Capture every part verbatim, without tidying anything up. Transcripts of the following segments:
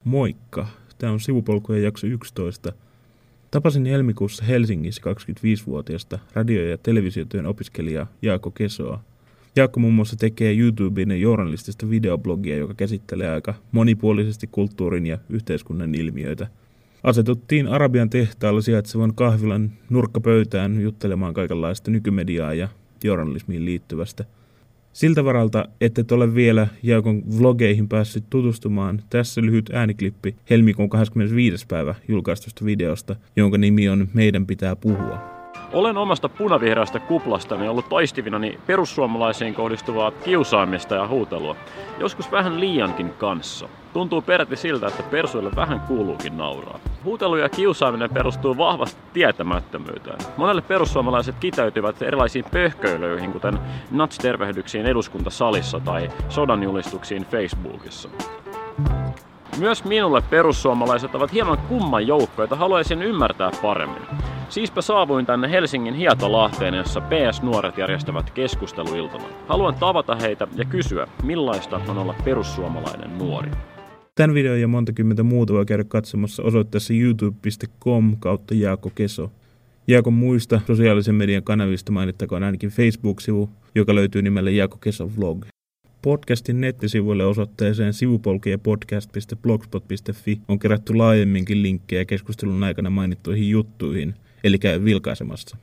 Moikka! Tämä on Sivupolkujen jakso yksitoista. Tapasin helmikuussa Helsingissä kaksikymmentäviisivuotiaasta radio- ja televisiotyön opiskelijaa Jaakko Kesoa. Jaakko muun muassa tekee YouTubeen journalistista videoblogia, joka käsittelee aika monipuolisesti kulttuurin ja yhteiskunnan ilmiöitä. Asetuttiin Arabian tehtaalla sijaitsevan kahvilan nurkkapöytään juttelemaan kaikenlaista nykymediaa ja journalismiin liittyvästä. Siltä varalta, ettet ole vielä Jaakon vlogeihin päässyt tutustumaan, tässä lyhyt ääniklippi helmikuun kahdeskymmenesviides päivä julkaistusta videosta, jonka nimi on Meidän pitää puhua. Olen omasta punavihreästä kuplastani ollut toistivinani perussuomalaisiin kohdistuvaa kiusaamista ja huutelua. Joskus vähän liiankin kanssa. Tuntuu peräti siltä, että persuille vähän kuuluukin nauraa. Huutelu ja kiusaaminen perustuu vahvasti tietämättömyyteen. Monelle perussuomalaiset kiteytyvät erilaisiin pöhköilyihin, kuten natstervehdyksiin eduskuntasalissa tai sodanjulistuksiin Facebookissa. Myös minulle perussuomalaiset ovat hieman kumman joukko, jota haluaisin ymmärtää paremmin. Siispä saavuin tänne Helsingin Hietolahteen, jossa P S-nuoret järjestävät keskusteluiltana. Haluan tavata heitä ja kysyä, millaista on olla perussuomalainen nuori. Tämän videon ja monta kymmentä muuta voi käydä katsomassa osoitteessa youtube piste com kautta Jaakko Keso. Jaakon muista sosiaalisen median kanavista mainittakoon ainakin Facebook-sivu, joka löytyy nimellä Jaakko Keso Vlog. Podcastin nettisivuille osoitteeseen sivupolkijapodcast piste blogspot piste fi on kerätty laajemminkin linkkejä keskustelun aikana mainittuihin juttuihin, eli käy vilkaisemassa.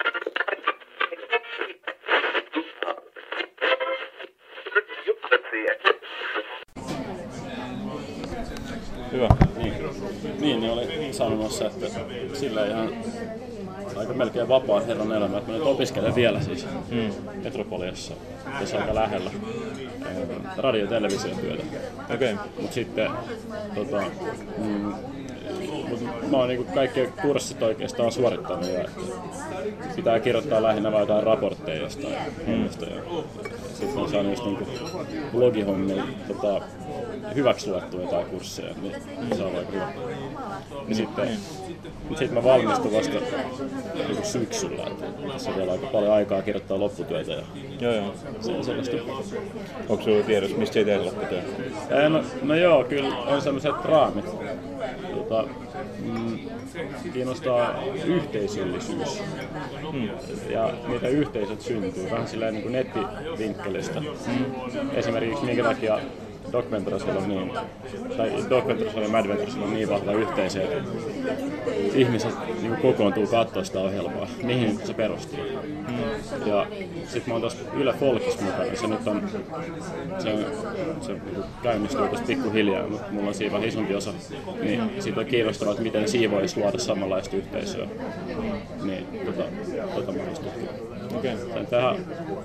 Hyvä. Niin, niin, niin oli sanomassa, että sillä ihan aika melkein vapaa herran elämä. Mä nyt opiskelen vielä siis mm. Metropoliassa, tässä aika lähellä radio- ja televisiotyötä. Okay. Mut sitten tota, mm, mut mä oon niinku kaikki kurssit oikeastaan suorittanut ja pitää kirjoittaa lähinnä vaan jotain raportteja jostain. Mm. Sitten on saanut just niinku blogihommiin tota, hyväksi luettua jotain kursseja, niin mm. se on aika hyvä. Ja sitten, mm. sitten mä valmistun vasta niin syksyllä, että tässä on vielä aika paljon aikaa kirjoittaa lopputyötä. Ja joo, joo. Se on sellaista. Onko sinulla tiedossa, mistä sä teet lopputyötä? No, no joo, kyllä on sellaiset raamit. Tota, mm, kiinnostaa yhteisöllisyys. Hmm. Ja niitä yhteisöt syntyy vähän silleen niin kuin nettivinkkelistä. Hmm. Esimerkiksi minkä takia Doc Venturesilla on niin, tai Doc Venturesilla ja Mad Venturesilla on niin vahva yhteisö, että ihmiset niin kokoontuu katsoa sitä ohjelmaa, mihin se perustuu. Mm. Ja sit mä oon tossa Yle Folkissa mukana, se nyt on, se, on, se käynnistyy tossa pikkuhiljaa, mutta mulla on siinä vähän isompi osa, niin siitä on kiinnostavaa, että miten siinä voisi luoda samanlaista yhteisöä. Niin tota, tota mä oon tutkia. Okay. Tähän,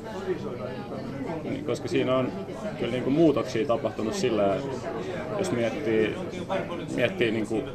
koska siinä on kyllä niin kuin muutoksia tapahtunut sillä, jos miettii, miettii niin kuin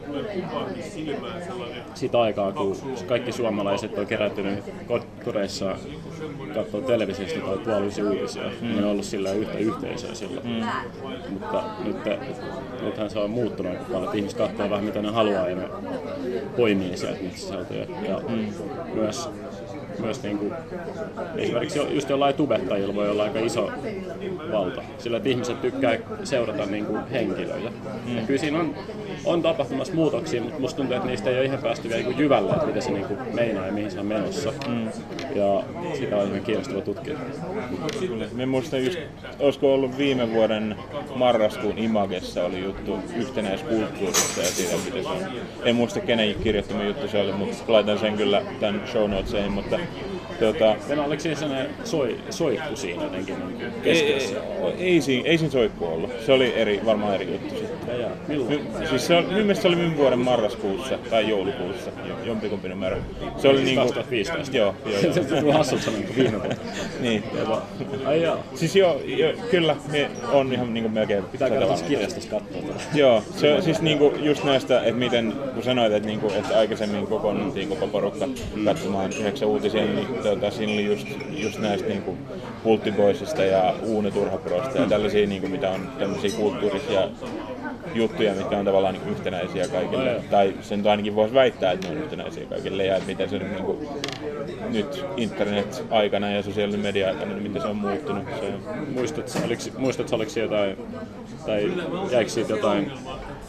sitä aikaa, kun kaikki suomalaiset on kerättynyt kodeissa katsoa televisiosta tai puolueellisia uutisia, mm. niin on ollut sillä yhtä yhteisöä silloin. Mm. Mutta nyt, nythän se on muuttunut aika paljon, että ihmiset katsoo vähän mitä ne haluaa ja ne poimii sieltä niitä sisältöjä. Ja mm. myös Myös niinku, esimerkiksi just jollain tubettajilla voi olla aika iso valta, sillä että ihmiset tykkää seurata niinku henkilöitä. Mm. Ja kyllä siinä on, on tapahtumassa muutoksia, mutta musta tuntuu, että niistä ei ole ihan päästy vielä niinku jyvälle, että mitä se niinku meinaa ja mihin se on menossa. Mm. Ja sitä on ihan kiinnostava tutkia. Mä muistan just, olisiko ollut viime vuoden marraskuun Imagessa oli juttu yhtenäiskulttuurista ja siitä, miten se on. En muista kenen kirjoittama juttu se oli, mutta laitan sen kyllä tämän show notesiin, mutta Tuota, Venä, oliko siinä sellainen soi, soikku siinä jotenkin niin keskeisessä? Ei, ei, ei, ei siinä soikku ollut. Se oli eri, varmaan eri juttu sitten. Ja, milloin? My, siis se oli, mielestäni se oli viime vuoden marraskuussa tai joulukuussa, jompikumpi numero. Se oli siis kaksituhattaviisitoista? Joo, joo. Se tuli hassut sanoa viime vuonna. Niin. Ai jaa. Siis joo, jo, kyllä, me on ihan niinku melkein... Pitää katsoa kirjastossa katsoa tätä. Joo, se siis niinku just näistä, että miten, kun sanoit, että, niinku, että aikaisemmin kokoonnuttiin koko porukka katsomaan yhdeksän uutisia, niin tuota, siinä oli just, just näistä niinku Pulttiboysista ja Uune Turhaprosta ja tällaisia, niinku, mitä on tämmöisiä kulttuurisia juttuja, mitkä on tavallaan niinku yhtenäisiä kaikille. Oh, tai sen ainakin voisi väittää, että ne on yhtenäisiä kaikille ja miten se niinku, nyt internet-aikana ja sosiaalisen media-aikana, niin miten se on muuttunut. Se on... Muistatko, oliko, muistatko oliko jotain, tai jäikö siitä jotain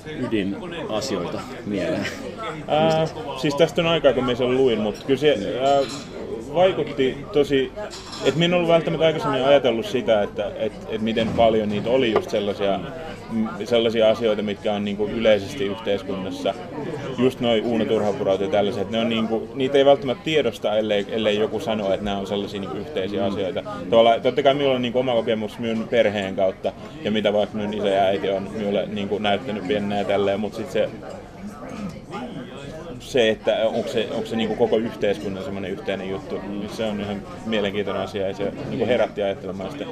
ydinasioita mieleen? Ää, siis tästä on aikaa, kun minä sen luin, mutta kyllä se ää, vaikutti tosi, että minä en ollut välttämättä aikaisemmin ajatellut sitä, että et, et miten paljon niitä oli just sellaisia, sellaisia asioita, mitkä on niinku yleisesti yhteiskunnassa. Just noi Uuno Turhapurot ja tällaiset, ne on niinku, niitä ei välttämättä tiedosta, ellei, ellei joku sano, että nämä on sellaisia niinku yhteisiä asioita. Tuolla, totta kai minulla on niinku oma kokemus minun perheen kautta, ja mitä vaikka minun isä ja äiti on minulle niinku näyttänyt piennää ja tälleen, mutta sitten se, se, että onko se, onko se niinku koko yhteiskunnan semmoinen yhteinen juttu, niin se on ihan mielenkiintoinen asia, ja se niinku herätti ajattelemaan sitä.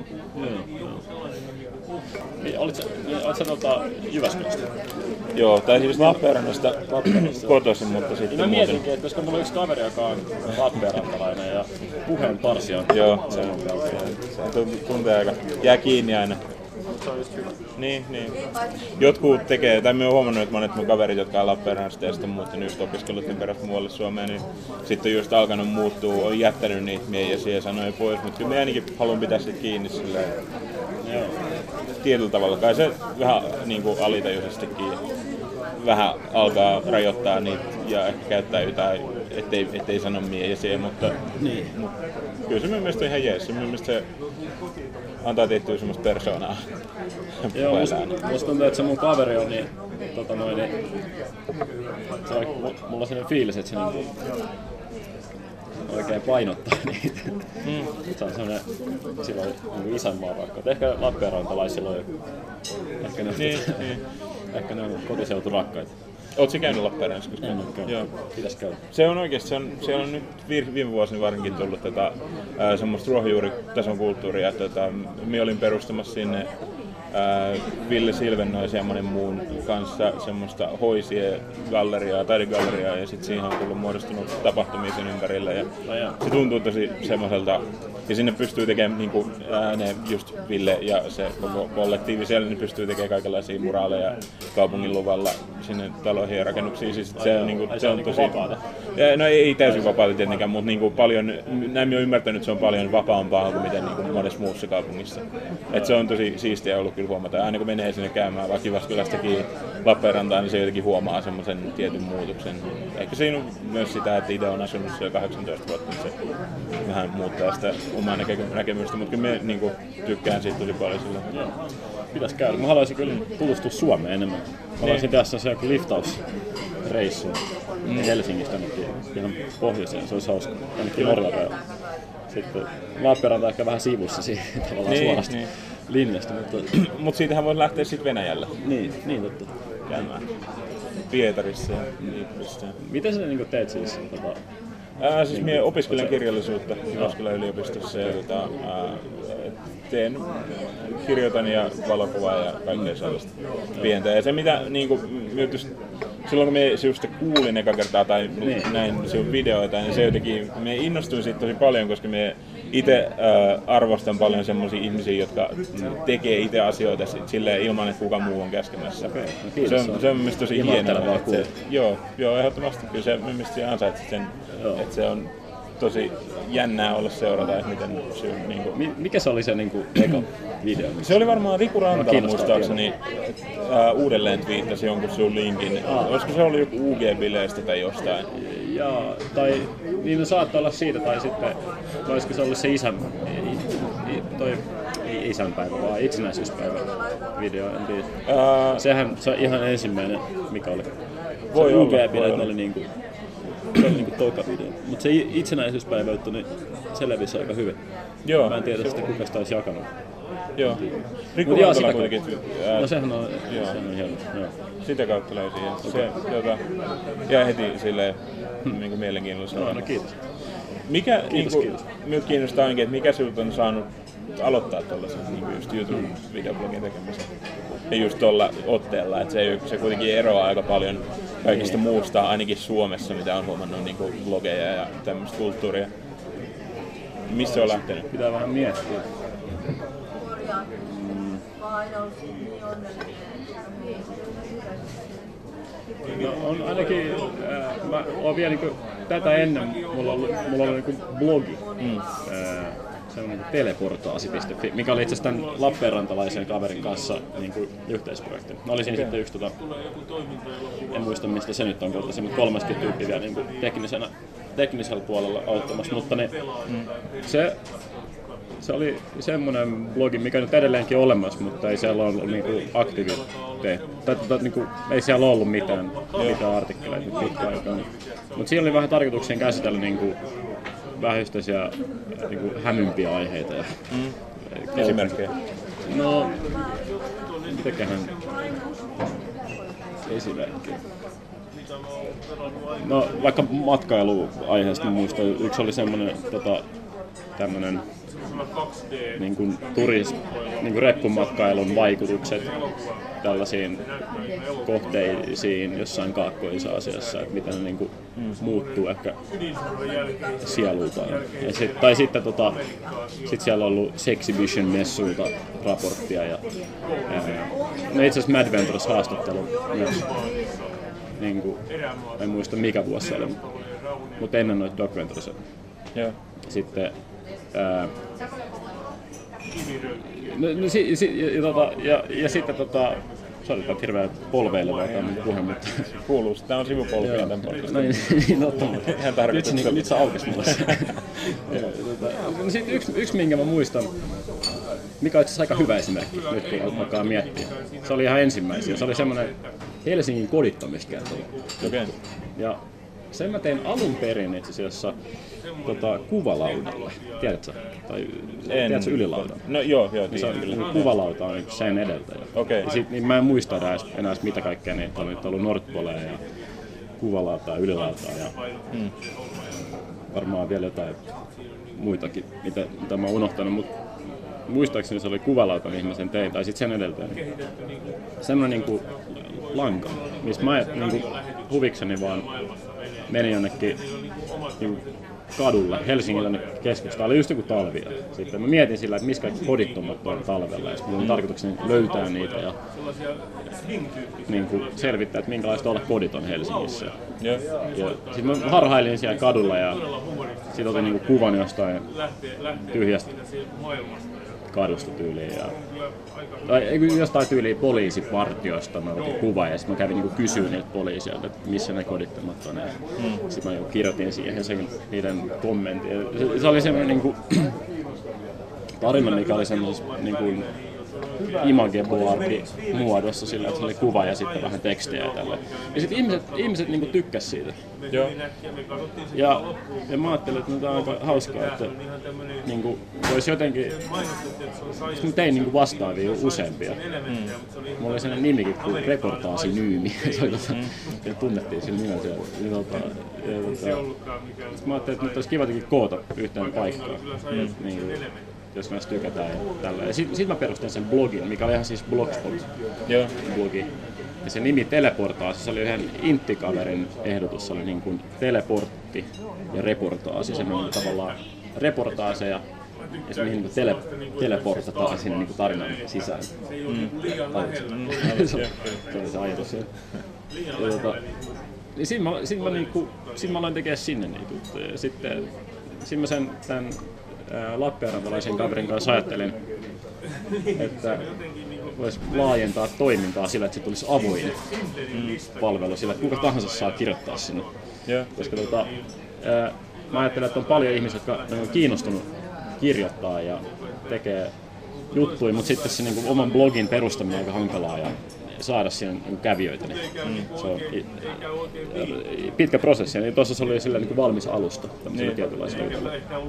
Niin, olitko sä tuolta Jyväskylästä? Joo, tai siis Lappeenrannasta kotoisin, mutta sitten Mä muuten. mietinkin, että koska mulla on yksi kaveri, joka on lappeenrantalainen ja puheen parsi on Joo, se saman kautta. tuntee aika, jää kiinni aina. Se on just hyvä. Niin, niin. Jotkut tekee, tai minä olen huomannut, että monet mun kaverit, jotka on Lappeenrannasta ja sitten muuttanut just opiskeluiden perästä muualle Suomeen, niin sitten on just alkanut muuttua, on jättänyt niitä miehiä ja sanoja pois, mutta kyllä minä ainakin haluan pitää sitä kiinni silleen. Joo. Tietyllä tavalla, kai se vähän niin kuin alitajuisestikin vähän alkaa rajoittaa niitä ja ehkä käyttää jotain, ettei, ettei sano miehiä, mutta, Niin. mutta kyllä se minun mielestä on ihan jees. Minun mielestä se antaa tiettyä semmoista persoonaa. Joo, musta, musta tuntuu, että se mun kaveri on niin, tota noin, niin se on, mulla on sellainen fiilis, että se niin, oikein painottaa niitä. Mm. Se on sellainen, sillä on niin isänmaa vaikka. Ehkä lappeenrantalaisilla on joku. Ehkä ne, Niin, niin. ehkä ne on kotiseuturakkaita. Ootko käynyt Lappeenrannassa? En ole käynyt. Joo. Pitäis käydä. Se on oikeasti, se on, siellä on nyt viime vuosina varsinkin tullut tätä, ää, semmoista ruohonjuuritason kulttuuria. Tota, minä olin perustamassa sinne ää, Ville Silvennoisen ja monen muun kanssa semmoista hoisie galleriaa, taidegalleriaa, ja sitten siihen on tullut muodostunut tapahtumia sen ympärillä. Ja se tuntuu tosi semmoiselta, ja sinne pystyy tekemään niinku, ää, ne just Ville ja se koko kollektiivi siellä, niin pystyy tekemään kaikenlaisia muraaleja kaupungin luvalla sinne taloihin ja rakennuksiin. Siis se on, niinku, se on tosi vapaata. Ja, no ei täysin vapaata tietenkään, mutta niinku paljon, näin minä olen ymmärtänyt, että se on paljon vapaampaa kuin miten niinku monessa muussa kaupungissa. Et se on tosi siistiä ollut kyllä huomata. Aina kun menee sinne käymään vaikka Jyväskylästäkin Lappeenrantaan, niin se jotenkin huomaa semmoisen tietyn muutoksen. Ehkä siinä on myös sitä, että itse on asunut siellä kahdeksantoista vuotta, niin se vähän muuttaa sitä omaa näke- näkemystä, mutta kyllä minä niinku tykkään siitä tosi paljon sillä. Pitäis käydä. Mä haluaisin kyllä tutustua Suomeen enemmän. Mä haluaisin tehdä se joku liftausreissu mm. Helsingistä ainakin ihan pohjoiseen. Se olisi hauska. Ainakin Norjan rajalla. Sitten Lappeenranta ehkä vähän sivussa siihen tavallaan Niin, suorasta niin. linjasta. Mutta Mut siitähän voi lähteä sitten Venäjällä niin, niin totta. käymään. Pietarissa ja Dniprissa. Miten sä niinku teet siis? Tota, Ää, siis minä opiskelen kirjallisuutta Jyväskylän yliopistossa ja tota, ää, teen, kirjoitan ja valokuvaa ja kaikkea sellaista pientä. Ja se mitä niinku, just, silloin kun minä just kuulin eka kertaa tai niin. näin sinun videoita, niin se jotenkin, minä innostuin siitä tosi paljon, koska minä itse äh, arvostan paljon semmoisia ihmisiä, jotka tekee itse asioita silleen ilman, että kuka muu on käskemässä. Okay. No se on, se on mielestäni tosi hienoa. Se, joo, joo, ehdottomasti. Kyllä se mielestäni ansaitsit sen, että se on tosi jännää olla seurata, että miten se on niin kuin... Mikä se oli se niin kuin eka video? Se oli varmaan Riku Rantala muistaakseni uh, uudelleen twiittasi jonkun sun linkin. Ah. Olisiko se ollut joku U G-bileistä tai jostain? Jaa, tai niin no, saattaa olla siitä, tai sitten olisiko se ollut se isän, toi, ei isänpäivä, vaan itsenäisyyspäivä video, en tiedä. Uh, Sehän se on ihan ensimmäinen, mikä oli. Voi se olla, U G-bileet oli niinku, se oli niinku toka video. Mut se itsenäisyyspäivä juttu, niin se levisi aika hyvin. Joo. Mä en tiedä sitten kuka sitä olisi jakanut. Joo. Riku Rantala kuitenkin. Ää, no sehän on, joo. sehän on hieno. Joo. Sitä kautta löysin. Okay. Se tuota, jäi heti silleen hmm. niin mielenkiinnolla. No, no kiitos. Mikä kiitos, niin kuin, kiitos. minut kiinnostaa ainakin, että mikä sinulta on saanut aloittaa tuollaisen niin just YouTube-videoblogin tekemisen. Ja just tuolla otteella, että se, se kuitenkin eroaa aika paljon kaikista niin. muusta, ainakin Suomessa, mitä on huomannut niin kuin blogeja ja tämmöistä kulttuuria. Missä on lähtenyt? Pitää vähän miettiä. Mm. No on ainakin, äh, mä oon vielä niinku, tätä ennen, mulla on ollut, mulla on ollut niinku blogi. Mm. Äh, semmoinen teleportaasi piste fi, mikä oli itse asiassa tämän Lappeenrantalaisen kaverin kanssa niin kuin yhteisprojekti. Mä olisin okay. sitten yksi, tota, en muista mistä se nyt on, mutta se kolmaskin tyyppi vielä niin kuin teknisenä, teknisellä puolella auttamassa, mutta ne, mm. se, se oli semmoinen blogi, mikä nyt edelleenkin on olemassa, mutta ei siellä ollut niin kuin aktiviteettia, niin ei siellä ollut mitään, mitään artikkeleita pitkään aikaan. Mutta siinä oli vähän tarkoituksien käsitellä niin kuin vähän yhteisiä niin kuin hämympiä aiheita. Ja mm. Esimerkkejä? No, mitäköhän esimerkkejä? No, vaikka matkailuaiheesta muistan, yksi oli semmoinen tota, tämmönen niin kuin turis, niin kuin reppumatkailun vaikutukset tällaisiin kohteisiin jossain Kaakkois-Aasiassa, että miten ne niin kuin muuttuu ehkä sielultaan. Ja sit, tai sitten tota, sit siellä on ollut Sexibition-messuilta raporttia ja, ja no itse asiassa Mad Ventures haastattelu myös. Niin kuin, en muista mikä vuosi se oli, mutta ennen noita dokumentarisia. Sitten ää, no, no, si, si, ja, tota, ja, ja sitten tota, sori, tämä on hirveän polveilevaa tämä puhe, mutta kuuluu, tämä on sivupolvia tämän podcastin. No niin, niin otta, mutta ihan tarkoitus. Nyt, nyt sä aukesi mulle se. No, sitten yksi, yksi, minkä mä muistan, mikä on itse asiassa aika hyvä esimerkki, nyt kun alkaa miettiä. Se oli ihan ensimmäisiä. Se oli semmoinen Helsingin kodittomiskertoma. Okay. Ja sen mä tein alun perin itse asiassa tota, kuvalaudalle. Tiedätkö? Tai tiedätkö ylilaudan? No joo, joo. Niin se on, niin kuvalauta on sen edeltäjä. Okay. Ja sit, niin mä en muista enää, enää mitä kaikkea niitä on. Nyt on ollut Nordpolea ja kuvalautaa, ylilautaa ja hmm. varmaan vielä jotain muitakin, mitä, mitä mä oon unohtanut. Mut muistaakseni se oli kuvalauta, mihin mä sen tein, tai sitten sen edeltäjä. Semmoinen niinku lanka, missä mä niinku huvikseni vaan menin jonnekin niinku kadulle, Helsingin keskustaan, oli just joku talvi. Sitten mä mietin sillä, että missä kaikki kodittomat on talvella, ja sitten mun tarkoitukseni löytää niitä ja niinku selvittää, että minkälaista olla koditon Helsingissä. Ja, ja sitten mä harhailin siellä kadulla ja sitten otin niinku kuvan jostain tyhjästä kadusta tyyliin. Ja, tai jostain tyyliin poliisipartiosta mä otin kuvan ja sitten mä kävin niinku kysyä niiltä poliisilta, että missä ne kodittomat on. Mm. Sitten mä niinku kirjoitin siihen sen, niiden kommentin. Se, se oli semmoinen niinku tarina, mikä oli semmoisessa niinku imageboardi muodossa sillä, että se oli kuva ja sitten vähän tekstiä ja tällä. Ja sitten ihmiset, ihmiset niinku tykkäs siitä. Joo. Ja, ja mä ajattelin, että tämä on aika hauskaa, että niinku, voisi jotenkin, mä tein niinku vastaavia useampia. Mm. Mulla oli sellainen nimikin kuin Reportaasinyymi, mm. ja tunnettiin sillä nimellä siellä. Ja, tota, ja, tota, mä ajattelin, että nyt olisi kiva jotenkin koota yhteen paikkaan. Mm. Niin, jos näistä tykätään ja tällä. Ja sitten sit mä perustin sen blogin, mikä oli ihan siis Blogspot-blogi. Ja se nimi Teleportaasi, se oli yhden inttikaverin ehdotus, se oli niin kuin teleportti ja reportaasi, semmoinen tavallaan reportaaseja ja se mihin niin tele, teleportataan sinne niin tarinan sisään. Mm. se oli se ajatus. Ja, ja tota, niin siinä mä, siinä mä, niinku, siinä mä aloin tekemään sinne niitä juttuja. Ja sitten siinä mä sen tämän Lappeenrantalaisen kaverin kanssa ajattelin, että voisi laajentaa toimintaa sillä, että se tulisi avoin mm. palvelu sillä, että kuka tahansa saa kirjoittaa sinne. Yeah. Koska tota, ää, mä ajattelen, että on paljon ihmisiä, jotka on kiinnostunut kirjoittaa ja tekee juttuja, mutta sitten se niin kuin, oman blogin perustaminen on aika hankalaa ja saada siihen niin kävijöitä. Niin mm. Se on pitkä prosessi. Ja tuossa se oli sillä, niin kuin valmis alusta tämmöisellä niin. Tietynlaisella jutulla.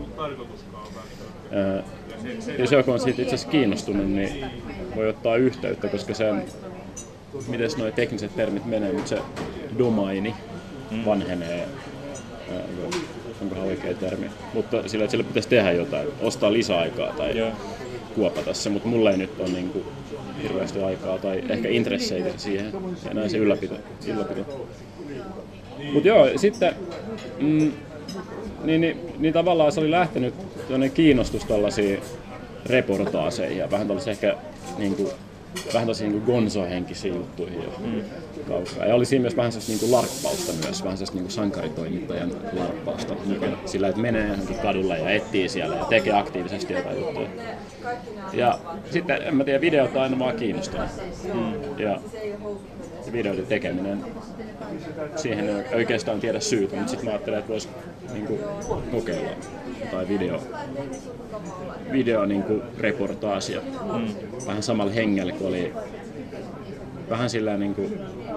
Jos joku on siitä itse asiassa kiinnostunut, niin voi ottaa yhteyttä, koska se, miten nuo tekniset termit menee, mutta se domaini mm. vanhenee, onkohan oikea termi, mutta sillä, että sille pitäisi tehdä jotain, ostaa lisäaikaa tai yeah. kuopata se, mutta mulla ei nyt ole niin kuin hirveästi aikaa tai ehkä intresseitä siihen ja näin se ylläpito. ylläpito. Mut joo, sitten mm, niin, niin, niin tavallaan se oli lähtenyt kiinnostus tällaisiin reportaaseihin ja vähän tällaisia ehkä niin kuin vähän tosi niin gonzo-henkisiä juttuihin jo mm. kaukaa. Ja oli siinä myös vähän sellaista niin kuin larppausta myös, vähän sellaista niin kuin sankaritoimittajan larppausta. Niin sillä, että menee johonkin kadulle ja etsii siellä ja tekee aktiivisesti jotain juttuja. Ja sitten, en mä tiedä, videot on aina vaan kiinnostunut. Mm. Ja videoiden tekeminen, siihen ei oikeastaan tiedä syytä, mutta sitten mä ajattelen, että voisi niinku kokeilla jotain video, video niinku reportaasia. Mm. Vähän samalla hengellä, kun oli vähän sillä niinku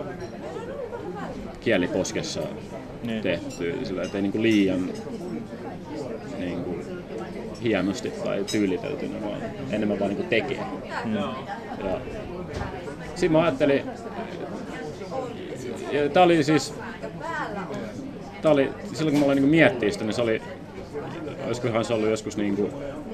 kieliposkessa mm. tehty, sillä ettei niinku liian niinku hienosti tai tyyliteltynä, vaan enemmän vaan niinku tekee. Mm. Ja sitten mä ajattelin, ja tää oli siis, tää oli, silloin kun mä aloin niinku miettiä sitä, niin se oli, olisikohan se ollut joskus niinku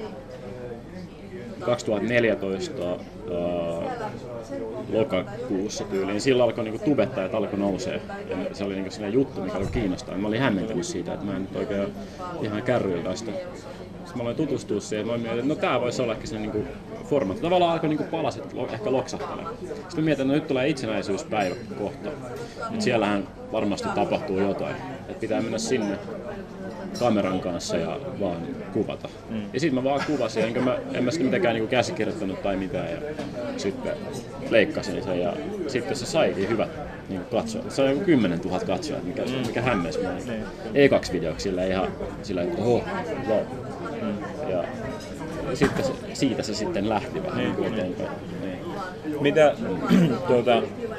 kaksituhattaneljätoista uh, lokakuussa tyyliin. Silloin alkoi niinku tubettajat alkoi nousee. Ja se oli niinku sellainen juttu, mikä oli kiinnostaa. Mä olin hämmentänyt siitä, että mä en nyt oikein ihan kärryillä tästä. Sitten mä aloin tutustua siihen, mä olin mietin, että no tää voisi olla se niinku formaatti. Tavallaan alkoi niinku palaset ehkä loksahtelemaan. Sitten mä mietin, että no nyt tulee itsenäisyyspäivä kohta. Et siellähän varmasti tapahtuu jotain. Et pitää mennä sinne kameran kanssa ja vaan kuvata. Mm. Ja sit mä vaan kuvasin, enkä mä, en mä sitä mitenkään niinku käsikirjoittanut tai mitään. Ja sitten leikkasin sen ja sitten se saikin hyvät niinku katsojat. Se on joku kymmenen tuhatta katsojat, mikä, mm. mikä hämmensi mua. Mm. Ekaksi videoksi sillä ihan sillä, että oho, wow. Mm. Ja sitten se, siitä se sitten lähti vähän niin kuin eteenpäin. Niin. Mitä tuota...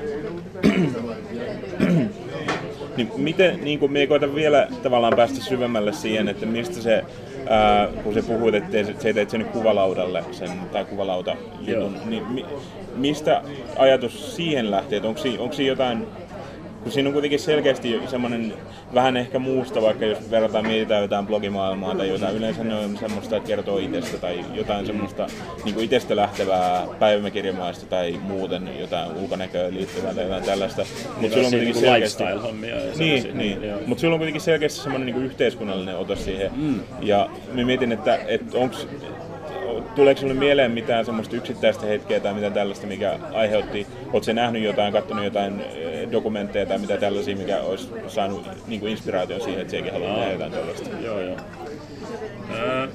Niin miten, niin kun me koitan vielä tavallaan päästä syvemmälle siihen, että mistä se, ää, kun se puhuit, että se teit sen kuvalaudalle sen, tai kuvalauta jutun, niin mi, mistä ajatus siihen lähti, että onko, onko siinä jotain, kun siinä on kuitenkin selkeästi semmoinen vähän ehkä muusta, vaikka jos verrataan mietitään jotain blogimaailmaa tai jotain, yleensä ne on semmoista, että kertoo itsestä tai jotain semmoista niin kuin itsestä lähtevää päiväkirjamaista tai muuten jotain ulkonäköön liittyvää tai jotain tällaista. Mutta sulla on kuitenkin selkeästi niin, niin. Mut sulla on kuitenkin selkeästi semmoinen niin kuin yhteiskunnallinen otos siihen. Mm. Ja mä mietin, että, että onks, tuleeko sinulle mieleen mitään semmoista yksittäistä hetkeä tai mitä tällaista, mikä aiheutti? Oletko sä nähnyt jotain, katsonut jotain dokumentteja tai mitä tällaisia, mikä olisi saanut niin kuin inspiraation siihen, että sekin haluaa tehdä jotain tällaista? Joo, joo. Ää,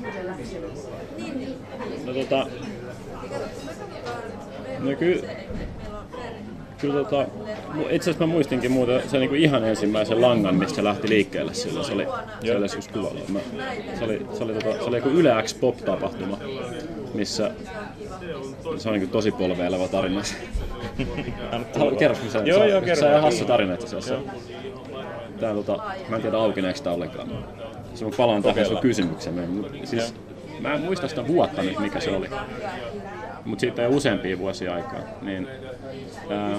no tota... No kyllä... Kyllä tota... Itse asiassa mä muistinkin muuta sen niin ihan ensimmäisen langan, mistä se lähti liikkeelle silloin. Se oli siellä joskus kuvalla. Mä, se, oli, se, oli tota, se oli joku Yle X Pop-tapahtuma, missä... Se on niin tosi polveileva tarina. Kerros, missä joo, joo, kerro. Se on hassu tarina itse asiassa. Tää, tota, mä en tiedä aukeneeko sitä ollenkaan. Se on palaan tähän sun kysymykseen. Siis, mä en muista sitä vuotta nyt, mikä se oli. Mut siitä jo useampia vuosia aikaa. Niin, ää,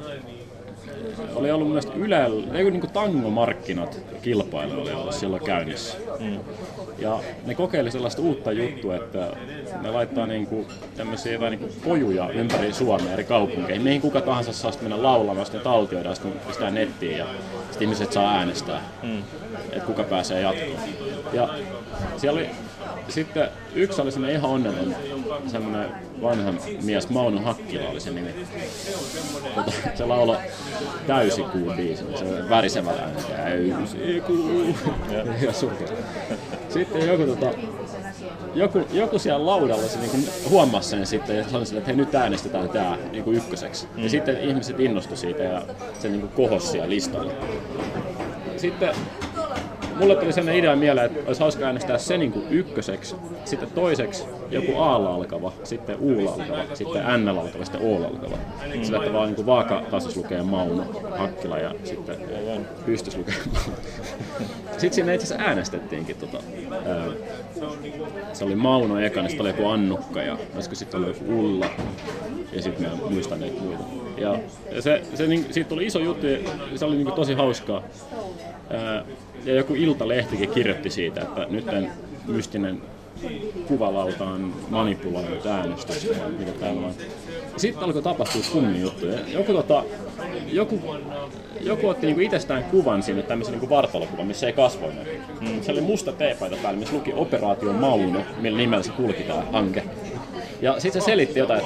oli ollut mun mielestä Ylellä, joku niinku tangomarkkinat kilpailu oli ollut silloin käynnissä. Mm. Ja ne kokeili sellaista uutta juttua, että ne laittaa niinku tämmöisiä jotain niinku pojuja ympäri Suomea eri kaupunkeihin. Mihin kuka tahansa saa mennä laulamaan, sitten taltioidaan, sitten pistää nettiin ja sitten ihmiset saa äänestää, mm. että kuka pääsee jatkoon. Ja siellä oli sitten yksi oli semmoinen ihan onneton semmoinen vanha mies, Mauno Hakkila oli se nimi. Mutta se lauloi täysikuun biisin, se oli värisevällä äänellä. Täysikuu. Ja surkea. Sitten joku, tota, joku, joku siellä laudalla se niinku huomasi sen sitten ja sanoi sille, että hei, nyt äänestetään tää niinku ykköseksi. Mm. Ja sitten ihmiset innostui siitä ja se niinku kohosi siellä listalla. Sitten mulle tuli sellainen idea mieleen, että olisi hauska äänestää se niin kuin ykköseksi, sitten toiseksi joku A-lla alkava, sitten U-lla alkava, sitten N-llä alkava, sitten O-lla alkava. Mm. Sillä että vaan niin vaakatasas lukee Mauno Hakkila ja sitten pystys lukee Mauno. Sitten siinä itse asiassa äänestettiinkin. Tota, ää, se oli Mauno ekana, sitten oli joku Annukka ja olisiko sitten oli joku Ulla ja sitten mä muistan näitä muita. Ja se, se, niin, siitä tuli iso juttu ja se oli niin kuin tosi hauskaa. Ää, Ja joku Iltalehtikin kirjoitti siitä, että nyt mystinen kuvalauta on manipuloinut äänestystä ja mitä täällä on. Sitten alkoi tapahtua kummin juttuja. Joku, tota, joku, joku otti niinku itsestään kuvan sinne, tämmöisen niinku vartalokuvan, missä ei kasvoja näy. Mm. Se oli musta teepaita päällä, missä luki Operaatio Mauno, millä nimellä se kulki tää hanke. Ja sitten se selitti jotain, että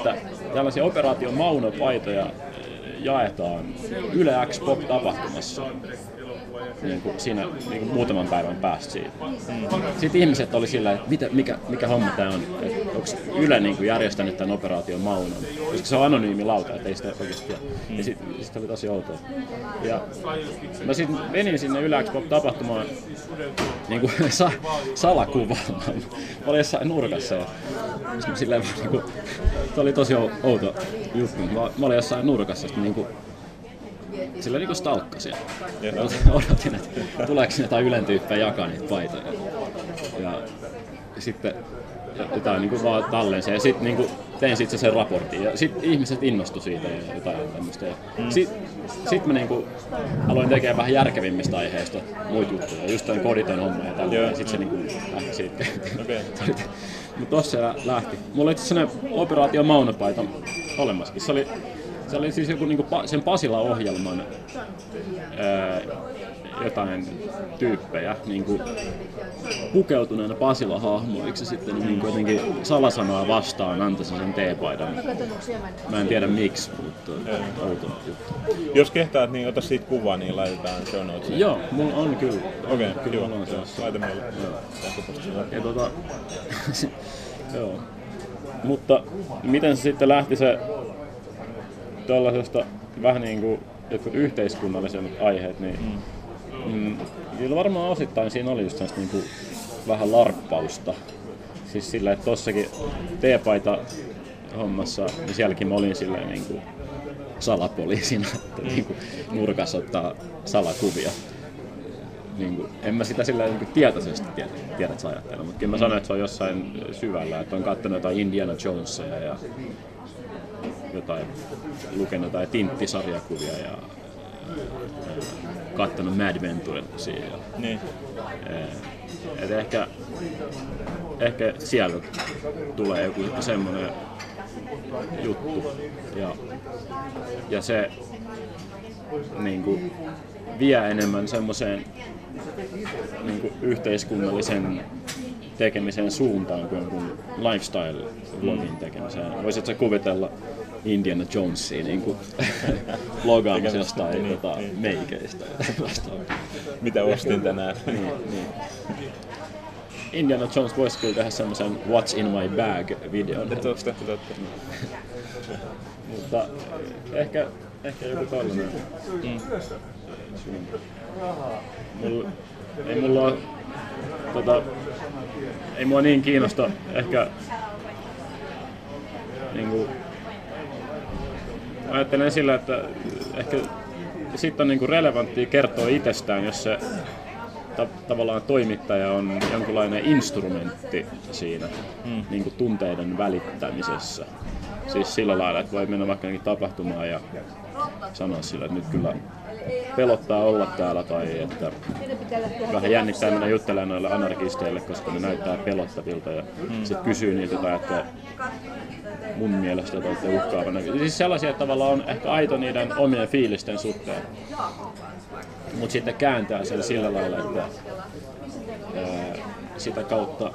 tällaisia Operaation Mauno-paitoja jaetaan Yle X Pop-tapahtumassa niin kuin siinä niin kuin muutaman päivän päästä siitä. Mm. Sitten ihmiset oli sillä, että mitä, mikä, mikä homma tämä on, että onko Yle niin kuin järjestänyt tämän Operaation Maunon, koska se on anonyymi lauta, että ei sitä oikeasti tiedä. Mm. Ja sitten sit oli tosi outoa. Ja mä sitten menin sinne Yle X Pop-tapahtumaan niin kuin sa, salakuvaamaan. Mä olin jossain nurkassa ja silleen, niin kuin, se oli tosi outo juttu. Mä, mä olin jossain nurkassa niin kuin, sillä niinku stalkkasin. Odotin, että tuleeko jotain Ylen tyyppejä jakaa niitä paitoja. Ja sitten jotain niinku vaan tallensin ja sitten niinku tein sit sen raportin. Ja sitten ihmiset innostu siitä ja jotain tämmöistä. Mm. Sitten sit mä niinku aloin tekemään vähän järkevimmistä aiheista muita juttuja. Just tämän koditon homma ja tällä. Ja sitten se niinku lähti siitä. Okay. Mutta tossa se lähti. Mulla oli itse sellainen Operaation Mauno-paita olemassakin. Se oli Se oli siis joku niinku sen Pasila-ohjelman ää, jotain tyyppejä niinku pukeutuneena Pasila-hahmoiksi ja sitten mm. niinku jotenkin salasanaa vastaan antaisi sen teepaidan. Mä en tiedä miksi, mutta outo juttu. Jos kehtaat, niin ota siitä kuvaa, niin laitetaan show notesiin. Joo, mulla on kyllä. Okei, okay, kyllä on se. Laita meille. Ja tota, joo. Mutta miten se sitten lähti se tuollaisesta vähän niin kuin jotkut yhteiskunnallisemmat aiheet, niin mm. Mm, kyllä varmaan osittain siinä oli just niin kuin vähän larppausta. Siis sillä, että tossakin teepaita hommassa, niin sielläkin mä olin silleen niin kuin salapoliisina, että mm. niin kuin nurkassa ottaa salakuvia. Niin kuin, en mä sitä sillä niin kuin tietoisesti tiedä, tiedä että sä ajattelen, mutta kyllä mä sanoin, että se on jossain syvällä, että on katsonut jotain Indiana Jonesia ja jotain, lukenut jotain Tintti-sarjakuvia ja katsonut Mad Venturetta siihen. Niin. Et ehkä, ehkä sieltä tulee joku semmoinen juttu ja, ja se niin kuin, vie enemmän semmoiseen niin kuin yhteiskunnallisen tekemisen suuntaan kuin jonkun lifestyle-vlogin tekemiseen. Voisitko kuvitella Indiana Jonesia niin kuin vlogaamassa jostain niin, tota, niin. meikeistä? Mitä ostin tänään? niin, niin. Indiana Jones voisi kyllä tehdä semmoisen What's in my bag-videon. Et ois tehty totta. Mutta ehkä, ehkä joku tollainen. Mm. Mulla, ei mulla ole, tota, ei mua niin kiinnosta ehkä niinku, ajattelen sillä, että ehkä sit on niinku relevanttia kertoa itsestään, jos se ta- tavallaan toimittaja on jonkunlainen instrumentti siinä mm. niinku tunteiden välittämisessä. Siis sillä lailla, että voi mennä vaikka tapahtumaan ja sanoa sillä, että nyt kyllä pelottaa olla täällä tai että vähän jännittää mennä juttelemaan noille anarkisteille, koska ne näyttää pelottavilta ja mm. sitten kysyy niiltä, että mun mielestä te olette uhkaavana. Siis sellaisia tavalla on ehkä aito niiden omien fiilisten suhteen, mutta sitten kääntää sen sillä lailla, että ää, sitä kautta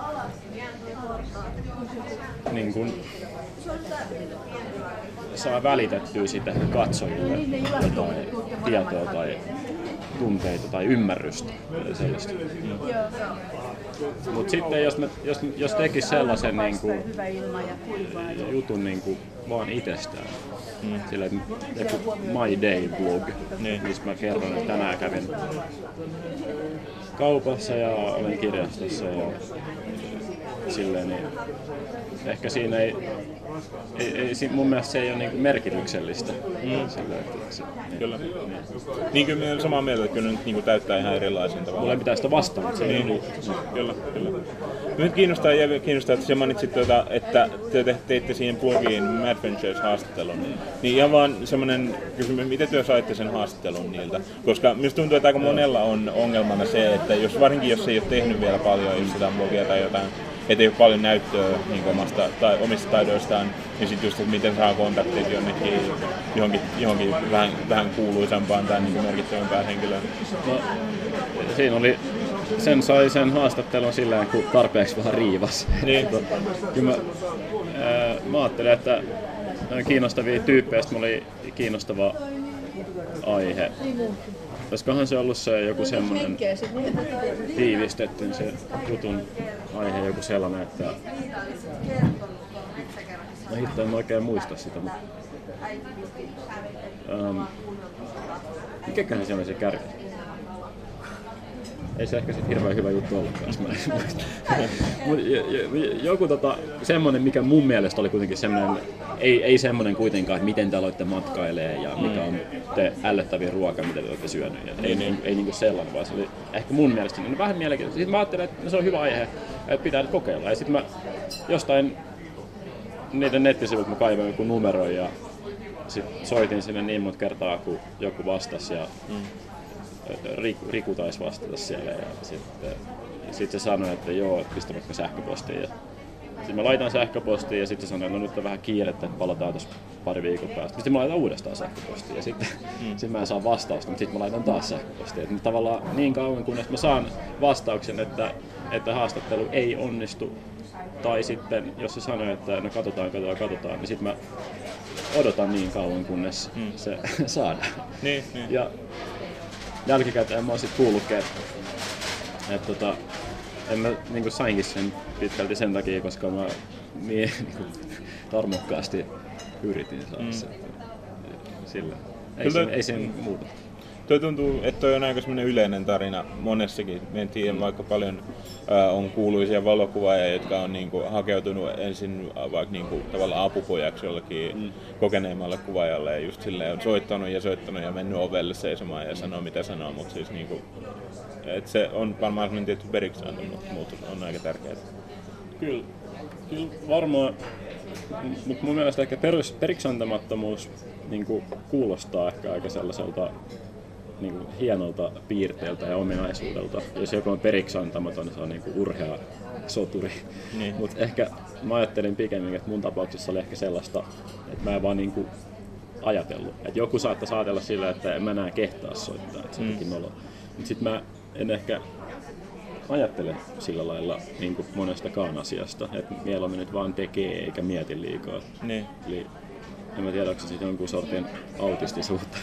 niin kun, saa välitettyä sitten katsojille jotain tietoa tai tunteita tai ymmärrystä. Sellaista. Mutta sitten jos, me, jos, jos tekisi sellaisen niin kuin, jutun niin kuin, vaan itsestään, mm. sillä joku My Day-blog, niin. missä mä kerron, että tänään kävin kaupassa ja olen kirjastossa ja silleen, niin ehkä siinä ei, ei, ei mun mielestä se ei ole niinku merkityksellistä. Mm. Sillä, että se, niin, kyllä. Niin. Niin kyllä minä olen samaa mieltä, että kyllä nyt niinku täyttää ihan erilaisen tavalla. Mulla ei pitää sitä vastaan, mutta se niin, ei niin. Kyllä, kyllä. Nyt kiinnostaa, kiinnostaa että sä mainitsit, tuota, että te teitte siihen blogiin Mad Ventures-haastattelun. Niin ihan vaan semmoinen kysymys, miten te saitte sen haastattelun niiltä? Koska minusta tuntuu, että aika monella on ongelmana se, että jos, varsinkin jos ei ole tehnyt vielä paljon just sitä blogia tai jotain, ettei ole paljon näyttöä niin omasta, tai omista taidoistaan, niin sitten just, että miten saa kontaktit jonnekin johonkin, johonkin vähän, vähän kuuluisampaan tai niin merkittävämpään henkilöön. No, siinä oli, sen sai sen haastattelun sillä kun tarpeeksi vähän riivas. Niin. Kyllä mä, ää, mä ajattelin, että kiinnostavia tyyppejä, mulla oli kiinnostava aihe. Olisikohan se ollut se joku semmoinen tiivistetty se jutun aihe, joku sellainen, että no hitto, en oikein muista sitä, mutta um, mikäköhän se oli se kärki? Ei se ehkä sit hirveän hyvä juttu ollutkaan, jos mä en muista. Mut joku tota, semmonen, mikä mun mielestä oli kuitenkin semmonen, ei, ei semmonen kuitenkaan, että miten te aloitte matkailee ja mm. mikä on te ällöttäviä ruokaa, mitä te olette syönyt. Ja ei, ei, ei niinku sellainen, vaan se oli ehkä mun mielestä niin vähän mielenkiintoista. Sitten mä ajattelin, että se on hyvä aihe, että pitää nyt kokeilla. Ja sitten mä jostain niiden nettisivut mä kaivoin joku numero ja sit soitin sinne niin monta kertaa, kun joku vastasi. Ja mm. Riku, Riku taisi vastata siellä ja sitten sit se sanoi, että joo, että pistä vaikka sähköpostiin. Ja sitten mä laitan sähköpostiin ja sitten se sanoi, että no nyt on vähän kiirettä, että palataan tuossa pari viikon päästä. Sitten mä laitan uudestaan sähköpostiin ja sitten mm. sit mä en saa vastausta, mutta sitten mä laitan taas sähköpostiin. Että tavallaan niin kauan kunnes mä saan vastauksen, että, että haastattelu ei onnistu. Tai sitten jos se sanoo, että no katsotaan, katsotaan, katsotaan, niin sitten mä odotan niin kauan kunnes mm. se saadaan. Niin, niin. Ja jälkikäteen mä oon sit kuullutkin, että et, tota, en mä niinku sainkin sen pitkälti sen takia, koska mä niin, niinku, tarmokkaasti yritin saada mm. sen. Sillä. Ei, sen, ei sen muuta. Toi tuntuu, että toi on aika semmoinen yleinen tarina monessakin. En tiedä, vaikka paljon äh, on kuuluisia valokuvaajia, jotka on niinku hakeutunut ensin vaikka niinku tavallaan apupojaksi jollekin mm. kokeneemmalle kuvaajalle ja just silleen on soittanut ja soittanut ja mennyt ovelle seisomaan ja sanoo mitä sanoo, mutta siis niinku, et se on varmaan semmoinen tietty periksianto, mutta muutos on aika tärkeää. Kyllä, kyllä varmaan, mutta mun mielestä ehkä periksiantamattomuus niinku kuulostaa ehkä aika sellaiselta niin kuin hienolta piirteeltä ja ominaisuudelta. Jos joku on periksi antamaton, niin se on niin kuin urhea soturi. Niin. Mutta ehkä mä ajattelin pikemminkin, että mun tapauksessa oli ehkä sellaista, että mä en vaan niin kuin ajatellut. Että joku saattaa ajatella sillä, että en mä enää kehtaa soittaa, että se onkin nolo. Mutta sit mä en ehkä ajattele sillä lailla niin kuin monestakaan asiasta, että mieluummin nyt vaan tekee eikä mieti liikaa. Niin. Eli en mä tiedä, onko se sitten jonkun sortin autistisuutta.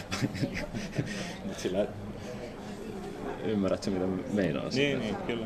Mutta sillä ymmärrätkö, mitä meinaa niin, sitä? Niin, kyllä.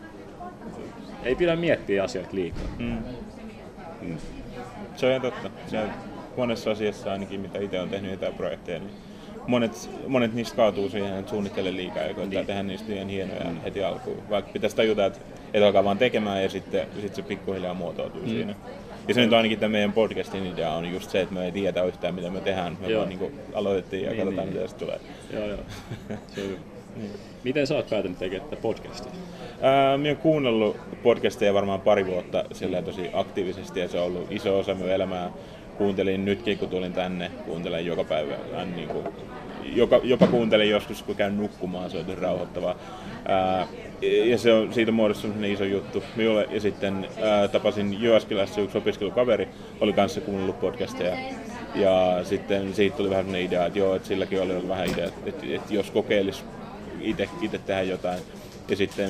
Ei pidä miettiä asioita liikaa. Mm. Mm. Se on ihan totta. Se on monessa asiassa ainakin, mitä itse on tehnyt etäprojekteja, niin monet, monet niistä kaatuu siihen, että suunnittele liikaa ja koittaa niin. tehdä niistä liian hienoja mm. heti alkuun. Vaikka pitäisi tajuta, että et alkaa vaan tekemään ja sitten sit se pikkuhiljaa muotoutuu mm. siinä. Ja se nyt ainakin tämän meidän podcastin idea on just se, että me ei tiedä yhtään mitä me tehdään. Me joo. vaan niin aloitettiin ja niin, katsotaan niin. mitä se tulee. Joo, joo. Se on niin. Miten sä oot päätynyt tekemään tätä podcastia? Ää, mä oon kuunnellut podcasteja varmaan pari vuotta sillä tosi aktiivisesti ja se on ollut iso osa minun elämää. Kuuntelin nytkin kun tulin tänne, kuuntelen joka päivä. Niin kuin, joka, jopa kuuntelin joskus kun käyn nukkumaan, se on tosi rauhoittavaa. Ää, ja se on siitä muodostunut iso juttu minulle. Ja sitten ää, tapasin Jyväskylässä yksi opiskelukaveri, oli kanssa kuunnellut podcasteja. Ja sitten siitä tuli vähän sellainen idea, että joo, että silläkin oli ollut vähän idea, että, että, että jos kokeilisi itse, itse tehdä jotain. Ja sitten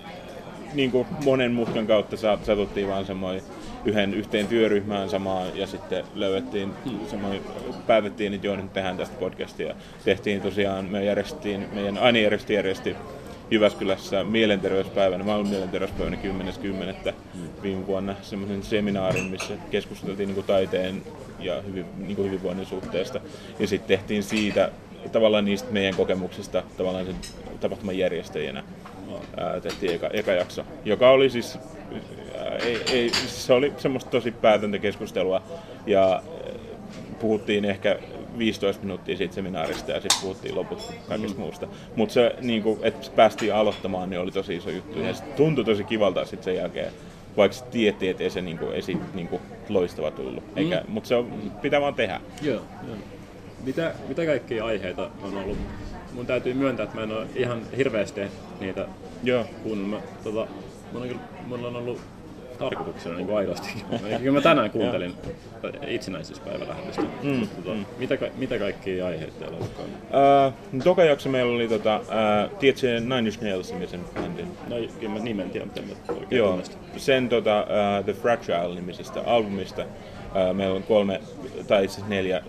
niin kuin monen mutkan kautta satuttiin vaan semmoinen yhden yhteen työryhmään samaan ja sitten löydettiin semmoinen, päätettiin, että joo, nyt tehdään tästä podcastia. Tehtiin tosiaan, me järjestettiin, meidän Ani järjesti, järjesti Jyväskylässä mielenterveyspäivänä, maailman mielenterveyspäivänä kymmenes kymmenettä viime vuonna semmoisen seminaarin, missä keskusteltiin niin kuin taiteen ja hyvin, niin kuin hyvinvoinnin suhteesta. Ja sitten tehtiin siitä tavallaan niistä meidän kokemuksista tavallaan sen tapahtuman järjestäjänä. Ää, tehtiin eka, eka jakso, joka oli siis, ää, ei, ei, se oli semmoista tosi päätöntä keskustelua ja puhuttiin ehkä viisitoista minuuttia siitä seminaarista ja sitten puhuttiin loput kaikesta mm. muusta. Mutta se, niinku, että päästiin aloittamaan, niin oli tosi iso juttu ja se tuntui tosi kivalta sitten sen jälkeen, vaikka tiedettiin, että ei se niinku, ei siitä, niinku, loistava tullut, mm. mutta se on, pitää vaan tehdä. Joo, joo. Mitä, mitä kaikkia aiheita on ollut? Mun täytyy myöntää, että mä en ole ihan hirveästi niitä, Joo. kun mä, tota, mulla, on, mulla on ollut tarkoituksena niin aidosti. Kyllä mä tänään kuuntelin itsenäisyyspäivälähetystä. Mm. Tota, mm. mitä, mitä kaikkia aiheita teillä on ollut? Uh, toka jakso meillä oli, tota, uh, tiedätkö Nine Inch Nails-nimisen bändin? No kyllä mä nimen tiedän, mitä mä oikein Joo, tunnistan. sen tota, uh, The Fragile-nimisestä albumista. Ää, meillä on kolme, tai itse asiassa neljä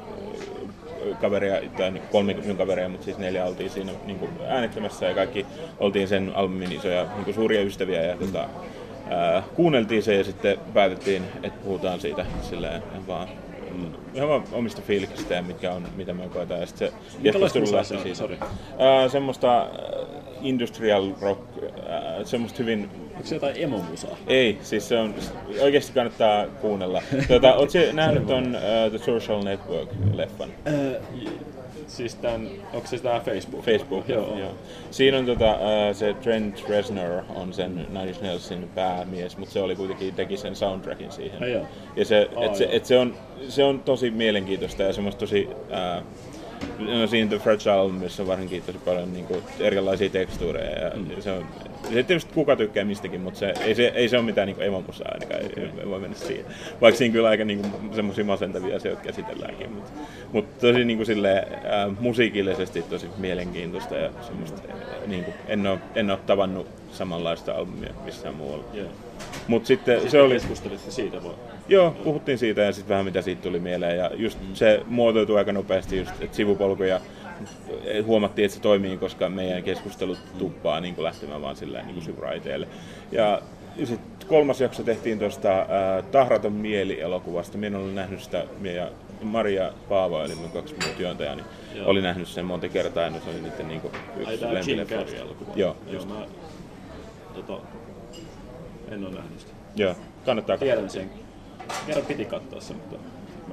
kaveria, tai kolme minun kaveria, mutta siis neljä oltiin siinä niin kuin äänittämässä ja kaikki oltiin sen albumin isoja niin kuin suuria ystäviä ja tota, ää, kuunneltiin se ja sitten päätettiin, että puhutaan siitä silleen vaan ihan vaan omista fiiliksistä ja mitkä on, mitä me koetaan. Ja sitten se keskustelu lähti siitä. Sorry. Ää, semmoista industrial rock, ää, semmoista hyvin... Onko se jotain emo-musaa? Ei, siis se on, oikeasti kannattaa kuunnella. Tuota, ootko se nähnyt ton uh, The Social Network-leffan? Uh, siis tämän, onko se tämä Facebook? Facebook, joo. joo. Siinä on tota, uh, se Trent Reznor on sen Nine Inch Nailsin päämies, mutta se oli kuitenkin teki sen soundtrackin siihen. Ah, joo. Ja se, ah, et se, et se, on, se on tosi mielenkiintoista ja semmoista tosi... Uh, no siinä The Fragile, missä on varsinkin tosi paljon niin kuin, erilaisia tekstuureja. Ja mm. se on, se tietysti kuka tykkää mistäkin, mutta se, ei, se, ei se ole mitään niin emo-musaa ainakaan, ei, ei voi mennä siihen. Vaikka siinä kyllä aika niin kuin, semmoisia masentavia asioita käsitelläänkin. Mutta mut tosi niin kuin, silleen, äh, musiikillisesti tosi mielenkiintoista ja semmoista, niin kuin, en, ole, en ole tavannut samanlaista albumia missään muualla. Yeah. Mut sitten siis se oli... Keskustelitte siitä voi? Joo, puhuttiin siitä ja sitten vähän mitä siitä tuli mieleen ja just mm. se muotoutui aika nopeasti just, että sivupolkuja huomattiin, että se toimii, koska meidän keskustelut tuppaa niin kuin lähtemään vaan silleen niin kuin sivuraiteelle. Ja sitten kolmas jakso tehtiin tuosta äh, Tahraton mieli-elokuvasta. Minä olen nähnyt sitä, ja Maria Paavo, eli minun kaksi muut juontajani, niin oli nähnyt sen monta kertaa ja se oli niiden niin kuin yksi lempileffoista. Joo, Joo, mä tota, en ole nähnyt sitä. Joo, kannattaa Tiedän sen. Kerran piti katsoa se, mutta... Mä...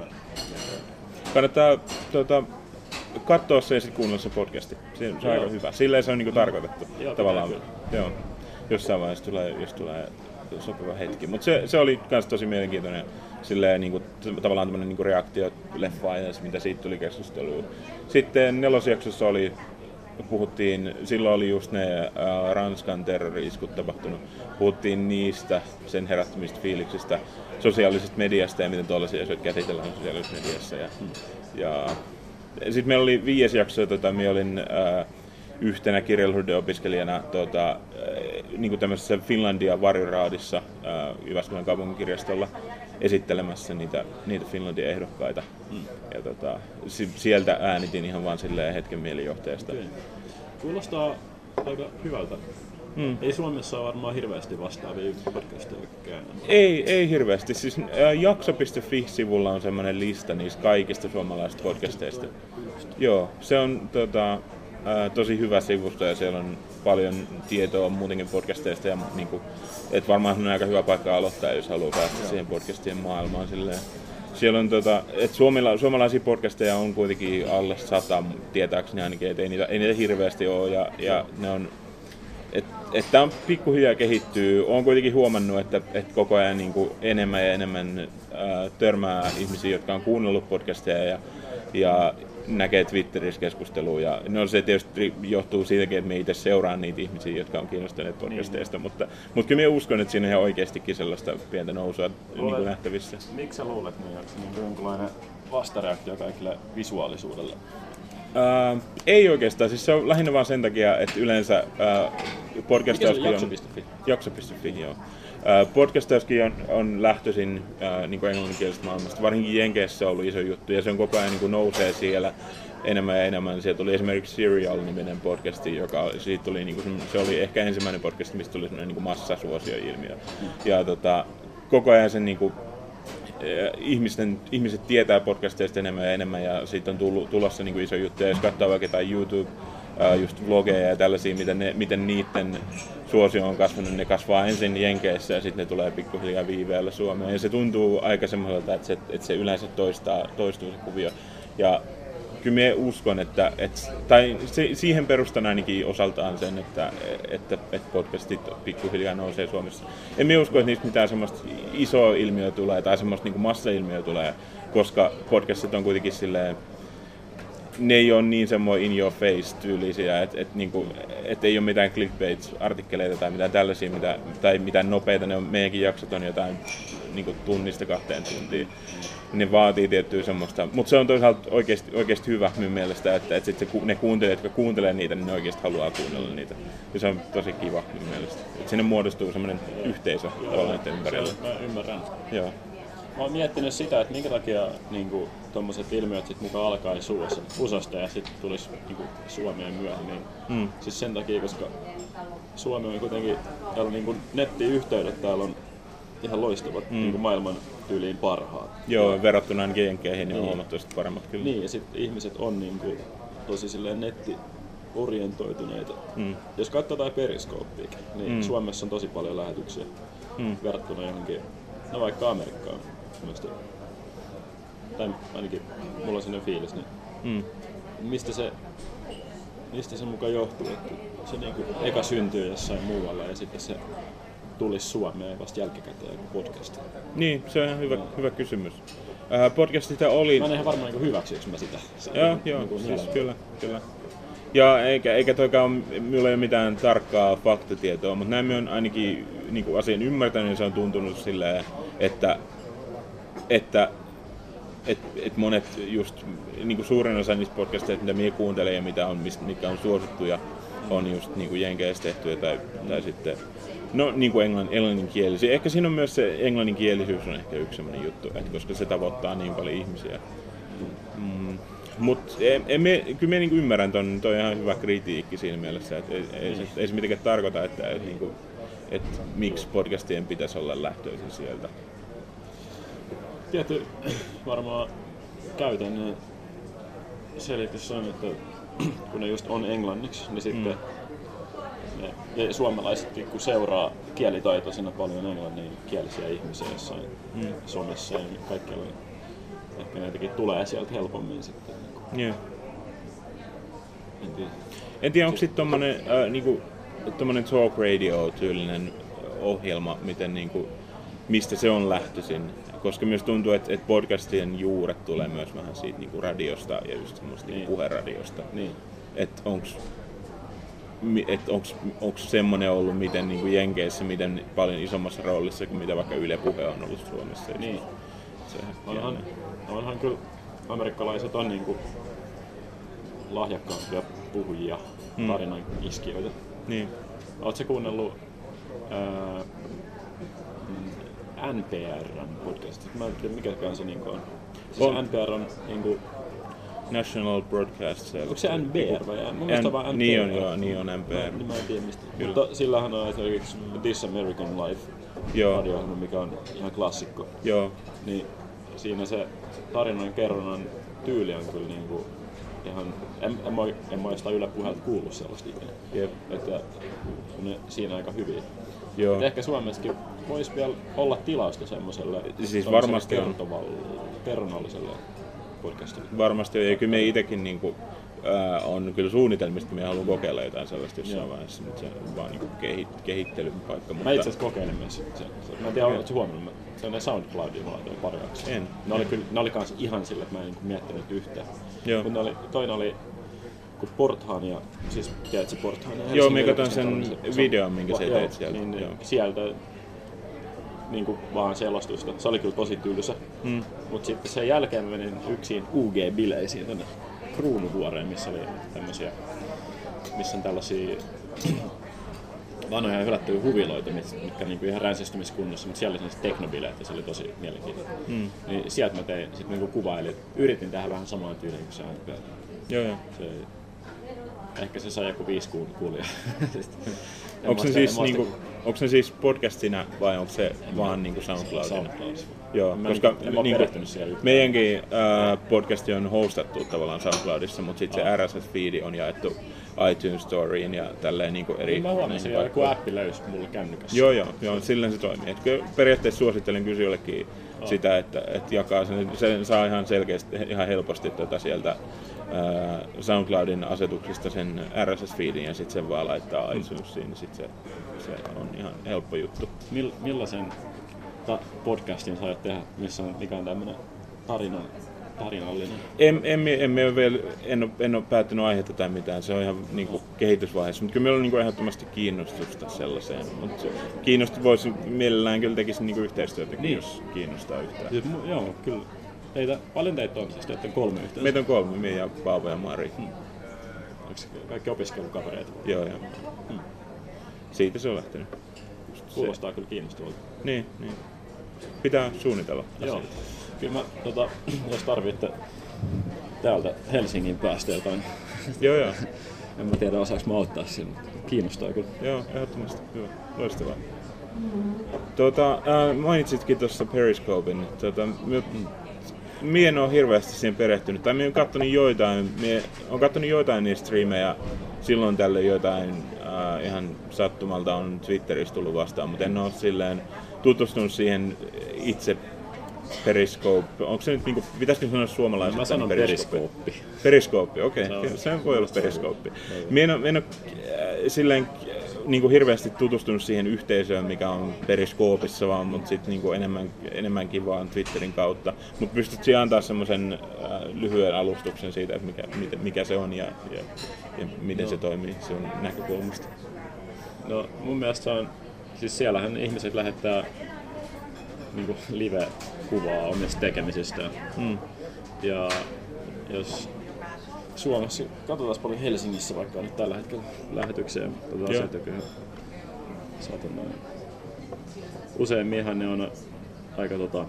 Kannattaa tuota, katsoa se ja sitten kuunnella se podcasti. Se, se on aika hyvä. Silleen se on niinku tarkoitettu. Joo, tavallaan. Joo. Jossain vaiheessa tulee, jos tulee sopiva hetki. Mutta se, se oli myös tosi mielenkiintoinen silleen, niinku, tavallaan tämmöinen niinku reaktio leffaan ja mitä siitä tuli keskustelua. Sitten nelosjaksossa oli... Puhuttiin, silloin oli just ne ä, Ranskan terrori-iskut tapahtunut. Puhuttiin niistä, sen herättämistä fiiliksistä, sosiaalisesta mediasta ja miten tuollaisia asioita käsitellään sosiaalisessa mediassa. Ja, hmm. ja sitten meillä oli viides jakso, jota minä olin ä, yhtenä kirjallisuuden opiskelijana tota, ä, niin tämmöisessä Finlandia varjoraadissa ä, Jyväskylän kaupunkikirjastolla esittelemässä niitä, niitä Finlandia ehdokkaita. Hmm. Ja tota, sieltä äänitin ihan vaan silleen hetken mielijohteesta. Okay. Kuulostaa aika hyvältä. Mm. Ei Suomessa ole varmaan hirveästi vastaavia podcasteja. Ei, ei hirveästi. Siis äh, jakso piste fi-sivulla on semmoinen lista niistä kaikista suomalaisista podcasteista. Joo, se on tota, äh, tosi hyvä sivusto ja siellä on paljon tietoa muutenkin podcasteista. Ja, niinku, et varmaan on aika hyvä paikka aloittaa, jos haluaa päästä Joo. siihen podcastien maailmaan. Silleen. Siellä on tota, et suomala, suomalaisia podcasteja on kuitenkin alle sata, tietääkseni ainakin, et ei niitä, ei niitä hirveästi ole ja, ja ne on, että et tää on pikkuhiljaa kehittyy. Olen kuitenkin huomannut, että et koko ajan niin kuin enemmän ja enemmän ää, törmää ihmisiä, jotka on kuunnellut podcasteja ja, ja näkee Twitterissä keskustelua. Ja no se tietysti johtuu siitäkin, että me itse seuraan niitä ihmisiä, jotka on kiinnostuneet podcasteista, niin. mutta, mutta kyllä minä uskon, että siinä on ihan oikeastikin sellaista pientä nousua niin kuin nähtävissä. Miksi sä luulet, että se on jonkinlainen vastareaktio kaikille visuaalisuudelle? Uh, ei oikeastaan, siis se on lähinnä vaan sen takia, että yleensä uh, podcastauskin on... jakso piste fi? jakso piste fi, joo. Uh, podcastauskin on, on lähtöisin uh, niin kuin englanninkielisestä maailmasta, varsinkin Jenkeissä on ollut iso juttu ja se on koko ajan niin kuin nousee siellä enemmän ja enemmän. Sieltä tuli esimerkiksi Serial-niminen podcasti, joka siitä tuli, niin kuin, se oli ehkä ensimmäinen podcast, mistä tuli sellainen niin kuin massasuosioilmiö. Mm. Ja tota, koko ajan sen niin kuin, Ihmisten, ihmiset tietää podcasteista enemmän ja enemmän ja siitä on tullut, tulossa niin kuin iso juttu. Ja jos katsoo vaikka jotain YouTube, uh, just vlogeja ja tällaisia, miten, ne, miten niiden suosio on kasvanut, ne kasvaa ensin Jenkeissä ja sitten ne tulee pikkuhiljaa viiveellä Suomeen. Ja se tuntuu aika semmoiselta, että se, että se yleensä toistaa, toistuu se kuvio. Ja kyllä minä uskon, että, että tai se, siihen perustan ainakin osaltaan sen, että, että, että podcastit pikkuhiljaa nousee Suomessa. En minä usko, että niistä mitään semmoista isoa ilmiöä tulee tai semmoista niin kuin massailmiöä tulee, koska podcastit on kuitenkin silleen, ne ei ole niin semmoinen in your face tyylisiä, että et, niinku, et ei ole mitään clickbait-artikkeleita tai mitään tällaisia, mitä, tai mitään nopeita, ne on, meidänkin jaksot on jotain niinku tunnista kahteen tuntiin. Ne vaatii tiettyä semmoista, mutta se on toisaalta oikeasti, oikeasti hyvä minun mielestä, että, että sit se, ne kuuntelijat, jotka kuuntelee niitä, niin ne oikeasti haluaa kuunnella niitä. Ja se on tosi kiva minun mielestä. Että sinne muodostuu semmoinen yhteisö tuolla niiden ympärillä. Mä ymmärrän. Joo. mä oon miettinyt sitä, että minkä takia niinku, tommoset ilmiöt sit mukaan alkaisi U S A:sta ja sitten tulisi niinku, Suomeen myöhemmin. Mm. Siis sen takia, koska Suomi on kuitenkin, täällä on niinku, nettiyhteydet täällä on ihan loistavat, mm. niinku, maailman tyyliin parhaat. Joo, ja verrattuna ainakin jenkeihin niin on huomattavasti paremmat kyllä. Niin, ja sitten ihmiset on niinku, tosi silleen nettiorientoituneita. Mm. Jos katsotaan Periscopeakin, niin mm. Suomessa on tosi paljon lähetyksiä mm. verrattuna johonkin, no vaikka Amerikkaan. Mielestäni. Tai ainakin mulla on sellainen fiilis, niin mm. mistä se, mistä se mukaan johtuu, että se niinku eka syntyy jossain muualla ja sitten se tulisi Suomeen vasta jälkikäteen joku podcast. Niin, se on ihan hyvä, hyvä kysymys. Äh, podcastita oli... Mä en ihan varmaan niin hyväksyykö mä sitä. sitä joo, joo, niin siis kyllä, kyllä. Ja eikä, eikä toikaan, minulla ei ole mitään tarkkaa faktatietoa, mutta näin minä olen ainakin niin kuin asian ymmärtänyt, niin se on tuntunut silleen, että, että et, et monet just, niin kuin suurin osa niistä podcasteista, mitä minä kuuntelen ja mitä on, mitkä on suosittuja, on just niin kuin jenkeissä tehtyjä tai, tai sitten no niin kuin englann, englanninkielisiä. Ehkä siinä on myös se englanninkielisyys on ehkä yksi sellainen juttu, että koska se tavoittaa niin paljon ihmisiä. Mm. Mutta kyllä minä niinku ymmärrän ton, toi on ihan hyvä kritiikki siinä mielessä, että ei, ei, se, ei se mitenkään tarkoita, että et, niinku, et, miksi podcastien pitäisi olla lähtöisin sieltä. Tietty varmaan käytännön selitys on, että kun ne just on englanniksi, niin sitten mm. ne, ja suomalaiset kun seuraa kielitaitoisena paljon englanninkielisiä ihmisiä jossain mm. somessa ja kaikkialla, ehkä ne jotenkin tulee sieltä helpommin sitten. Yeah. En tiedä, en tiedä onko sitten tommonen, äh, niinku, tommonen talk radio tyylinen ohjelma, miten, niinku, mistä se on lähtöisin. Koska myös tuntuu, että et podcastien juuret tulee myös vähän siitä niinku radiosta ja just semmoista niin. puheradiosta. Niin. Että onks, et onks, onks semmonen ollut miten niinku Jenkeissä, miten paljon isommassa roolissa kuin mitä vaikka Yle Puhe on ollut Suomessa. Niin. Onhan, onhan kyllä amerikkalaiset on niinku lahjakkaampia puhujia, mm. tarinan iskijöitä. Niin. Oletko kuunnellut ää, N P R:n podcastit? Mä en tiedä mikä se niinku on. Siis on. N P R on niinku... National Broadcast Service. Onko se N B R vai? Mun mielestä vaan N P R. Niin on, joo, niin on N P R. Mä, mä en tiedä mistä. Kyllä. Mutta sillähän on esimerkiksi This American Life radio, mikä on ihan klassikko. Joo. Niin siinä se tarinan kerronnan tyyli on kyllä niinku ihan... En, en, mä, en mä sitä Yle Puheelta kuullut sellaista ikinä. Jep. Että ne siinä aika hyviä. Joo. Ehkä Suomessakin voisi vielä olla tilausta semmoiselle siis varmasti kerronnalliselle podcastille. Varmasti on, ja kyllä me itsekin niinku, äh, on kyllä suunnitelmista, me haluan kokeilla jotain sellaista jossain Joo. vaiheessa, mutta se on vaan niinku kehi, kehittelyn paikka. Mä itse asiassa kokeilin myös sen. Mä en tiedä, oletko huomannut, se on ne SoundCloudia, mulla oli pari jaksoa. En. Ne oli, kyllä, ne oli kans ihan sillä, että mä en niinku miettinyt yhtään. Mutta oli, toinen oli kun Porthan ja, siis tiedätkö Porthan ja Joo, mä katson sen videon, minkä sä teit sieltä. Niin, niin, sieltä niinku vaan selostusta. Se oli kyllä tosi tylsä. Mm. Mut sitten sen jälkeen menin yksin U G-bileisiin tänne Kruunuvuoreen, missä oli tämmösiä, missä on tällaisia vanhoja hylättyjä huviloita, mitkä niinku ihan ränsistymiskunnossa, mutta siellä oli sellaiset teknobileet ja se oli tosi mielenkiintoinen. Mm. Niin sieltä mä tein, sit niinku kuvailin, yritin tehdä vähän samaa tyyliä kuin se N P R. Joo, joo. Se, ehkä se sai joku viisi kuulijaa. Onko se siis niinku, onko se siis podcastina vai onko se en vaan niinku SoundCloudina? SoundCloudissa. Joo, mä koska en, en niinku, siellä meidänkin äh, podcasti on hostattu tavallaan SoundCloudissa, mutta sitten se R S S-feedi on jaettu iTunes Storyin ja tälleen niinku eri... Mä huomasin, että joku appi löysi mulle kännykässä. Joo, joo, joo, silleen se toimii. Et periaatteessa suosittelen kysyjällekin oh. sitä, että et jakaa sen. Se saa ihan selkeästi, ihan helposti tuota sieltä ää, SoundCloudin asetuksista sen R S S-feedin ja sitten sen vaan laittaa iTunesiin, niin sitten se, se on ihan helppo juttu. Mill, millaisen ta- podcastin sä tehdä, missä on, mikä on tämmönen tarina, tarinallinen? En, en, en, en, vielä, en, ole, en ole päättänyt aihetta tai mitään, se on ihan niin kuin kehitysvaiheessa, mutta kyllä meillä on niin kuin ehdottomasti kiinnostusta sellaiseen. Mutta kiinnostus voisi mielellään kyllä tekisi niin kuin yhteistyötäkin, niin. Jos kiinnostaa yhtään. Siis, joo, kyllä. Teitä, paljon teitä on siis, teitä on kolme yhteensä? Meitä on kolme, minä ja Paavo ja Mari. Hmm. Onko se kaikki opiskelukavereita? Joo, joo. Hmm. Siitä se on lähtenyt. Kuulostaa se. Kyllä kiinnostavalta. Niin, niin. pitää suunnitella. Joo. Kyllä mä, tota, jos tarvitte täältä Helsingin päästä jotain, Joo, joo. en mä tiedä osaanko mä auttaa siinä, mutta kiinnostaa kyllä. Joo, ehdottomasti. Hyvä. Loistavaa. Tuota, äh, mainitsitkin tuossa Periscopen. Tuota, Mie en ole hirveästi siihen perehtynyt, tai mie olen kattonut joitain, mie olen kattonut joitain niistä striimejä, silloin tällöin jotain äh, ihan sattumalta on Twitterissä tullut vastaan, mutta en ole silleen tutustunut siihen itse Periscope. Onko se nyt niinku, pitäisikö sanoa suomalaisena? Mä sanon Periskooppi. Periskooppi, okei. Okay. Se, se voi olla Periskooppi. Mie en ole, en ole äh, silleen niin kuin hirveästi tutustunut siihen yhteisöön, mikä on Periskoopissa, vaan mutta sit niin kuin enemmän, enemmänkin vaan Twitterin kautta. Mutta pystytkö antaa semmoisen äh, lyhyen alustuksen siitä, että mikä, mikä se on ja, ja, ja miten no. se toimii sun näkökulmasta? No mun mielestä se on, siis siellähän ihmiset lähettää niin kuin live-kuvaa omista tekemisistään. Mm. Ja jos Suomessa katsotaan paljon Helsingissä vaikka nyt tällä hetkellä lähetykseen tätä asioita kyllä saatan noin. Useimminhan ne on aika tota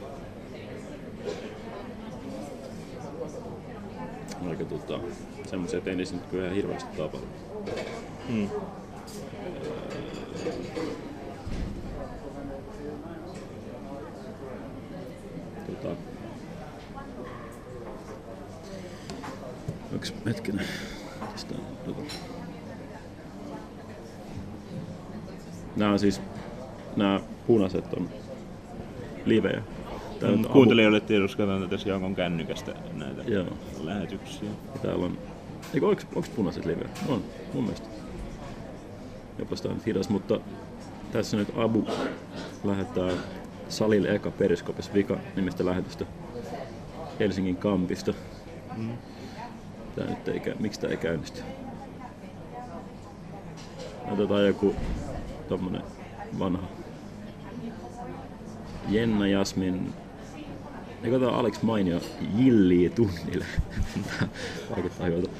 aika tota semmoisia, että ei niissä nyt kyllä ihan hirveästi tapahdu. Hmm. Tota Onks hetkinen? Tästä on tota. Nää on siis nää punaiset on livejä. Mm, kuuntelijoille tiedossa katsotaan tässä Jaakon kännykästä näitä Joo. lähetyksiä. Ja täällä on. Eikö onks, onks punaiset livejä? On, mun mielestä. Jopas tää on hidas, mutta tässä nyt Abu lähettää salille eka Periskopissa vika nimistä lähetystä Helsingin kampista. Mm. Tää nyt ei, miksi tää ei käynnisty? Otetaan joku tommonen vanha Jenna Jasmin. Eikö otetaan Alex Mainio Jillii tunnille? Vaikuttaa hyvältä.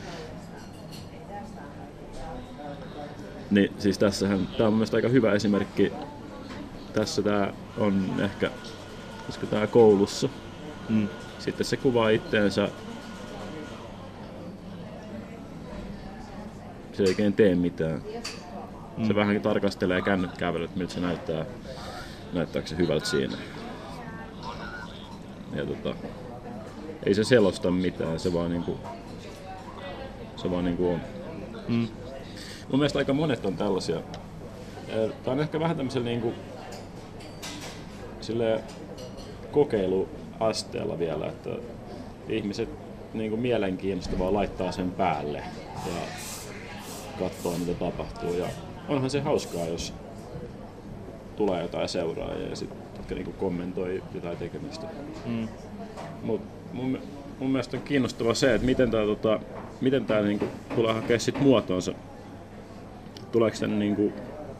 Niin siis tässähän, tää on mun mielestä aika hyvä esimerkki. Tässä tää on ehkä, koska tää koulussa. Mm. Sitten se kuvaa itteensä. Se ei oikein tee mitään. Mm. Se vähän tarkastelee kännykkävelyä, että miltä se näyttää. Näyttääkö se hyvältä siinä. Ja tota, ei se selosta mitään, se vaan niinku, se vaan niinku on. Mm. Mun mielestä aika monet on tällaisia. Tää on ehkä vähän tämmöisellä niinku silleen kokeiluasteella vielä, että ihmiset niinku mielenkiinnosta vaan laittaa sen päälle ja katsoo mitä tapahtuu. Ja onhan se hauskaa, jos tulee jotain seuraajia ja sit, jotka niinku kommentoi jotain tekemistä. Mm. Mut mun, mun mielestä on kiinnostavaa se, että miten tää, tota, miten tää niinku tulee hakea sit muotoonsa. Tuleeko tänne niinku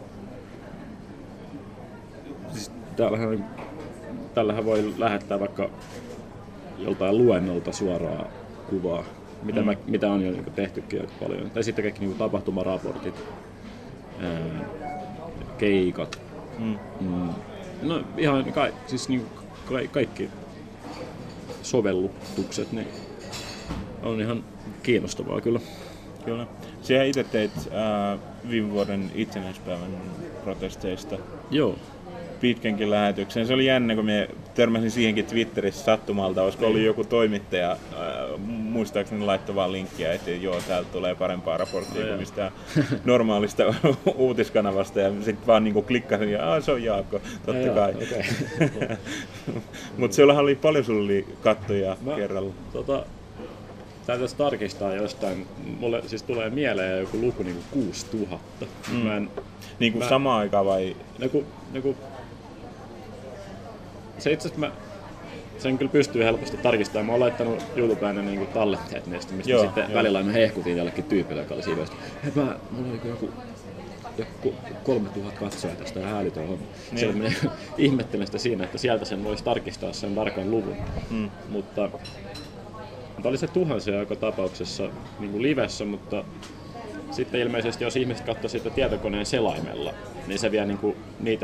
siis täällähän, tällähän voi lähettää vaikka joltain luennolta suoraa kuvaa, mitä, mm. mä, mitä on jo niinku tehtykin aika paljon. Tai sitten kaikki niinku tapahtumaraportit, ää, keikat. Mm. Mm. No ihan ka- siis niinku ka- kaikki sovellutukset niin on ihan kiinnostavaa kyllä. Kyllä. Sinä itse teit äh, viime vuoden itsenäispäivän protesteista. Joo. Pitkänkin lähetyksen. Se oli jännä, kun me törmäsin siihenkin Twitterissä sattumalta. Olisiko ollut joku toimittaja, äh, muistaakseni laittoi vaan linkkiä, että joo, täältä tulee parempaa raporttia kuin mistään normaalista uutiskanavasta. Ja sitten vaan niinku klikkasin ja aah, se on Jaakko, totta no, kai. Okay. Mutta sellahan oli paljon sulla oli kattoja Mä, kerralla. Tota, täytyisi tarkistaa jostain. Mulle siis tulee mieleen joku luku niinku kuusituhatta. Mm. Mä en, niin kuin samaan aikaan vai? Joku, joku, se itse asiassa mä sen kyllä pystyy helposti tarkistamaan. Mä oon laittanut YouTubeen ne niinku tallenteet niistä, mistä joo, sitten joo. välillä mä hehkutin jollekin tyypille, joka oli siinä vasta. Hei mä, mulla oli joku, joku kolmetuhatta katsoja tästä ja älytön homma. Niin. Siellä mä ihmettelen sitä siinä, että sieltä sen voisi tarkistaa sen tarkan luvun. Mm. Mutta oli se tuhansia joka tapauksessa niin kuin livessä, mutta sitten ilmeisesti jos ihmiset katsoo sitä tietokoneen selaimella, niin se vie niin kuin niitä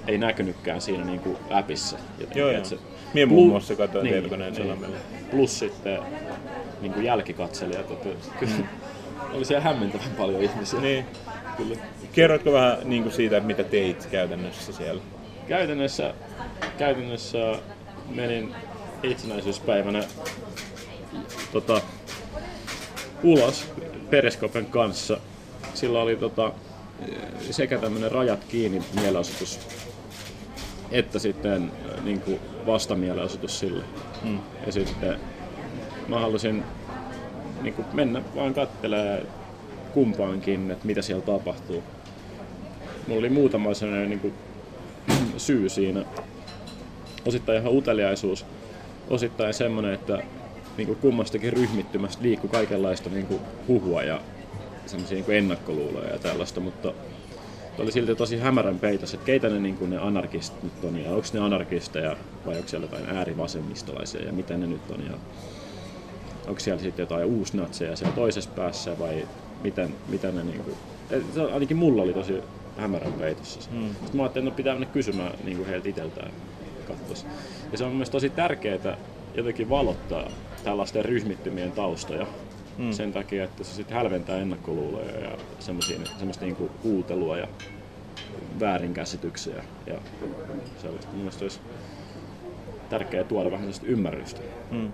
ei näkynytkään siinä niinku appissa. Jotenkin, joo, joo. Se, Mie muun muassa katsoin niin, tietokoneen niin, salamella. Plus sitten niinku jälkikatselijat, että kyllä mm. oli siellä hämmentävän paljon ihmisiä. Niin. Kyllä. Kerrotko vähän niinku siitä, mitä teit käytännössä siellä? Käytännössä, käytännössä menin itsenäisyyspäivänä tota, ulos Periscopen kanssa. Sillä oli tota, sekä tämmönen rajat kiinni mielenosoitus, että sitten niin kuin vastamielenosoitus sille. Mm. Ja sitten mä halusin niin kuin mennä vaan katselemaan kumpaankin, että mitä siellä tapahtuu. Mulla oli muutama sellainen niin kuin syy siinä. Osittain ihan uteliaisuus, osittain semmoinen, että niin kuin kummastakin ryhmittymästä liikkui kaikenlaista niin kuin huhua ja semmoisia niin kuin ennakkoluuloja ja tällaista, mutta oli silti tosi hämärän peitos, että keitä ne, niin kuin ne anarkistit nyt on ja onko ne anarkisteja vai onko siellä jotain äärivasemmistolaisia ja mitä ne nyt on ja onko siellä sitten jotain uusnatseja siellä toisessa päässä vai miten, miten ne niin kuin, ainakin mulla oli tosi hämärän peitossa. Mm. Sitten mä ajattelin, että no pitää mennä kysymään niin kuin heiltä itseltään katsoisi. Ja se on mielestäni tosi tärkeää jotenkin valottaa tällaisten ryhmittymien taustoja. Mm. Sen takia, että se sitten hälventää ennakkoluuloja ja semmoista niinku huutelua ja väärinkäsityksiä. Ja sellaista mielestäni olisi tärkeää tuoda vähän sellaista ymmärrystä. Mm.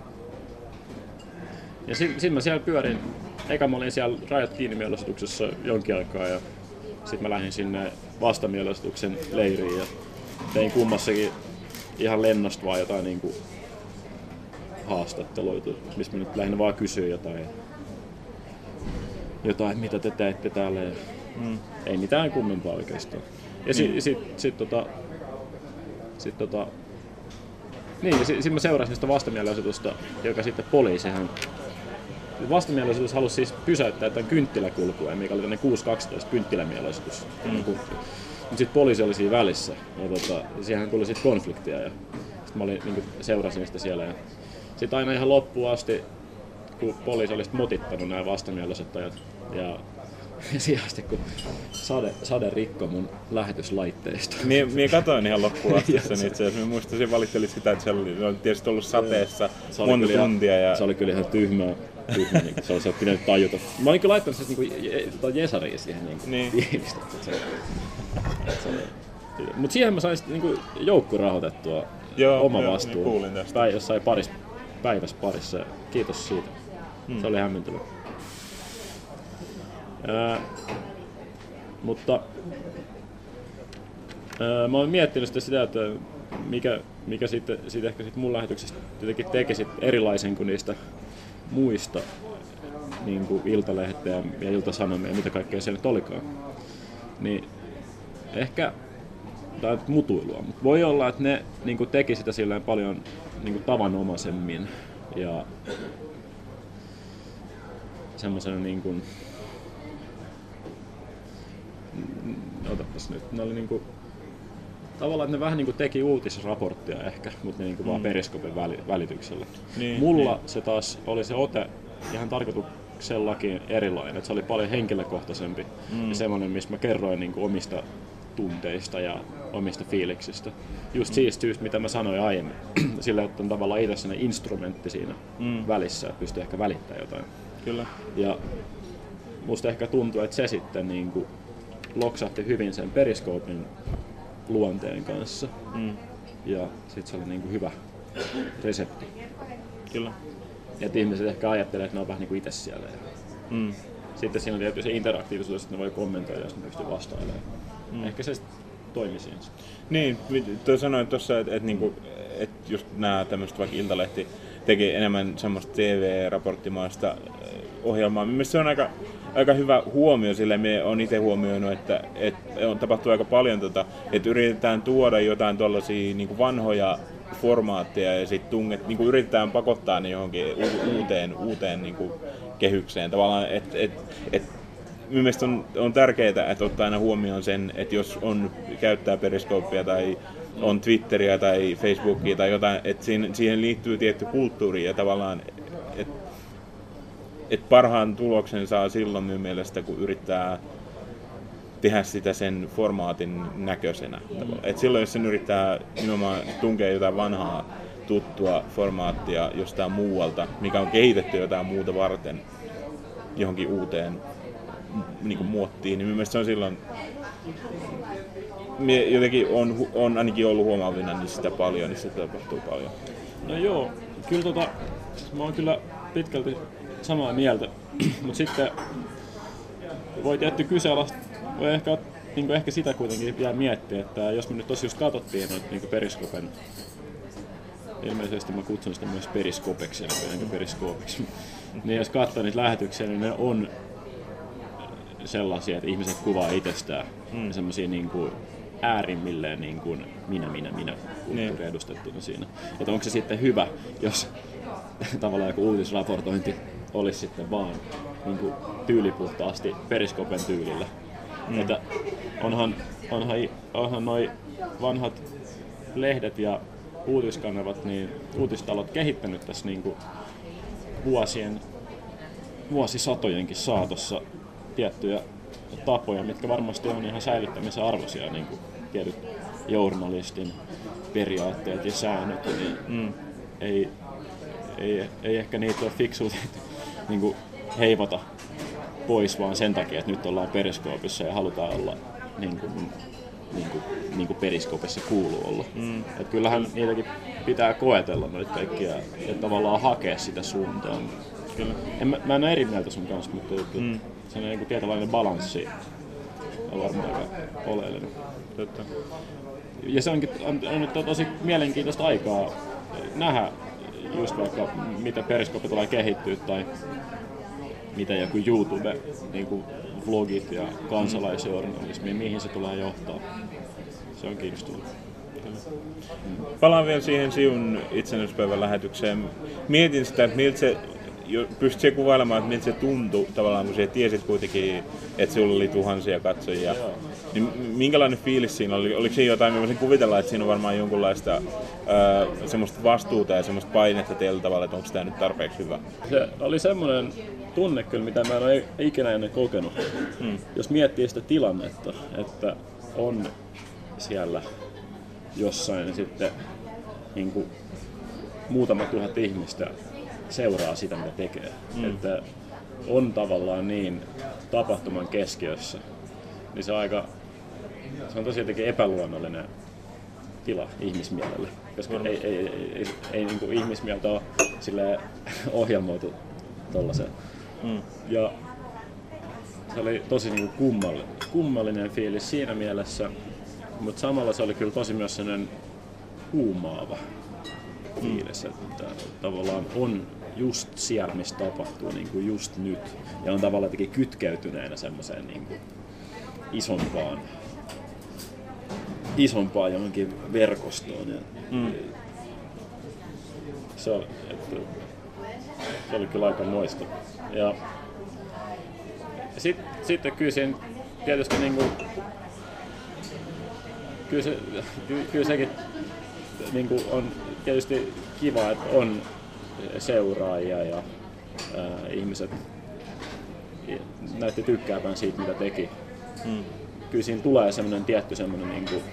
Ja sitten sit mä siellä pyörin. Eka mä olin siellä rajat kiinni mielenosoituksessa jonkin aikaa ja sitten mä lähdin sinne vastamielenosoituksen leiriin ja tein kummassakin ihan lennosta vaan jotain niinku haastatteluita, missä mä nyt lähinnä vaan kysyin jotain, jotain mitä te teette täällä ja mm. ei mitään kummempaa oikeastaan. Ja sitten sit, sit, tota, sit, tota, niin, ja sitten sit mä seurasin sitä vastamielenosoitusta, joka sitten poliisihan vastamielenosoitus halusi siis pysäyttää tämän kynttiläkulkueen, mikä oli tämmöinen kuusi kaksitoista kynttilämielenosoitus. Mm. Mutta sitten poliisi oli siinä välissä ja tota, siihen tuli sitten konfliktia ja sit mä olin, niin seurasin sitä siellä. Ja sitten aina ihan loppuun asti, kun poliisi oli motittanut nämä vastamielenosoittajat ja, ja siihen asti, kun sade, sade rikkoi mun lähetyslaitteista. Mie, mie katoin ihan loppuun asti sen itse asiassa. Mä muistin, valittelin sitä, että se oli, oli tietysti ollut sateessa monta tuntia. Ja... Se oli kyllä ihan tyhmää. tyhmä niin se olisi pitänyt tajuta. Mä olin kyllä laittanut siis niinku Jesariin siihen niinku niin. tiivistä. Mut siihen mä sain sitten niinku joukko rahoitettua oma vastuu. Tai jossain paris, päivässä parissa. Kiitos siitä. Hmm. Se oli hämmentynyt. Ää, mutta ää, mä oon miettinyt sitä, sitä että mikä, mikä sitten, siitä ehkä sit mun lähetyksestä jotenkin teki sit erilaisen kuin niistä muista niin kuin Iltalehteä ja Ilta-Sanomia ja mitä kaikkea se nyt olikaan. Niin ehkä, tai mutuilua, mutta voi olla, että ne niin kuin teki sitä silleen paljon niin kuin tavanomaisemmin ja semmoisena niin kuin, otapas nyt, ne oli niin kuin, tavallaan, että ne vähän niin kuin teki uutisraporttia ehkä, mutta ne niin kuin mm. vaan Periscopen välityksellä. Niin, Mulla niin. se taas oli se ote ihan tarkoituksellakin erilainen, että se oli paljon henkilökohtaisempi mm. ja semmoinen, missä mä kerroin niin kuin omista tunteista ja omista fiiliksistä. Just mm. siitä syystä, mitä mä sanoin aiemmin, sillä että on tavallaan itse sellainen instrumentti siinä mm. välissä, että pystyy ehkä välittämään jotain. Kyllä. Ja musta ehkä tuntuu, että se sitten niin kuin loksahti hyvin sen Periscopen luonteen kanssa. Mm. Ja sit se oli niinku hyvä resepti. Kyllä. Ja ihmiset ehkä ajattelee, että ne on vähän niinku itse siellä. Ja mm. Sitten siinä on tietysti se interaktiivisuus, että ne voi kommentoida, jos ne pystyy vastailemaan. Mm. Ehkä se toimi siinä. Niin, toi sanoin tuossa, että et, niinku, et just nämä tämmöiset vaikka Iltalehti teki enemmän semmoista T V-raporttimaista ohjelmaa. Mielestäni se on aika aika hyvä huomio, sillä me on itse huomioinut, että, että on tapahtuu aika paljon, tota, että yritetään tuoda jotain tuollaisia niin kuin vanhoja formaatteja ja sitten tunget, niin kuin yritetään pakottaa ne johonkin uuteen, uuteen niin kuin kehykseen. Tavallaan, että et, et, mielestäni on, on tärkeää, että ottaa aina huomioon sen, että jos on käyttää Periscopea tai on Twitteriä tai Facebookia tai jotain, että siihen, siihen liittyy tietty kulttuuri ja tavallaan, että et parhaan tuloksen saa silloin minun mielestä, kun yrittää tehdä sitä sen formaatin näköisenä. Mm. Et silloin jos sen yrittää nimenomaan tunkea jotain vanhaa tuttua formaattia jostain muualta, mikä on kehitetty jotain muuta varten johonkin uuteen niin kuin muottiin, niin mielestäni se on silloin Mie jotenkin on, on ainakin ollut huomaavina niin sitä paljon, niin sitä tapahtuu paljon. No joo, kyllä tota, mä oon kyllä pitkälti samaa mieltä, mutta sitten voi tietty kyseenalaista, voi ehkä, niin ehkä sitä kuitenkin vielä miettiä, että jos me nyt tosiaan just katsottiin noita niin periskopen, ilmeisesti mä kutsun sitä myös periskopeksi, enkä periskoopiksi, niin jos katsoo niitä lähetyksiä, niin ne on sellaisia, että ihmiset kuvaa itsestään mm. semmosia niin kuin äärimmilleen niin kuin minä, minä, minä kulttuuri edustettuna siinä. Että onko se sitten hyvä, jos tavallaan joku uutisraportointi olisi sitten vaan niin kuin tyylipuhtaasti periskopen tyylillä. Mm. Että onhan, onhan, onhan noi vanhat lehdet ja uutiskanavat, niin uutistalot kehittänyt tässä niin kuin vuosien, vuosisatojenkin saatossa tiettyjä tapoja, mitkä varmasti on ihan säilyttämisen arvoisia, niin kuin tietyt journalistin periaatteet ja säännöt, niin mm. ei, ei, ei ehkä niitä ole fiksuut niin kuin heivata pois vaan sen takia, että nyt ollaan periskoopissa ja halutaan olla niin kuin, niin kuin, niin kuin periskoopissa kuuluu olla. Mm. Et kyllähän niitäkin pitää koetella noita kaikkia ja tavallaan hakea sitä suuntaan. Kyllä. En, mä, mä en ole eri mieltä sun kanssa, mutta mm. sellainen niin tietynlainen balanssi on varmaan aika oleellinen. Totta. Ja se onkin on, on nyt tosi mielenkiintoista aikaa nähdä just vaikka mitä periskooppi tulee kehittyä tai mitä joku YouTube, niin kuin vlogit ja kansalaisjournalismi, mihin se tulee johtaa. Se on kiinnostavaa. Mm. Palaan vielä siihen Siun itsenäisyyspäivän lähetykseen. Mietin sitä, että miltä se pystytkö kuvailemaan, että miltä se tuntui tavallaan, kun sä tiesit kuitenkin, että sinulla oli tuhansia katsojia. Niin minkälainen fiilis siinä oli? Oliko siinä jotain, mä voisin kuvitella, että siinä on varmaan jonkunlaista ää, semmoista vastuuta ja semmoista painetta teillä tavalla, että onko tämä nyt tarpeeksi hyvä? Se oli semmoinen tunne kyllä, mitä mä en ole ikinä ennen kokenut. Hmm. Jos miettii sitä tilannetta, että on siellä jossain niin sitten niin kuin muutama tuhat ihmistä seuraa sitä, mitä tekee. Mm. Että on tavallaan niin tapahtuman keskiössä, niin se on aika, se on tosi jotenkin epäluonnollinen tila ihmismielelle, koska ei, ei, ei, ei, ei niin kuin ihmismieltä ole silleen ohjelmoitu tollaiseen. Mm. Ja se oli tosi niin kuin kummallinen, kummallinen fiilis siinä mielessä, mutta samalla se oli kyllä tosi myös sellainen huumaava fiilis, että tavallaan on just siellä, missä tapahtuu niin kuin just nyt. Ja on tavallaan jotenkin kytkeytyneenä semmoiseen niin kuin isompaan, isompaan johonkin verkostoon. Ja mm. se, oli, että, se oli kyllä aika moista. Ja sitten sit, kyllä siinä tietysti niin kuin, kyllä, se, kyllä sekin niin kuin on tietysti kiva, että on seuraajia ja ää, ihmiset näytti tykkäävän siitä, mitä teki. Mm. Kyllä siinä tulee semmoinen tietty semmoinen niin kuin,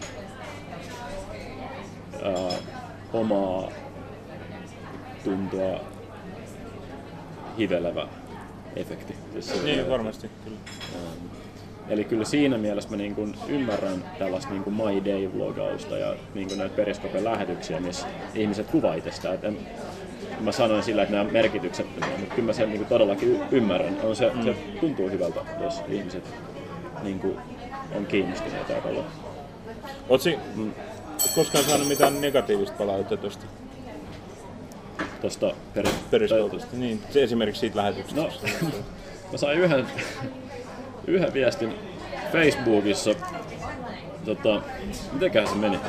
ää, omaa tuntua hivelevä efekti. Niin, varmasti. Kyllä. Ähm, eli kyllä siinä mielessä mä niin kuin ymmärrän tällaista niin kuin My Day-vlogausta ja niin kuin näitä periskopen lähetyksiä, missä ihmiset kuvaa itsestään. Et en, mä sanoin sillä, että nämä on merkityksettömiä, mutta kyllä mä sen niin kuin todellakin ymmärrän. On se, mm. se tuntuu hyvältä, jos ihmiset niin kuin on kiinnostuneita ja paljon. Ootko mm. koskaan saanut mitään negatiivista palautetta tuosta? Tuosta peris- periskoopista? Niin, se esimerkiksi siitä lähetyksestä. No, mä sain yhden, yhden viestin Facebookissa. Tota, mitenköhän se meni?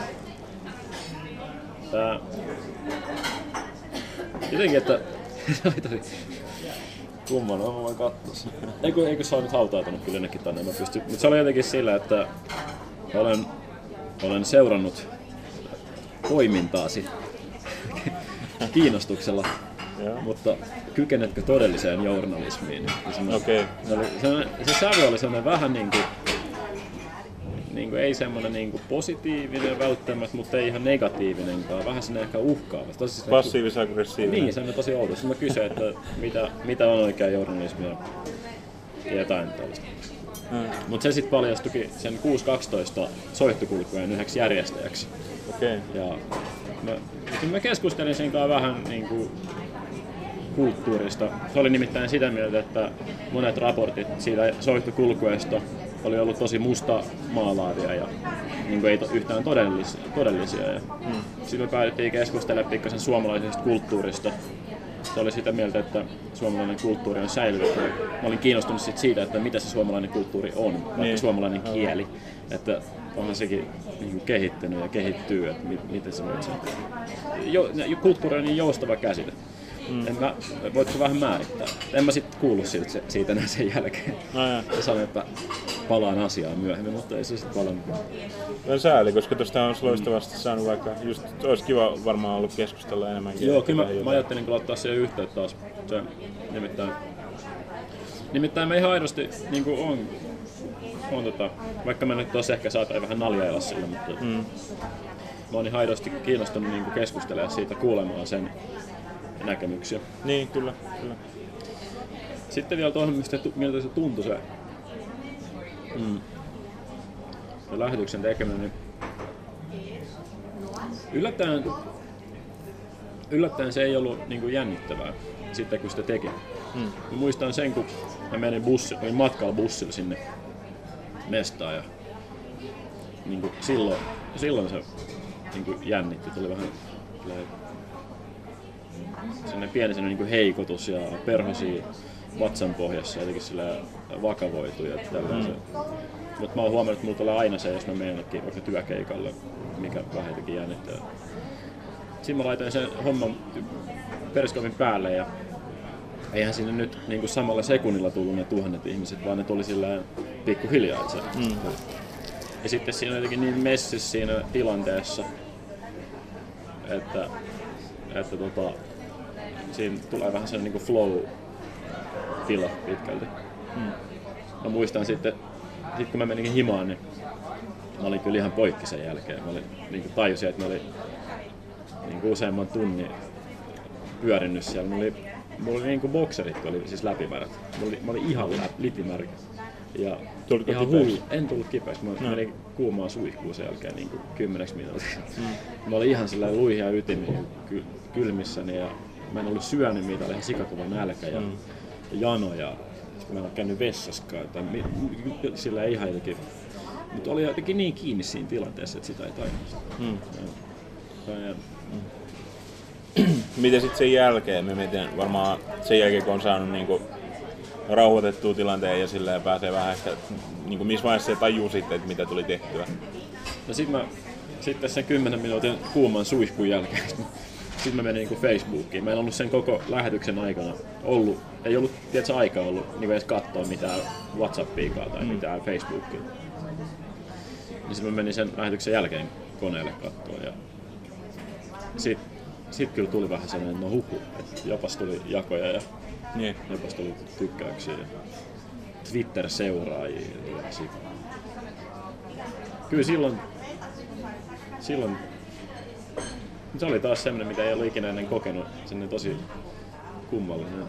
Tää, jotenkin, että se oli tosi kummana, mä voin katsoa sen. Eikö, eikö se ole nyt hautautunut kyllä jonnekin tänne, mä pystyn. Mutta se oli jotenkin sillä, että olen, olen seurannut toimintaasi kiinnostuksella, mutta kykenetkö todelliseen journalismiin? Okay. Se, se sävy oli sellainen vähän niin kuin niinku, ei semmoinen niinku positiivinen välttämättä, mutta ei ihan negatiivinenkaan. Vähän sinne ehkä uhkaava. Passiivis-aggressiivinen. Niin, se on tosi outo. Sitten mä kysyin, että mitä, mitä on oikea journalismi ja jotain tällaista. Hmm. Mutta se sitten paljastuikin sen kuusi kaksitoista soittokulkujen yhdeksi järjestäjäksi. Okay. Ja mä, mä keskustelin sen kanssa vähän niinku kulttuurista. Se oli nimittäin sitä mieltä, että monet raportit siitä soittokulkueesta oli ollut tosi musta maalaavia ja niin ei to, yhtään todellisia. todellisia. Ja mm. Sitten me päädyttiin keskustelemaan pikkasen suomalaisesta kulttuurista. Se oli sitä mieltä, että suomalainen kulttuuri on säilynyt. Mä olin kiinnostunut siitä, että mitä se suomalainen kulttuuri on, vaikka niin. suomalainen kieli. Että onhan sekin niin kuin kehittynyt ja kehittyy, että miten se voit sen. Jo, kulttuuri on niin joustava käsite. Mm. En mä, voitko vähän määrittää? En mä sit kuullut siitä, siitä enää sen jälkeen. No ja sanoin, että palaan asiaan myöhemmin, mutta ei se sit palannut. No sääli, koska tuosta on loistavasti saanut vaikka, just olisi kiva varmaan ollut keskustella enemmänkin. Joo, kyllä mä, mä ajattelin kyllä ottaa siihen yhteyttä taas. Se, nimittäin, nimittäin me ihan aidosti niin kuin on, on tota, vaikka mä nyt tos ehkä saatain vähän naljailla sillä, mutta mm. mä oon ihan aidosti kiinnostunut niin kuin keskustelemaan siitä, kuulemaan sen näkemyksiä. Niin, kyllä, kyllä. Sitten vielä tuohon, mistä miltä se tuntui se, mm, se lähetyksen tekeminen, niin yllättäen, yllättäen se ei ollut niin kuin jännittävää sitten kun sitä teki. Mm. Mä muistan sen, kun mä menin bussi, olin matkalla bussilla sinne mestaan ja niin kuin silloin, silloin se niin kuin jännitti, tuli vähän sellainen pieni sellainen niin heikotus ja perhosia vatsan pohjassa jotenkin sillä vakavoitu ja tällaisen. Mm. Mutta mä oon huomannut, että mulla tulee aina se, jos mä menen jonnekin vaikka työkeikalle, mikä vähän jotenkin jännittää. Sitten mä laitoin sen homman periskoopin päälle ja eihän sinne nyt niin kuin samalla sekunnilla tullut ne tuhannet ihmiset, vaan ne tuli silleen pikkuhiljaa. Mm. Ja sitten siinä on jotenkin niin messis siinä tilanteessa, että, että tota, siinä tulee vähän sellainen niin kuin flow-tila pitkälti. Mm. Mä muistan sitten, sit kun mä meninkin himaan, niin mä olin kyllä ihan poikki sen jälkeen. Mä olin, niin kuin tajusin, että mä olin niin kuin useamman tunnin pyörinnyt siellä. Mulla oli, mulla oli niin kuin bokserit, oli siis läpimärät. Mä olin, mä olin ihan litimärkä. Ja Tulitko ihan kipeäksi? hullu. En tullut kipeäksi. Mä no. menin kuumaan suihkuun sen jälkeen niin kuin kymmeneksi minuutiksi. Mm. Mä olin ihan sellainen luihia ytimiä ky- kylmissäni ja mä en ollut syönyt mitä, oli ihan sikakova nälkä ja, mm. ja jano ja mä en ole käynyt vessaskaan. Tai mi- sillä ihan jotenkin, mutta oli jotenkin niin kiinni siinä tilanteessa, että sitä ei tajunnut. Mm. Ja, ja, mm. Miten sitten sen jälkeen? Mä mietin varmaan sen jälkeen, kun on saanut niinku rauhoitettua tilanteen ja silleen pääsee vähän ehkä, niinku missä vaiheessa se tajuu sitten, että mitä tuli tehtyä? No sit mä, sitten sen kymmenen minuutin kuuman suihkun jälkeen, sitten mä menin niinku Facebookiin. Mä en ollut sen koko lähetyksen aikana ollut, ei ollut tiedätkö, aikaa ollut niin edes katsoa mitään WhatsAppiikaan tai mm. mitään Facebookia. Niin sitten mä menin sen lähetyksen jälkeen koneelle katsoa ja sit, sit kyllä tuli vähän sellainen, no huku, että jopas tuli jakoja ja niin. jopas tuli tykkäyksiä ja Twitter-seuraajia. Kyllä silloin, silloin se oli taas semmoinen, mitä ei ollut ikinä ennen kokenut, semmoinen tosi kummallinen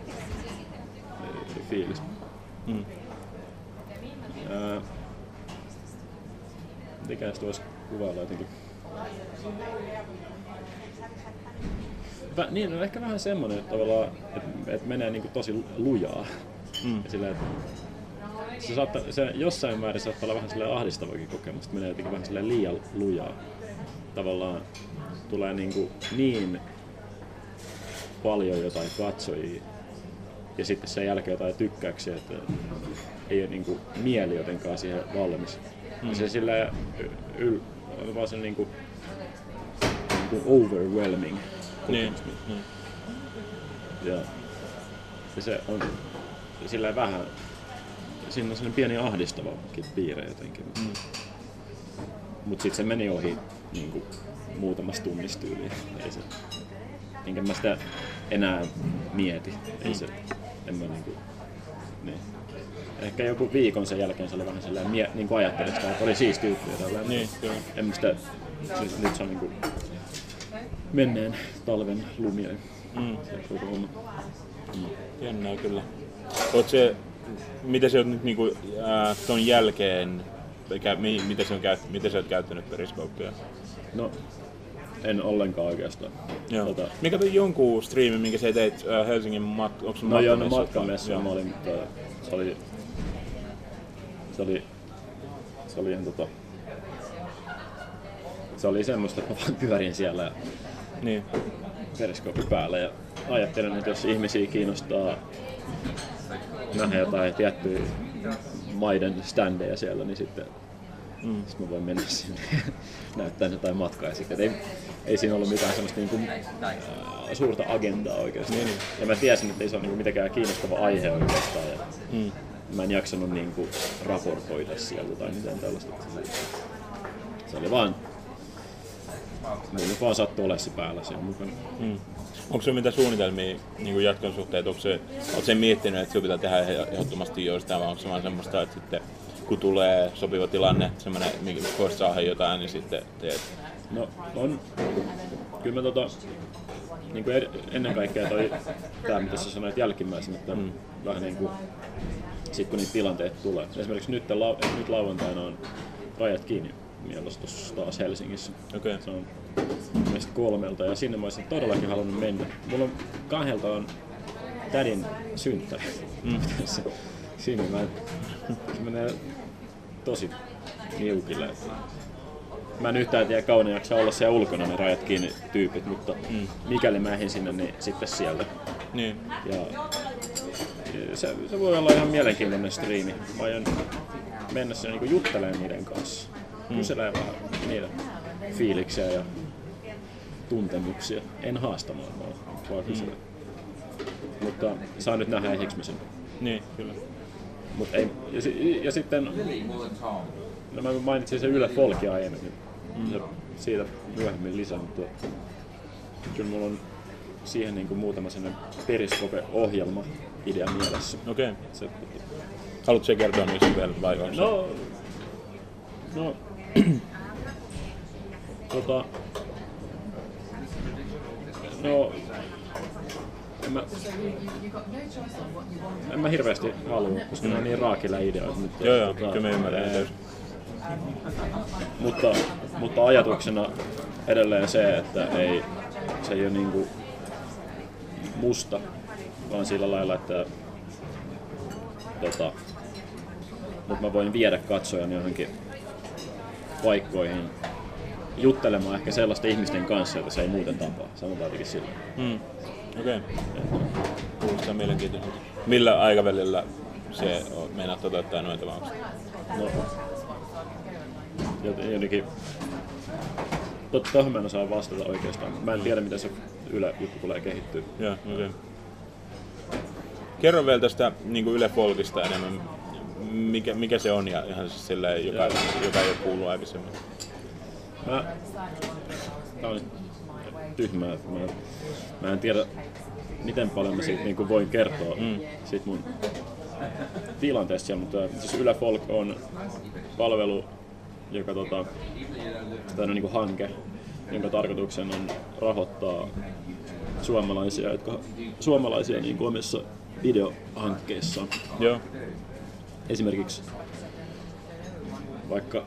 fiilis. Mm. Ää, mitenkään sitä voisi kuvailla jotenkin. Vä, niin, on ehkä vähän semmoinen, että tavallaan, että, että menee niin kuin tosi lujaa. Mm. Sillä, että se, saattaa, se jossain määrin saattaa olla vähän silleen ahdistavakin kokemus, että menee jotenkin vähän silleen liian lujaa. Tavallaan tulee niin, kuin niin paljon jotain katsojia ja sitten sen jälkeen jotain tykkäyksiä, että ei ole niin kuin mieli jotenkaan siihen valmis. Mm. Se silleen yl, on vaan se niin kuin, niin kuin overwhelming kokemus. Niin. Mm. Ja, ja se on silleen vähän, siinä on sellainen pieni ahdistavakin piirre jotenkin. Mm. Mut sit se meni ohi niin kuin muutamassa tunnissa tyyliin. Ei se, enkä mä sitä enää mieti. Ei mm. se, en mä niinku, niin. ehkä joku viikon sen jälkeen se oli vähän sellainen, mie- niin kuin ajattelin sitä, että oli siisti juttu ja tällainen. Niin, kyllä. En mä sitä, siis nyt se on niin kuin menneen talven lumia. Mm. Se on homma. Mm. Jännää kyllä. Oot se, miten sä oot nyt niinku, ää, ton jälkeen, kä, mi, miten, sä on käyt, miten sä oot käyttänyt Periscopea? No, en ollenkaan oikeastaan. Joo. Tota, Mikä toi jonkun striimin, minkä sä teit äh, Helsingin mat, onko no joo, no matkamessa mä olin, mutta se oli, se oli, se oli ihan tota, se oli semmoista, että mä vaan pyörin siellä ja niin. periskooppi päällä ja ajattelen, että jos ihmisiä kiinnostaa nähdä jotain tiettyjä maiden standeja siellä, niin sitten mm. sit mä voin mennä sinne ja näyttää jotain matkaa. Ja sitten, ei, ei siinä ollut mitään semmoista niinku, äh, suurta agendaa oikeastaan. Niin. Ja mä tiesin, että ei se ole niinku mitenkään kiinnostava aihe oikeastaan. Ja mm. mä en jaksanut niinku raportoida sieltä tai mitään tällaista. Se oli vaan, mulla vaan sattui olemaan se päällä siellä mukana. Mm. Onko se mitään suunnitelmia niin jatkon suhteen? Onko se, oletko sen miettinyt, että sinun pitää tehdä ehdottomasti joistain, vai onko se vaan semmoista, että sitten, kun tulee sopiva tilanne, semmoinen, minkä voisi saada jotain, niin sitten teet? No on. Kyllä mä tota, niin kuin ennen kaikkea toi, tää mitä sä sanoit jälkimmäisenä, että mm. vähän niin kuin sit kun niitä tilanteet tulee. Esimerkiksi nyt, lau, nyt lauantaina on Rajat kiinni -mielenosoitus taas Helsingissä. Okay. Se on meistä kolmelta ja sinne mä olisin todellakin halunnut mennä. Mulla on kahdelta on tädin synttäri. Mm. Siinä mä, se menee tosi niukille. Mä en yhtään tiedä kauan jaksaa olla siellä ulkona ne Rajat kiinni -tyypit, mutta mm. mikäli mä ehdin sinne, niin sitten sieltä. Niin. Ja se, se voi olla ihan mielenkiintoinen striimi. Mä aion mennä sinne niinku juttelemaan niiden kanssa. Mm. Kyselee vähän niiden fiiliksiä ja tuntemuksia. En haastamaan, vaan kysellä. Mm. Mutta saa nyt nähdä, ehdikö mä sen. Niin, kyllä. Mut ei, ja, ja sitten, no mä mainitsin sen Yle Folkia aiemmin, mm. ja siitä myöhemmin lisää, mutta kyllä mulla on siihen niin kuin muutama sellainen Periscope-ohjelma idea mielessä. Okei. Okay. Haluatko se kertoa niistä vielä vai onko No, no tota, no, en mä, en mä hirveästi halua, koska mm. ne on niin raakilla ideoita. Mutta, joo, joo, tota, kyllä me ymmärrän. Mutta, mutta ajatuksena edelleen se, että ei, se ei ole niinku musta, vaan sillä lailla, että tota, mutta mä voin viedä katsojan johonkin paikkoihin juttelemaan ehkä sellaisten ihmisten kanssa, jota se ei muuten tapaa. Sanotaan jotenkin sillä. Mm. Okei. Okay. Kuulostaa mielenkiintoiselta. Millä aikavälillä se meinaa toteuttaa noita vauksia? No, jotenkin... Tuohon mä en osaa vastata oikeastaan. Mä en tiedä, miten se Yle-juttu tulee kehittyä. Joo, okei. Okay. Kerro vielä tästä niin kuin Yle Folkista enemmän. Mikä, mikä se on ja ihan siis silleen, joka, joka ei ole kuullut aikaisemmin? Mä... Tää on tyhmää. Mä, mä en tiedä, miten paljon mä siitä niin voin kertoa mm. siitä mun tilanteesta siellä, mutta siis Yle Folk on palvelu, joka tota, on niin kuin hanke, jonka tarkoituksena on rahoittaa suomalaisia, jotka suomalaisia niin kuin omissa videohankkeissaan. Joo. Esimerkiksi vaikka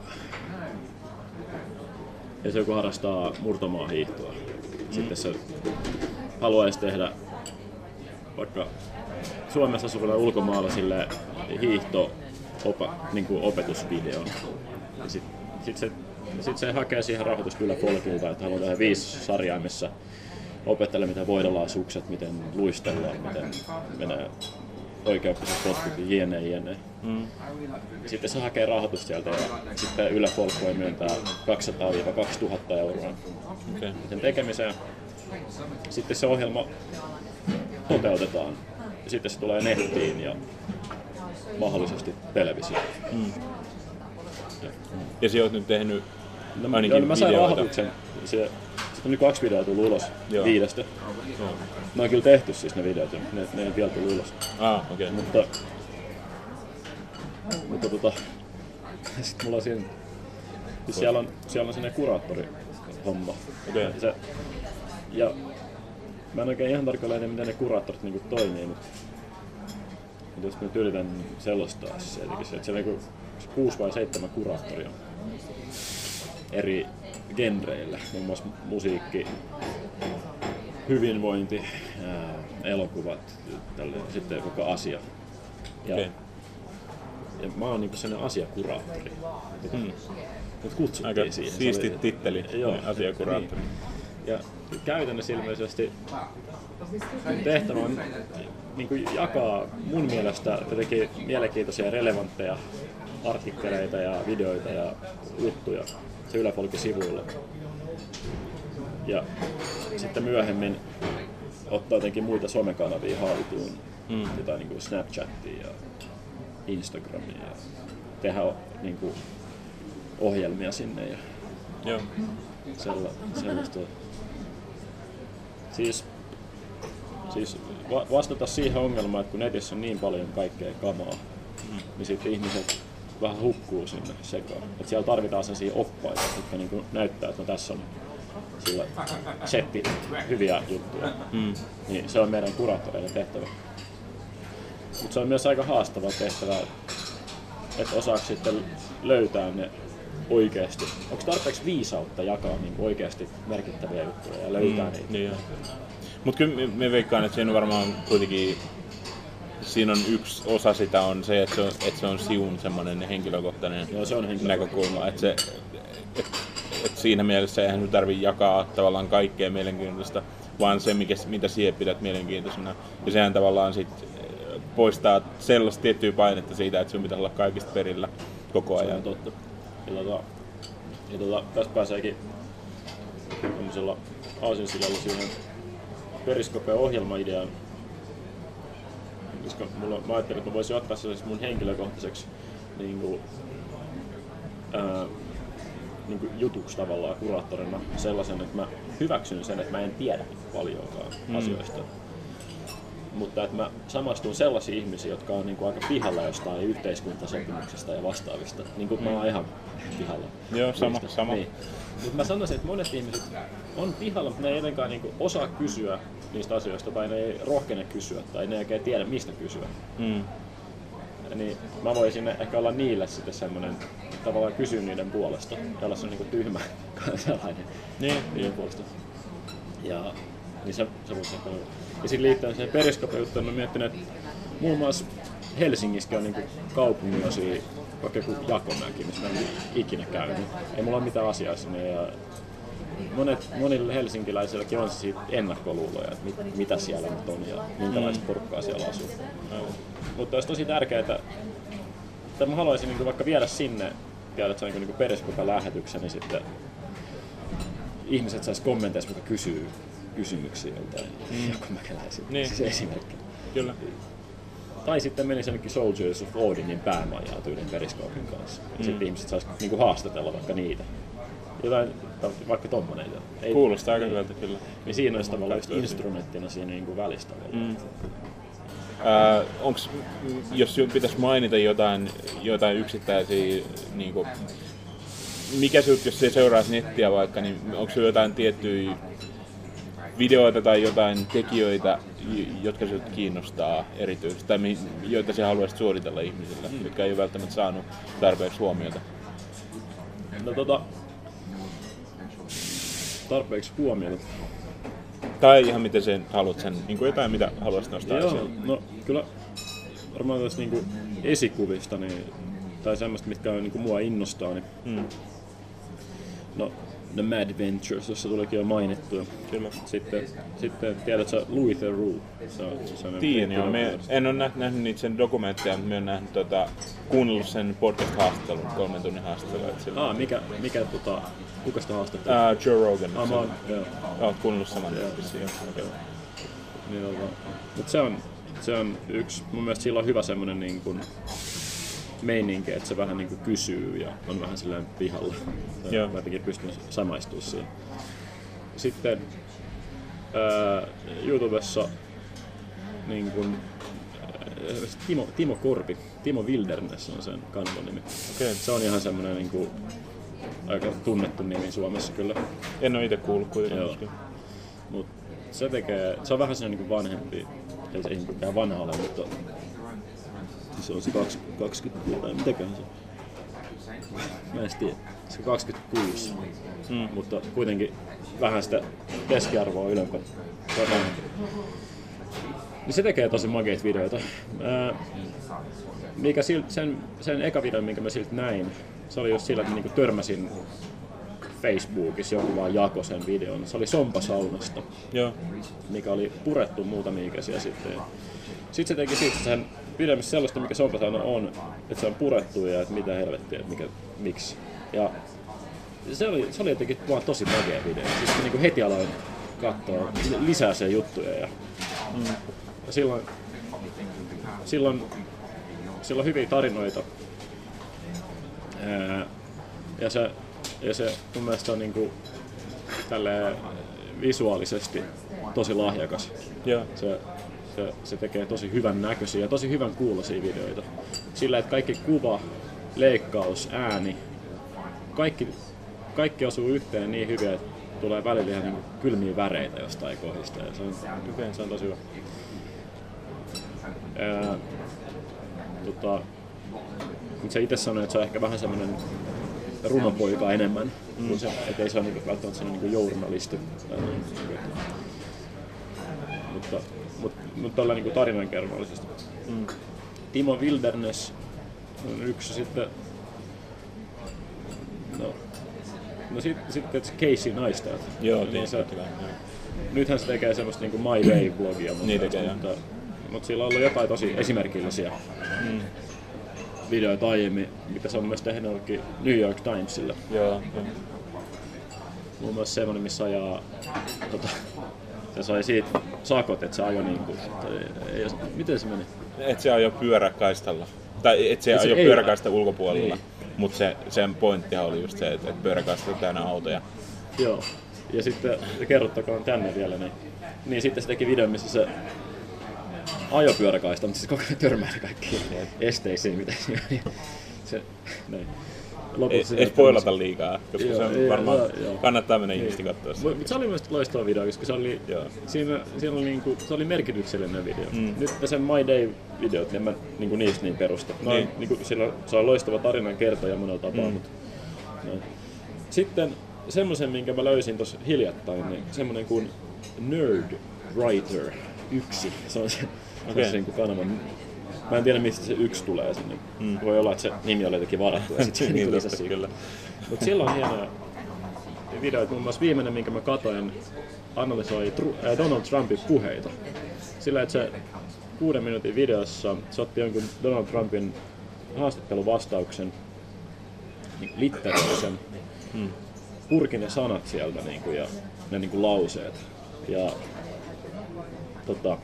jos joku harrastaa murtomaahiihtoa, mm. sitten se haluaisi tehdä vaikka Suomessa asuville ulkomaalaisille hiihto opa, niin kuin opetusvideon. Sitten sit se, sit se hakee siihen rahoitusta Yle Folkilta, että haluaa tehdä viisi sarjaa, missä opettelee, miten voidellaan sukset, miten luistellaan, miten menee oikeuksiset potkut ja jne, jne. Mm. Sitten se hakee rahoitusta sieltä ja sitten Yle Folk voi myöntää kaksisataa kaksituhatta euroa okay. sen tekemiseen. Sitten se ohjelma toteutetaan ja sitten se tulee nettiin ja mahdollisesti televisioon. Mm. Ja, ja sä oot nyt tehnyt no, ainakin joo, mä sain videoita. rahoituksen. Se, sitten on nyt kaksi videoa tullut ulos joo. viidestä. Joo. Mä oon kyllä tehty siis ne videot, ne, ne ei vielä tullut ulos. Ah, okay. Mutta Mutta tota, sit mulla on siinä, siis siellä on, siellä on sellainen kuraattorihomma. Okay. Se, ja mä en oikein ihan tarkalleen tiedä, miten ne kuraattorit niinku toimii, mutta mut jos mä nyt yritän selostaa se jotenkin se, että siellä on niinku kuusi vai seitsemän kuraattoria eri genreillä, muun muassa musiikki, hyvinvointi, ää, elokuvat, tälle, sitten koko asia. Ja, okay. ja mä oon niinku sellainen asiakuraattori. Hmm. Mut kutsuttiin aika siihen. siisti oli, titteli, joo, asiakuraattori. Niin. Ja käytännössä ilmeisesti tehtävä on niin kuin jakaa mun mielestä jotenkin mielenkiintoisia ja relevantteja artikkeleita ja videoita ja juttuja se Yle Folkin sivuilla. Ja sitten myöhemmin ottaa jotenkin muita somekanavia haltuun, mm. jotain niin kuin Snapchatia ja Instagramia ja tehdä niin kuin ohjelmia sinne ja joo. Sella, sellaista. Siis, siis va- vastata siihen ongelmaan, että kun netissä on niin paljon kaikkea kamaa, mm. niin sitten ihmiset vähän hukkuu sinne sekaan. Et siellä tarvitaan sellaisia oppaita, jotka niinku näyttää, että no tässä on sillä setti hyviä juttuja. Mm. Niin se on meidän kuraattoreiden tehtävä. Mutta se on myös aika haastava tehtävä, että osaako sitten löytää ne oikeasti. Onko tarpeeksi viisautta jakaa niin oikeasti merkittäviä juttuja ja löytää mm, niitä? Niin mutta kyllä me, me veikkaan, että siinä on varmaan kuitenkin siinä on yksi osa sitä on se, että se on, että se on siun semmoinen henkilökohtainen Joo, se on näkökulma. Että se, et, et siinä mielessä eihän nyt tarvitse jakaa tavallaan kaikkea mielenkiintoista, vaan se, mikä, mitä siihen pidät mielenkiintoisena. Ja sehän tavallaan sit poistaa sellaista tiettyä painetta siitä, että sinun pitää olla kaikista perillä koko ajan. Se on totta. Ja, tota, ja tota, tästä pääseekin tämmöisellä aasinsilalla siihen Periscopen ohjelmaideaan. Koska mulla, mä ajattelin, että mä voisin ottaa sellaiseksi mun henkilökohtaiseksi niin kuin, ää, niin kuin jutuksi tavallaan kuraattorina sellaisen, että mä hyväksyn sen, että mä en tiedä paljonkaan mm. asioista. Mutta että mä samastun sellaisiin ihmisiin, jotka on niinku aika pihalla jostain yhteiskuntasopimuksesta ja vastaavista. Niin kuin mm. mä oon ihan pihalla. Joo, sama. sama. Niin. Mutta mä sanoisin, että monet ihmiset on pihalla, mutta ne ei etenkään niinku osaa kysyä niistä asioista, tai ne ei rohkene kysyä, tai ne ei oikein tiedä, mistä kysyä. Mm. Niin mä voisin ehkä olla niille sitten semmoinen, tavallaan kysyä niiden puolesta, ja olla se niinku tyhmä sellainen niin. niiden puolesta. Ja niin se, se voisi ehkä olla. Ja sitten liittyen siihen Periscope-juttuun, mä miettinyt, että muun muassa Helsingissäkin on niinku kaupunginosia, vaikka joku Jakomäki, missä mä en ikinä käynyt. Ei mulla ole mitään asiaa sinne. Ja monet, monille helsinkiläisilläkin on siitä ennakkoluuloja, että mit, mitä siellä nyt on ja minkälaista porukkaa siellä asuu. No. Mutta olisi tosi tärkeää, että mä haluaisin niinku vaikka viedä sinne, tiedät sä niinku Periscope-lähetyksen, niin sitten ihmiset sais kommenteissa, mutta kysyy kysymyksiä joltain mm. jakomäkeläisiltä. Niin. Siis esimerkki. Kyllä. Tai sitten menisi jonnekin Soldiers of Odinin päämajaa tyylin Periscopen kanssa. Mm. Sitten ihmiset sais niinku haastatella vaikka niitä. Jotain, vaikka tommonen. Ei, kuulostaa aika hyvältä kyllä. Niin siinä olisi tavallaan just instrumenttina siinä niinku välistä. Mm. Äh, onks, jos pitäisi mainita jotain, jotain yksittäisiä, niinku, mikä sinut, jos se seuraisi nettiä vaikka, niin onko sinulla jotain tiettyjä videoita tai jotain tekijöitä, jotka sinut kiinnostaa erityisesti, tai joita sinä haluaisit suositella ihmisille, mm. jotka ei ole välttämättä saanut tarpeeksi huomiota? No tota, tarpeeksi huomiota. Tai ihan miten sen haluat sen, niin kuin jotain mitä haluaisit nostaa Joo, esiin. no kyllä varmaan tästä niin esikuvista, niin, tai semmoista, mitkä on, niin kuin mua innostaa, niin mm. no The Mad Ventures, jossa tulikin jo mainittu. Kyllä. Sitten, sitten tiedätkö Louis Theroux? Se on, se on Tiedän joo, me en ole nähnyt, nähnyt niitä sen dokumentteja, mutta me olen nähnyt, tota, kuunnellut sen podcast-haastattelun, kolmen tunnin haastattelun. Ah, mikä, mikä tota, kuka sitä haastattelua? Uh, Joe Rogan. Ah, mä oon, joo. Olet kuunnellut saman tyyppisiä. Okay. Niin, mutta se on, se on yksi, mun mielestä sillä on hyvä semmonen niin kuin meininki, että se vähän niin kuin kysyy ja on vähän silleen pihalla. Joo. Mä jotenkin pystyn samaistumaan siihen. Sitten ää, YouTubessa niin kuin, Timo, Timo Korpi, Timo Wilderness on sen kanavan nimi. Okay. Se on ihan semmoinen niin kuin, aika tunnettu nimi Suomessa kyllä. En ole itse kuullut kuitenkaan. Mut se tekee, se on vähän sellainen niin kuin vanhempi, ei se ei mikään vanha ole, mutta se on se kaksikymmentä tai mitäköhän se. Mä en tiedä, se on kaksikymmentäkuusi, mm. mutta kuitenkin vähän sitä keskiarvoa ylempänä. Niin se tekee tosi makeita videoita. Ää, mikä silt, sen, sen eka video, minkä mä siltä näin, se oli just sillä, että niinku törmäsin Facebookissa, joku vaan jakoi sen videon. Se oli Sompasaunasta, Joo. mikä oli purettu muutamia ikäisiä sitten. Sitten se teki siitä sen videon, missä sellaista, mikä Sompasauna on, että se on purettu ja että mitä helvettiä, että mikä, miksi. Ja se oli, se oli jotenkin vaan tosi makea video. Siis niinku heti aloin katsoa lisää sen juttuja. Ja, mm. ja silloin, silloin, silloin hyviä tarinoita. Ää, ja se, ja se mun mielestä on niinku tälleen visuaalisesti tosi lahjakas. Joo. Se, se, se tekee tosi hyvän näköisiä ja tosi hyvän kuuloisia videoita. Sillä, että kaikki kuva, leikkaus, ääni, kaikki, kaikki osuu yhteen niin hyvin, että tulee välillä ihan niin kylmiä väreitä jostain kohdista. Ja se, on, se on tosi hyvä. Ää, tota, se itse sanoi, että se on ehkä vähän semmoinen runopoika enemmän, mm. kuin se, ettei se ole niin välttämättä sellainen niin journalisti. Mutta, mutta, mutta tällä niin tarinankerronnallisesti. Mm. Timo Wilderness on yksi sitten. No, no sitten sit, sit Casey Neistat. Joo, niin se, tietysti. nythän se tekee semmoista niin My Day-blogia, mutta, niin tekee, mutta, mutta sillä on ollut jotain tosi esimerkillisiä mm. videoita aiemmin, mitä se on myös tehnyt jollekin New York Timesille. Joo, joo. Muun muassa semmoinen, missä ajaa, tota, se sai siitä sakot, että se ajoi niinku, ei, miten se meni? Että se ajoi pyöräkaistalla. Tai että se, se ajoi pyöräkaista ulkopuolella. Niin. Mutta se, sen pointtihan oli just se, että, että pyöräkaista on täynnä autoja. Joo. Ja sitten kerrottakoon tänne vielä, niin, niin sitten se teki videon, missä se ajoi pyöräkaista, mutta siis koko ajan törmäili kaikkiin esteisiin, mitä se, näin. Ei, ei spoilata liikaa, koska joo, se on ei, varmaan joo, joo. kannattaa mennä ihmisten katsoa. Mutta se oli myös loistava video, koska se oli, siinä, siinä oli, niinku, se oli merkityksellinen video. Mm. Nyt sen My Day-videot, niin mä niinku niistä niin perusta. No, niin. Niinku, sillä, se on loistava tarinan kertoja monella tapaa. Mm. Mutta, no. Sitten semmoisen, minkä mä löysin tuossa hiljattain, niin semmoinen kuin Nerd Writer yksi. Se on se, okay. se niinku kanavan. Mä en tiedä, mistä se yksi tulee sinne. Mm. Voi olla, että se nimi oli jotenkin varattu ja sitten se niin lisäsi kyllä. Mutta sillä on hienoja videoita. Muun muassa viimeinen, minkä mä katoin, analysoi Donald Trumpin puheita. Sillä, että se kuuden minuutin videossa se otti jonkun Donald Trumpin haastatteluvastauksen, niin litteroisen, mm. purki ne sanat sieltä niin kuin, ja ne niin kuin lauseet. Ja, tota,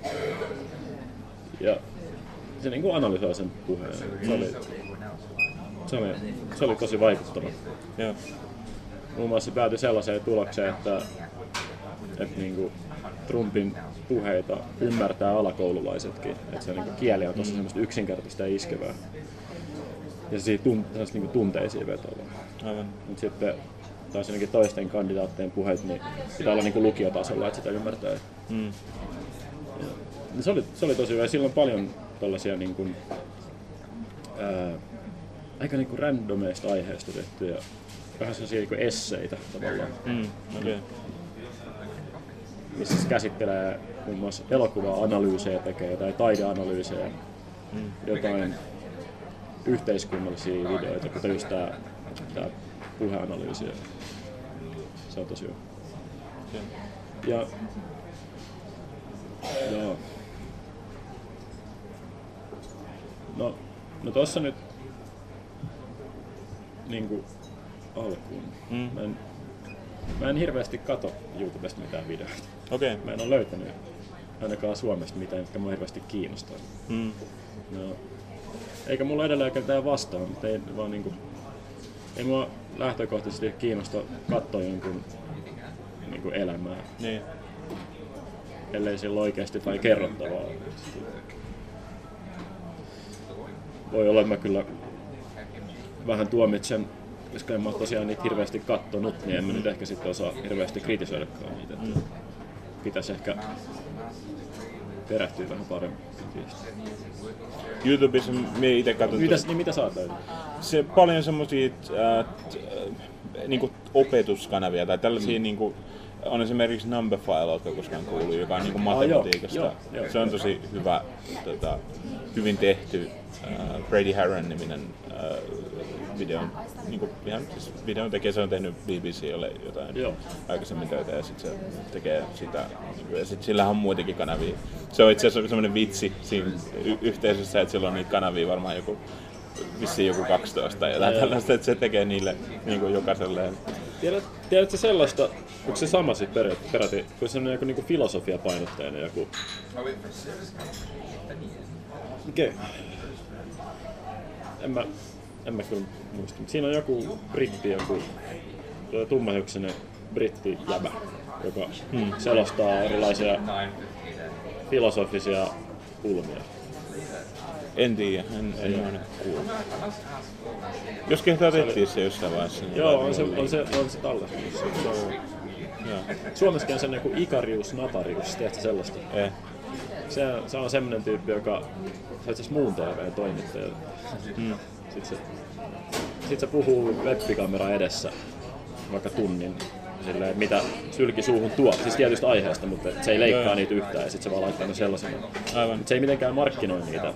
ja se niin kuin analysoi sen puheen. Se oli, se oli, se oli tosi vaikuttava. Joo. Muun muassa päätyi sellaiseen tulokseen, että, että niin kuin Trumpin puheita ymmärtää alakoululaisetkin. Että se niin kuin kieli on tosi semmoista yksinkertaista ja iskevää. Ja se tunt, niin kuin tunteisiin vetoavaa. Aivan. Mutta sitten taas ainakin toisten kandidaattien puheet, niin pitää olla niin kuin lukiotasolla, että sitä ymmärtää. Mm. Ja, se, oli, se oli tosi hyvä. Sillä on paljon tällaisia niin kuin, ää, aika niin kuin randomeista aiheista tehtyjä, vähän sellaisia niin kuin esseitä tavallaan. Mm, okay. Missä se käsittelee muun muassa elokuva-analyysejä, tekee jotain taideanalyysejä, mm. jotain yhteiskunnallisia videoita, kuten just tää, tää puheanalyysi. Se on tosi hyvä. Okay. Ja, joo. No, no tossa nyt niinku alkuun. Mm. Mä, en, mä en hirveästi kato YouTubesta mitään videoita. Okay. Mä en ole löytänyt ainakaan Suomesta mitään, jotka mua hirveästi kiinnostaa. Mm. No, eikä mulla edelleenkään tää vastaan, mutta ei vaan niinku, ei mua lähtökohtaisesti kiinnosta katsoa jonkun niinku elämää. Niin. Ellei sillä oikeesti tai kerrottavaa. voi olla, että mä kyllä vähän tuomitsen, koska en mä ole tosiaan niitä hirveästi kattonut, niin en mä nyt ehkä sitten osaa hirveästi kritisoidakaan niitä. Mm. Pitäisi ehkä perehtyä vähän paremmin. YouTubessa me itse katsottu... Mitäs, niin mitä sä oot löynyt? Se paljon semmosia äh, niinku opetuskanavia tai tällaisia mm. niinku, on esimerkiksi Numberphile, jotka koskaan kuuluu, joka on niinku matematiikasta. Ah, joo, joo, se on tosi hyvä, tota, hyvin tehty äh, Brady Haran-niminen äh, videon, niinku, ihan siis videon tekee, se on tehnyt B B C:lle jotain joo. aikaisemmin töitä ja sitten se tekee sitä, ja sitten sillähän on muitakin kanavia. Se on itse asiassa semmoinen vitsi siinä y- yhteisössä, että sillä on niitä kanavia varmaan joku, vissiin joku kaksitoista tai jotain tällaista, että se tekee niille niinku jokaiselle. Tiedät, tiedätkö sellaista, onko se sama sitten peräti, kun se on joku niinku filosofiapainotteinen joku... Okei. Okay. En mä, en mä kyllä muista. Siinä on joku britti, joku tummahiuksinen brittijäbä, joka hmm. selostaa erilaisia filosofisia pulmia. En tiedä, en, en ole aina kuullut. Jos kehtaa etsiä se jossain vaiheessa. Niin joo, on se, on se, on se tallentunut. Suomessakin on sellainen joku Ikarius Natarius, tiedätkö sellaista? Ei. Se, se on semmoinen tyyppi, joka se on itse asiassa muun T V-toimittaja. Mm. Sitten se, sit se puhuu webikameran edessä vaikka tunnin, silleen, mitä sylki suuhun tuo. Siis tietystä aiheesta, mutta se ei leikkaa niitä yhtään ja sitten se vaan laittaa ne sellaisena. Aivan. Se ei mitenkään markkinoi niitä.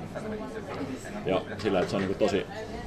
Ja sillä, että se on niinku tosi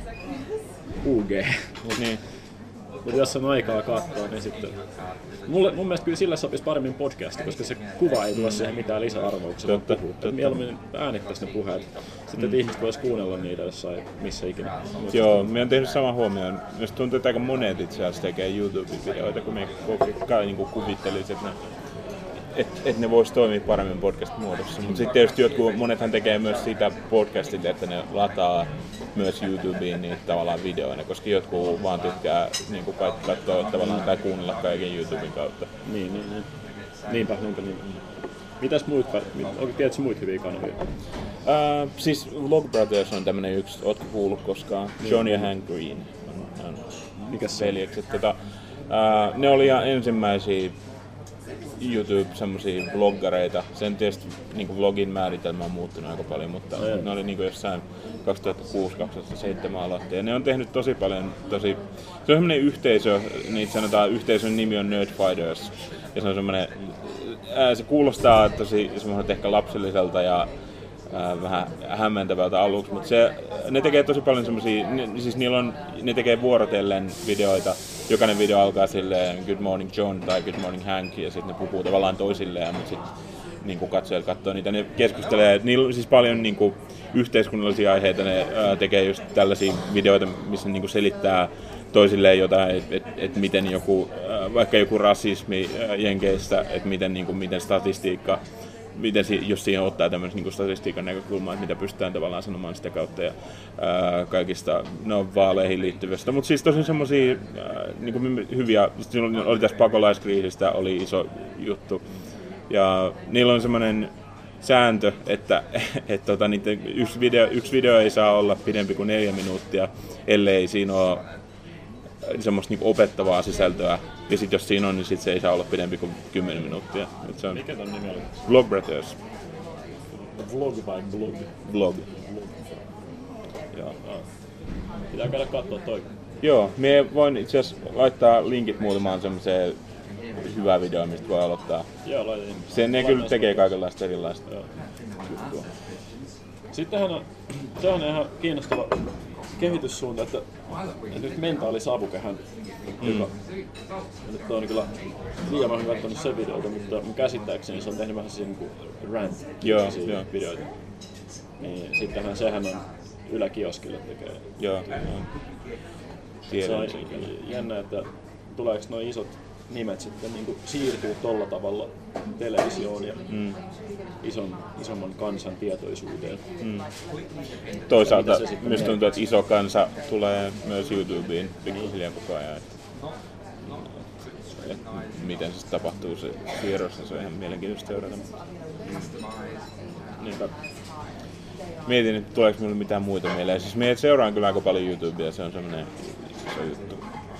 U G. Niin. Mutta jos on aikaa katsoa, niin sitten... Mulle, mun mielestä kyllä sillä sopisi paremmin podcasti, koska se kuva ei tuo siihen mitään lisäarvoa, kun se vaan puhuu. Mieluummin äänittäisi ne puheet. Sitten, että mm. ihmiset vois kuunnella niitä jossain, missä ikinä. Joo, mä oon tehnyt saman huomioon. Myös tuntuu, että aika monet itse asiassa tekee YouTube-videoita, kun me niin kuvittelisi, että ne, et, et ne vois toimia paremmin podcast-muodossa. Mutta sitten tietysti jotkut, monethan tekee myös sitä podcastit, että ne lataa myös YouTubeen niitä tavallaan videoina, koska jotkut vaan tykkää niin katsoa tavallaan tai kuunnella kaiken YouTuben kautta. Niin, niin, niin. Niinpä, niinpä, niinpä. Mitäs muut, tiedätkö muita hyviä kanavia? Uh, siis Vlogbrothers on tämmönen yksi, ootko kuullut koskaan? Niin. John ja Hank Green on, on mikäs se veljekset. Tota, uh, ne oli ihan ensimmäisiä YouTube semmosia vloggareita. Sen tietysti niinku vlogin määritelmä on muuttunut aika paljon, mutta no, ne oli niinku jossain kaksituhattakuusi kaksituhattaseitsemän aloitteen. Ne on tehnyt tosi paljon, tosi... Se on semmonen yhteisö, niitä sanotaan, yhteisön nimi on Nerdfighters. Ja se on semmonen... Ää, se kuulostaa tosi semmoiselta ehkä lapselliselta ja ää, vähän hämmentävältä aluksi, mutta se, ne tekee tosi paljon semmosia, ne, siis niillä on, ne tekee vuorotellen videoita. Jokainen video alkaa silleen Good Morning John tai Good Morning Hank ja sitten ne puhuu tavallaan toisilleen, mutta sitten niin katsojat katsoo niitä, ne keskustelee, niillä on siis paljon niin kuin, yhteiskunnallisia aiheita, ne ää, tekee just tällaisia videoita, missä niin kuin, selittää toisilleen jotain, että et, et miten joku, ää, vaikka joku rasismi ää, Jenkeistä, että miten, niin kuin, miten statistiikka, miten si, jos siihen ottaa tämmöisen niin statistiikan näkökulmaa, että mitä pystytään tavallaan sanomaan sitä kautta ja ää, kaikista no, vaaleihin liittyvistä. Mutta siis tosi semmosia niin hyviä, silloin oli tässä pakolaiskriisistä, oli iso juttu. Ja niillä on semmoinen sääntö, että et, tota, yksi, video, yksi video ei saa olla pidempi kuin neljä minuuttia, ellei siinä ole semmoista niinku opettavaa sisältöä. Ja sit jos siinä on, niin sit se ei saa olla pidempi kuin kymmenen minuuttia. Et se on mikä ton nimi oli? Vlogbrothers. Vlog vai blog? Vlog. Joo. Pitää käydä katsoa toi. Joo, mie voin itse asiassa laittaa linkit muutamaan semmoiseen hyvää videoa, mistä voi aloittaa. Joo, laitan. Se ne kyllä tekee kaikenlaista erilaista juttua. Sittenhän on, se on ihan kiinnostava kehityssuunta, että, että nyt mentaalisavukehän, mm. joka nyt on kyllä liian vähän katsonut sen videoita, mutta mun käsittääkseni se on tehnyt vähän sellaisia niin rant-videoita. Niin sittenhän sehän on yläkioskille tekee. Joo, se on jännä, että tuleeko nuo isot nimet sitten niin kuin siirtyy tolla tavalla televisioon ja mm. ison, isomman kansan tietoisuuteen. Mm. Toisaalta myös tuntuu, että iso kansa tulee myös YouTubeen pikkuhiljaa koko ajan. Että, että miten se tapahtuu se siirrossa, se on ihan mielenkiintoista seurata. Niinpä. mietin, että tuleeko minulle mitään muita mieleen. Siis mietin, seuraan kyllä aika paljon YouTubea, se on semmoinen iso juttu.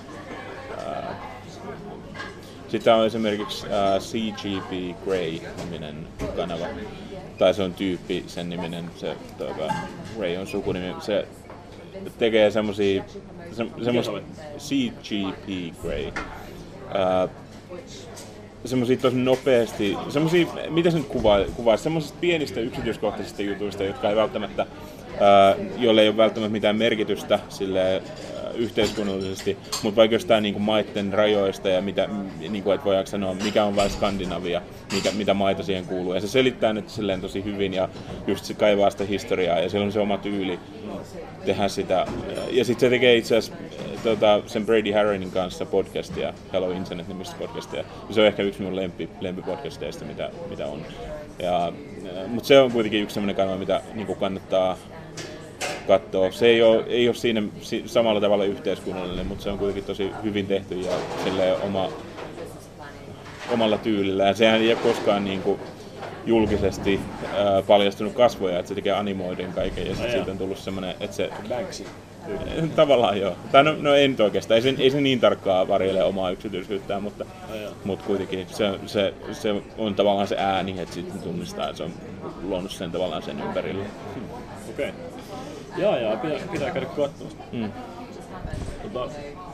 Sitten on esimerkiksi uh, C G P Grey-niminen kanava. Tai se on tyyppi, sen niminen, se tuota, Grey on sukunimi. Se tekee semmosia, se, semmosia C G P Grey. Uh, semmosia tosi nopeasti, semmosia, mitä se nyt kuvaa, kuvaa semmoisista pienistä yksityiskohtaisista jutuista, jotka ei välttämättä, uh, joille ei ole välttämättä mitään merkitystä silleen, yhteiskunnallisesti, mutta vaikka jostain niin kuin maiden rajoista ja mitä, niin kuin, että voidaanko sanoa, mikä on vain Skandinavia, mikä, mitä maita siihen kuuluu. Ja se selittää nyt silleen tosi hyvin ja just se kaivaa sitä historiaa ja siellä on se oma tyyli tehdä sitä. Ja sitten se tekee itse asiassa tota, sen Brady Harronin kanssa podcastia, Hello Internet-nimistä podcastia. Ja se on ehkä yksi minun lempi, lempipodcasteista, mitä, mitä on. Ja, mutta se on kuitenkin yksi sellainen kanava, mitä niin kuin kannattaa katsoa. Se ei ole, ei ole siinä samalla tavalla yhteiskunnallinen, mutta se on kuitenkin tosi hyvin tehty ja oma, omalla tyylillään. Sehän ei ole koskaan niin kuin julkisesti ää, paljastunut kasvoja, että se tekee animoiden kaiken ja sitten siitä on tullut semmoinen, että se... Banksy. Tavallaan joo. Tai no, no ei nyt oikeastaan, ei se, ei se niin tarkkaa varjele omaa yksityisyyttään, mutta, mutta kuitenkin se, se, se on tavallaan se ääni, että sitten tunnistaa, että se on luonut sen tavallaan sen ympärille. Hmm. Okei. Okay. Jaa, jaa, pitää, pitää käydä katsomassa. Mm. Tota,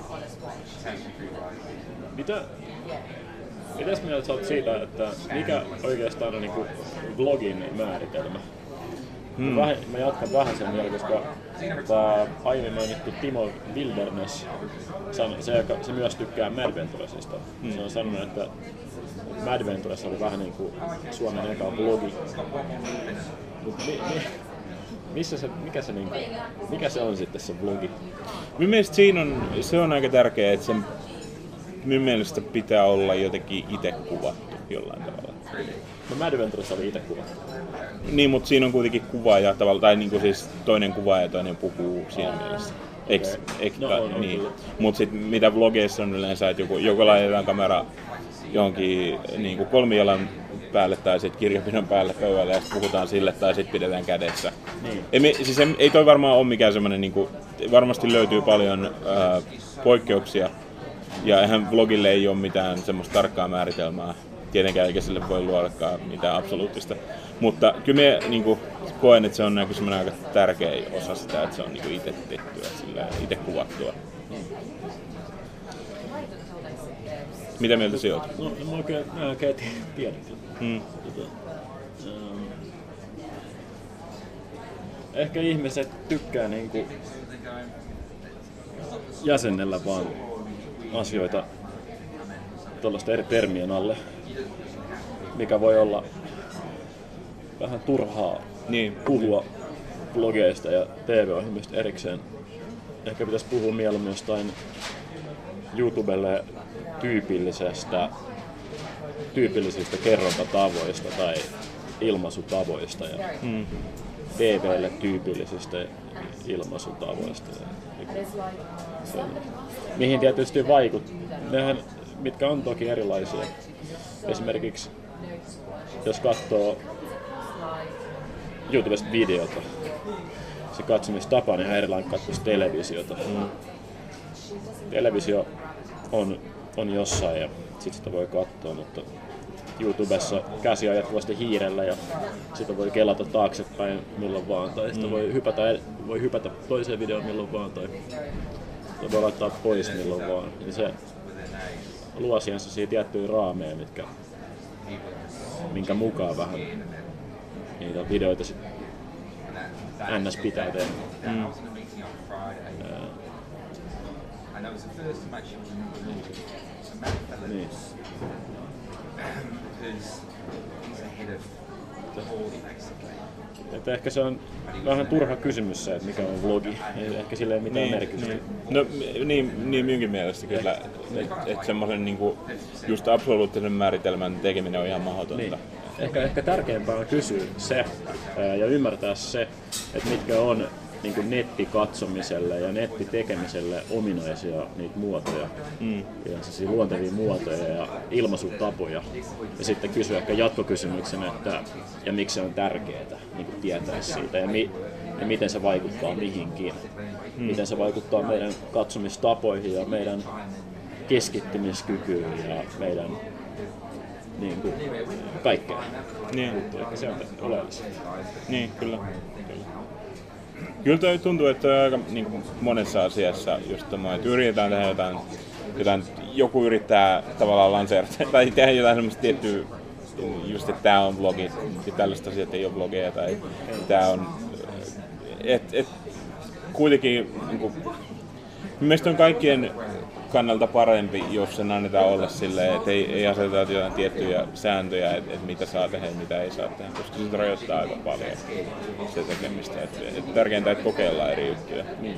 mitä, mitäs mieltä sä oot siitä, että mikä oikeastaan on niinku vlogin määritelmä? Mm. Vähän, mä jatkan vähän sen vielä, koska tää aiemmin mainittu Timo Wilderness, se, se myös tykkää Madventuresista. Mm. Se on sanonut, että Madventures oli vähän niinku Suomen eka vlogi. Mut, mi, mi, Missä se, mikä, se, niinku, mikä se on sitten se vlogi? Minun mielestä siinä on, se on aika tärkeää, että sen minun mielestä pitää olla jotenkin itse kuvattu jollain tavalla. No Madventures oli itse kuvattu. Niin, mutta siinä on kuitenkin kuvaaja tavalla, tai niinku siis toinen kuvaaja ja toinen puhuu siinä mielessä. Eikö, eikö, no, on, niin. Mutta sitten mitä vlogeissa on yleensä, että joku, joko laitetaan kamera johonkin niinku kolmijalan päälle tai sitten kirjapidon päälle pöydälle ja sitten puhutaan sille tai sitten pidetään kädessä. Niin. Ei, me, siis ei, ei toi varmaan ole mikään semmoinen, niinku, varmasti löytyy paljon ää, poikkeuksia ja eihän vlogille ei ole mitään semmoista tarkkaa määritelmää. Tietenkään eikä sille voi luodakaan mitään absoluuttista. Mutta kyllä me niinku, koen, että se on semmoinen aika tärkeä osa sitä, että se on niinku itse tehtyä, itse kuvattua. Mitä mieltä sinä olet? No, mä oikein, mä oikein tiedän. Hmm. Tota, ähm, ehkä ihmiset tykkää niinku jäsennellä vaan asioita tuollaista eri termien alle, mikä voi olla vähän turhaa niin puhua blogeista ja T V-ohjelmista erikseen. Ehkä pitäisi puhua mieluummin jostain YouTubelle tyypillisestä, tyypillisistä kerrontatavoista tai ilmaisutavoista ja mm. T V:lle tyypillisistä ilmaisutavoista. Ja mihin tietysti vaikuttaa, nehän, mitkä on toki erilaisia. Esimerkiksi jos katsoo YouTubesta videota, se katsomistapa on ihan erilainen katsoisi televisiota. Mm. Televisio on, on jossain ja sit sitä voi katsoa, mutta YouTubessa käsi on jatkuvasti hiirellä ja sitä voi kelata taaksepäin milloin vaan tai sitä mm. voi, hypätä, voi hypätä toiseen videoon milloin vaan tai, tai voi laittaa pois milloin vaan. Ja se luo siihen sellaisia tiettyjä raameja, mitkä, minkä mukaan vähän niitä videoita sit ns pitää tehdä. Mm. Niin. Että ehkä se on vähän turha kysymys se, että mikä on vlogi. Ei ehkä sillä ei mitään niin, merkitystä. Niin. No niin, niin minunkin mielestä kyllä. Että et semmoisen niinku, just absoluuttisen määritelmän tekeminen on ihan mahdotonta. Niin. Ehkä, ehkä tärkeämpää on kysyä se ja ymmärtää se, että mitkä on niin kuin nettikatsomiselle ja nettitekemiselle ominaisia niitä muotoja, mm. ja siis luontevia muotoja ja ilmaisutapoja. Ja sitten kysyä ehkä jatkokysymyksen, että ja miksi se on tärkeää niin kuin tietää siitä ja, mi, ja miten se vaikuttaa mihinkin. Mm. Miten se vaikuttaa meidän katsomistapoihin ja meidän keskittymiskykyyn ja meidän niin kuin, kaikkea. Niin. Eli se on oleellista. Niin, kyllä. Kyllä. Kyllä toi tuntuu, että on aika niin kuin monessa asiassa just tommoinen, että yritetään tehdä jotain, jotain, joku yrittää tavallaan lanseerata tai tehdä jotain semmoista tiettyä, just että tää on vlogi ja tällaiset asiat ei ole vlogeja tai tää on, et, et, kuitenkin niin kuin, mielestäni on kaikkien kannalta parempi, jos sen annetaan olla silleen, että ei, ei aseteta jotain tiettyjä sääntöjä, että et mitä saa tehdä ja mitä ei saa tehdä, koska se rajoittaa aika paljon sitä tekemistä. Et, et tärkeintä, että kokeillaan eri juttuja. Niin.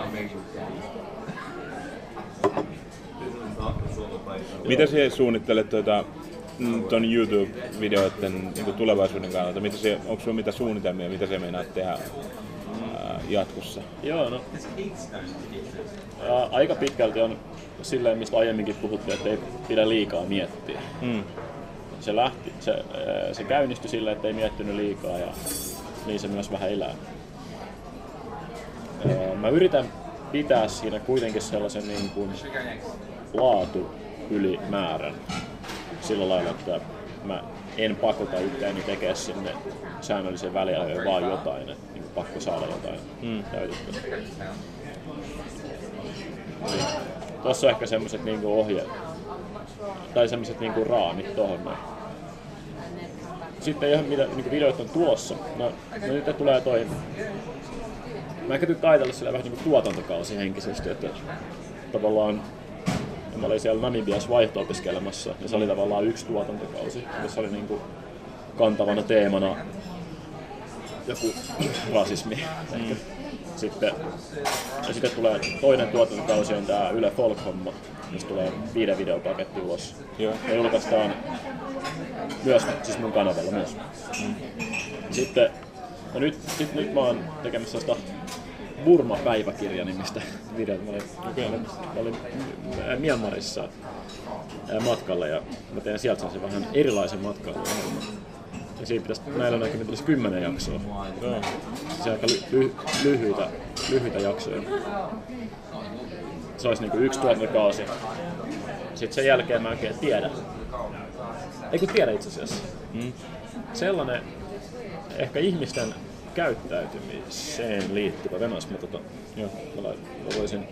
Mitä sinä suunnittelet tuota, tuon YouTube-videoiden niin tulevaisuuden kannalta? Mitä se, onko sinulla mitä suunnitelmia, mitä sinä meinaat tehdä ää, jatkossa? Joo, no. Ää, aika pitkälti on silleen, mistä aiemminkin puhuttiin, että ei pidä liikaa miettiä. Mm. Se, lähti, se, se käynnistyi silleen, että ei miettinyt liikaa ja niin se myös vähän elää. Ää, mä yritän pitää siinä kuitenkin sellaisen niin kuin laatu yli määrän. Sillä lailla, että mä en pakota itseäni tekemään sinne säännöllisen väliajoin vaan jotain, että niin pakko saada jotain mm. täytettyä. Niin. Tuossa on ehkä semmoset niinku ohjeet tai semmoset niinku raamit tohon noin. Sitten ihan mitä niinku videot on tulossa. No, no nyt tulee toi. Mä ehkä tykkään ajatella sillä vähän niinku tuotantokausi henkisesti, että tavallaan mä olin siellä Namibiassa vaihto-opiskelemassa ja se oli tavallaan yksi tuotantokausi, jossa oli niinku kantavana teemana joku rasismi. Mm. Sitten, ja sitten tulee toinen tuotantokausi on tää Yle Folk-homma, mistä tulee viiden videopaketti ulos. Joo. Ja julkaistaan myös, siis mun kanavalla myös. Mm. Sitten, ja nyt, sit, nyt mä oon tekemässä sitä Burma-päiväkirja-nimistä videota. Mä olin, okay. mä olin Myanmarissa matkalla ja mä teen sieltä sen vähän erilaisen matkailun. Ja siinä pitäisi näillä näkymin tulisi kymmenen jaksoa. No. Se on aika ly- ly- lyhyitä, lyhyitä jaksoja. Se olisi niinku yksi tuotantokausi. Sitten sen jälkeen mä oikein tiedän. Ei kun tiedä itse asiassa. Mm. Sellainen ehkä ihmisten käyttäytymiseen liittyvä venas. Mä, tota, joo, mä, mä voisin...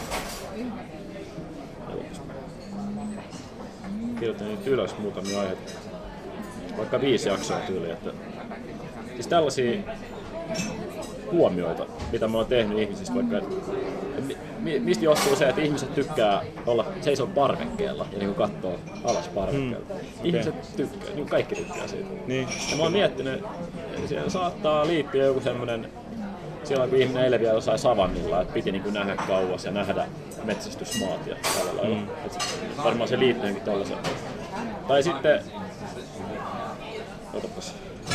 Kirjoitan nyt ylös muutamia aiheita. Vaikka viisi jaksoa tyyliin, että siis tällaisia huomioita, mitä mä oon tehnyt ihmisistä, vaikka että mi, mistä johtuu se, että ihmiset tykkää olla seisoo parvekkeella ja niin katsoo alas parvekkeella. Mm. Ihmiset okay. tykkää, niin kaikki tykkää siitä. Niin. Ja mä oon miettinyt, että siellä saattaa liittyä joku semmonen, silloin kun ihminen eilen vielä jossain savannilla, että piti niin nähdä kauas ja nähdä metsästysmaat ja tällä lailla. Mm. Varmaan se liittyy johonkin tollaiseen. Tai sitten Otapas.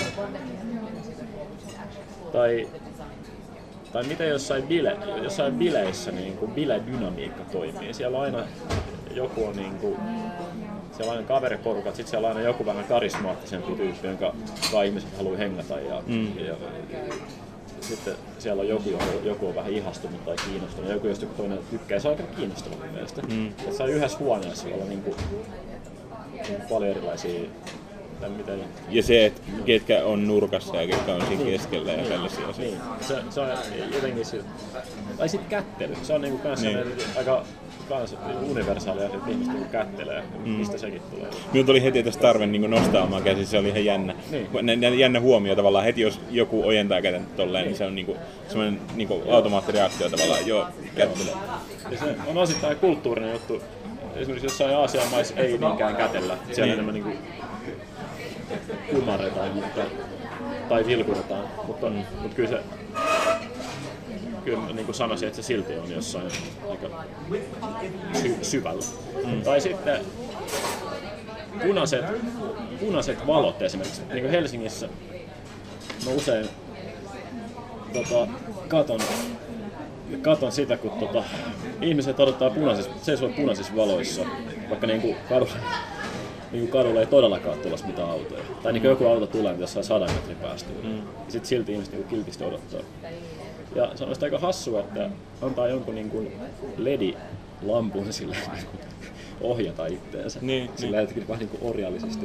Tai, tai miten jossain, bile, jossain bileissä niin kuin biledynamiikka toimii. Siellä on aina joku on niin kuin, siellä on aina kaveriporukat, sitten siellä on aina joku vähän karismaattisempi tyyppi, jonka ihmiset haluaa hengata. Ja, mm. ja, ja, sitten siellä on joku, joku on vähän ihastunut tai kiinnostunut, ja joku josta toinen tykkää. Se on aika kiinnostavaa mun mielestä. Mm. Että saa yhdessä huoneessa olla niin kuin, paljon erilaisia. Miten... Ja se, että ketkä on nurkassa ja ketkä on siinä niin, keskellä ja niin, tällaisia asioita. Niin. Se, se on jotenkin se... Tai sitten kättely. Se on niinku kanssa niin. aika kans universaalia, että ihmiset niinku kättelee, mm. mistä sekin tulee. Minun tuli heti tästä tarve niinku nostaa omaa käsi, se oli ihan jännä. Niin. Jännä huomio tavallaan. Heti jos joku ojentaa käden tolleen, niin, niin se on niinku semmoinen niinku automaattireaktio tavallaan. Joo, kättelee. Ja se on osittain kulttuurinen juttu. Esimerkiksi jossain Aasian maissa ei niinkään kätellä. Siellä niin. enemmän niinku kumarretaan, mutta, tai vilkuretaan, mutta, mm. mutta kyllä se, kyllä niin kuin sanoisin, että se silti on jossain aika sy- syvällä. Mm. Tai sitten punaiset, punaiset valot esimerkiksi, niin kuin Helsingissä mä usein tota, katon, katon sitä, kun tota, ihmiset odottaa punaisissa, seisovat punaisissa valoissa, vaikka niinku kadulla, niinku kadulla ei todellakaan tulossa mitään autoja. Tai niinku joku auto tulee, mitä saa sadan metrin päästä. Mm. Ja sit silti ihmiset niinku kiltisti odottaa. Ja se on aika hassua, että antaa jonkun niinku ledi-lampun sille niinku ohjata itteensä. Niin, sillä niin. Jotenkin vähän niinku orjallisesti.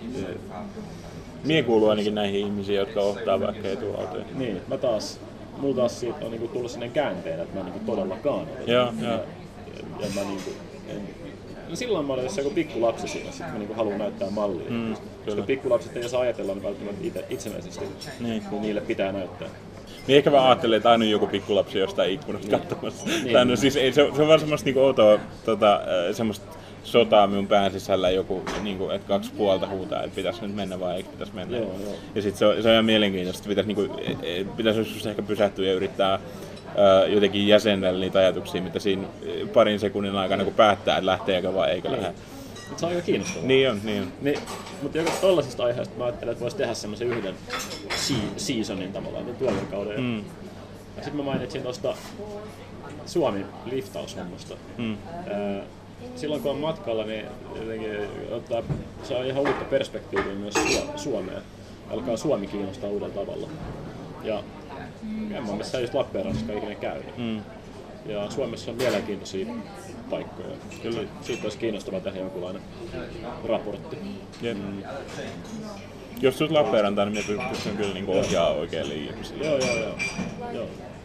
Mie kuuluu ainakin näihin ihmisiin, jotka ohtaa vaikka etuautoja. Niin, mä taas, mulla taas siitä on niinku tullut sellainen käänteen, että mä en niinku todellakaan ole. Joo, ja, joo. Ja mä niinku, en, no silloin mä olen jossain joku pikkulapsi siinä, sit mä niinku haluan näyttää mallia. Mm, koska pikkulapset ei saa ajatella välttämättä itse, itsenäisesti, niin. niin niille pitää näyttää. Niin ehkä vaan ajattelee, että aina on joku pikkulapsi jostain ikkunasta niin. Katsomassa. Niin. No, siis ei, se, on, se on vaan semmoista niinku outoa tota, semmoista sotaa minun pään sisällä joku, niinku, että kaksi puolta huutaa, että pitäisi nyt mennä vai eikö pitäisi mennä. Joo, joo. Ja sit se on, se on ihan mielenkiintoista, että pitäisi, niinku, pitäisi joskus ehkä pysähtyä ja yrittää ää, jotenkin jäsennellä niitä ajatuksia, mitä siinä parin sekunnin aikana kun päättää, että lähteekö vai eikö lähde. Se on aika kiinnostavaa. Niin on, niin on. Niin, mutta joka tollasista aiheesta mä ajattelen, että voisi tehdä semmoisen yhden si- seasonin tavallaan, tuolla kauden. Mm. Ja sit mä mainitsin tosta Suomi liftaushommasta. Mm. Ää, silloin kun on matkalla, niin jotenkin ottaa, saa ihan uutta perspektiiviä myös Suomeen. Alkaa Suomi kiinnostaa uudella tavalla. Ja en mä missään just Lappeenrannassa ikinä käynyt. Mm. Ja Suomessa on mielenkiintoisia paikkoja. Kyllä siitä olisi kiinnostavaa tehdä jonkunlainen raportti. Mm. Jos sut Lappeenrantaan, niin minä pystyn kyllä niinku ohjaa oikealle ihmisille. Joo, joo, joo. joo.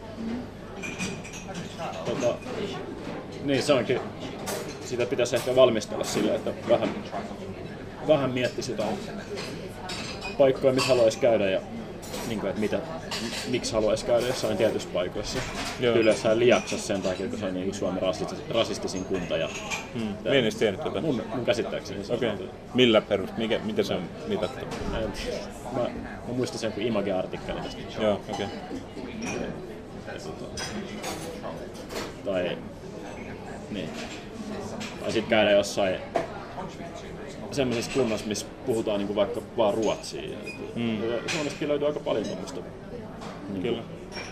Tota, niin se onkin. Sitä pitäisi ehkä valmistella sillä, että vähän, vähän miettisi jotain paikkoja, missä haluaisi käydä ja niin kuin, että mitä, miksi haluaisi käydä jossain tietyissä paikoissa. Yleensä Liaksassa sen takia, kun se on niin Suomen rasistisin kunta. Ja, hmm. Minä en edes tiedä tätä. Mun, mun käsittääkseni se okay. on. Millä perusteella? Mikä, mitä se on mitattu? Mä, mä muistan sen kuin Image-artikkeli tästä. Joo, okei. Okay. Tai... Niin. Tai sit käydä jossain semmoisessa kunnassa, missä puhutaan niinku vaikka vaan ruotsia. Mm. Suomestakin löytyy aika paljon tommoista niinku Kyllä.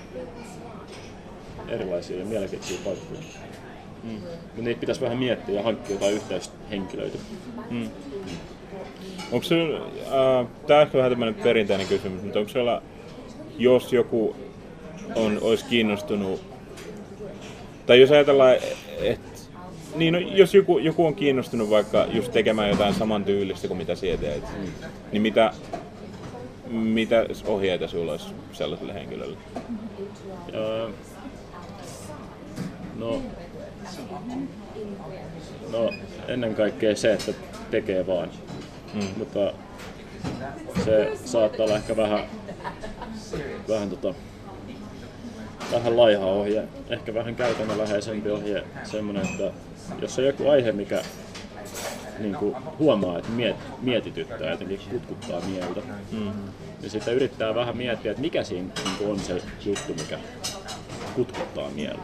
erilaisia ja mielenkiintoisia paikkoja. Mm. Mutta niitä pitäisi vähän miettiä ja hankkia jotain yhteyshenkilöitä. Mm. Onko se, äh, tää on ehkä vähän tämmönen perinteinen kysymys, mutta onko siellä, jos joku on, olisi kiinnostunut, tai jos ajatellaan, että niin, no, jos joku, joku on kiinnostunut vaikka just tekemään jotain saman tyylistä kuin mitä sinä teet, mm. niin mitä, mitä ohjeita sinulla olisi sellaiselle henkilölle? Ja, no, no, ennen kaikkea se, että tekee vaan, mm. mutta se saattaa olla ehkä vähän, vähän tota, vähän laiha ohje, ehkä vähän käytännönläheisempi ohje, semmoinen, että jos on joku aihe, mikä niin kuin huomaa, että miet, mietityttää ja jotenkin kutkuttaa mieltä, mm-hmm. niin sitten yrittää vähän miettiä, että mikä siinä niin kuin on se juttu, mikä kutkuttaa mieltä.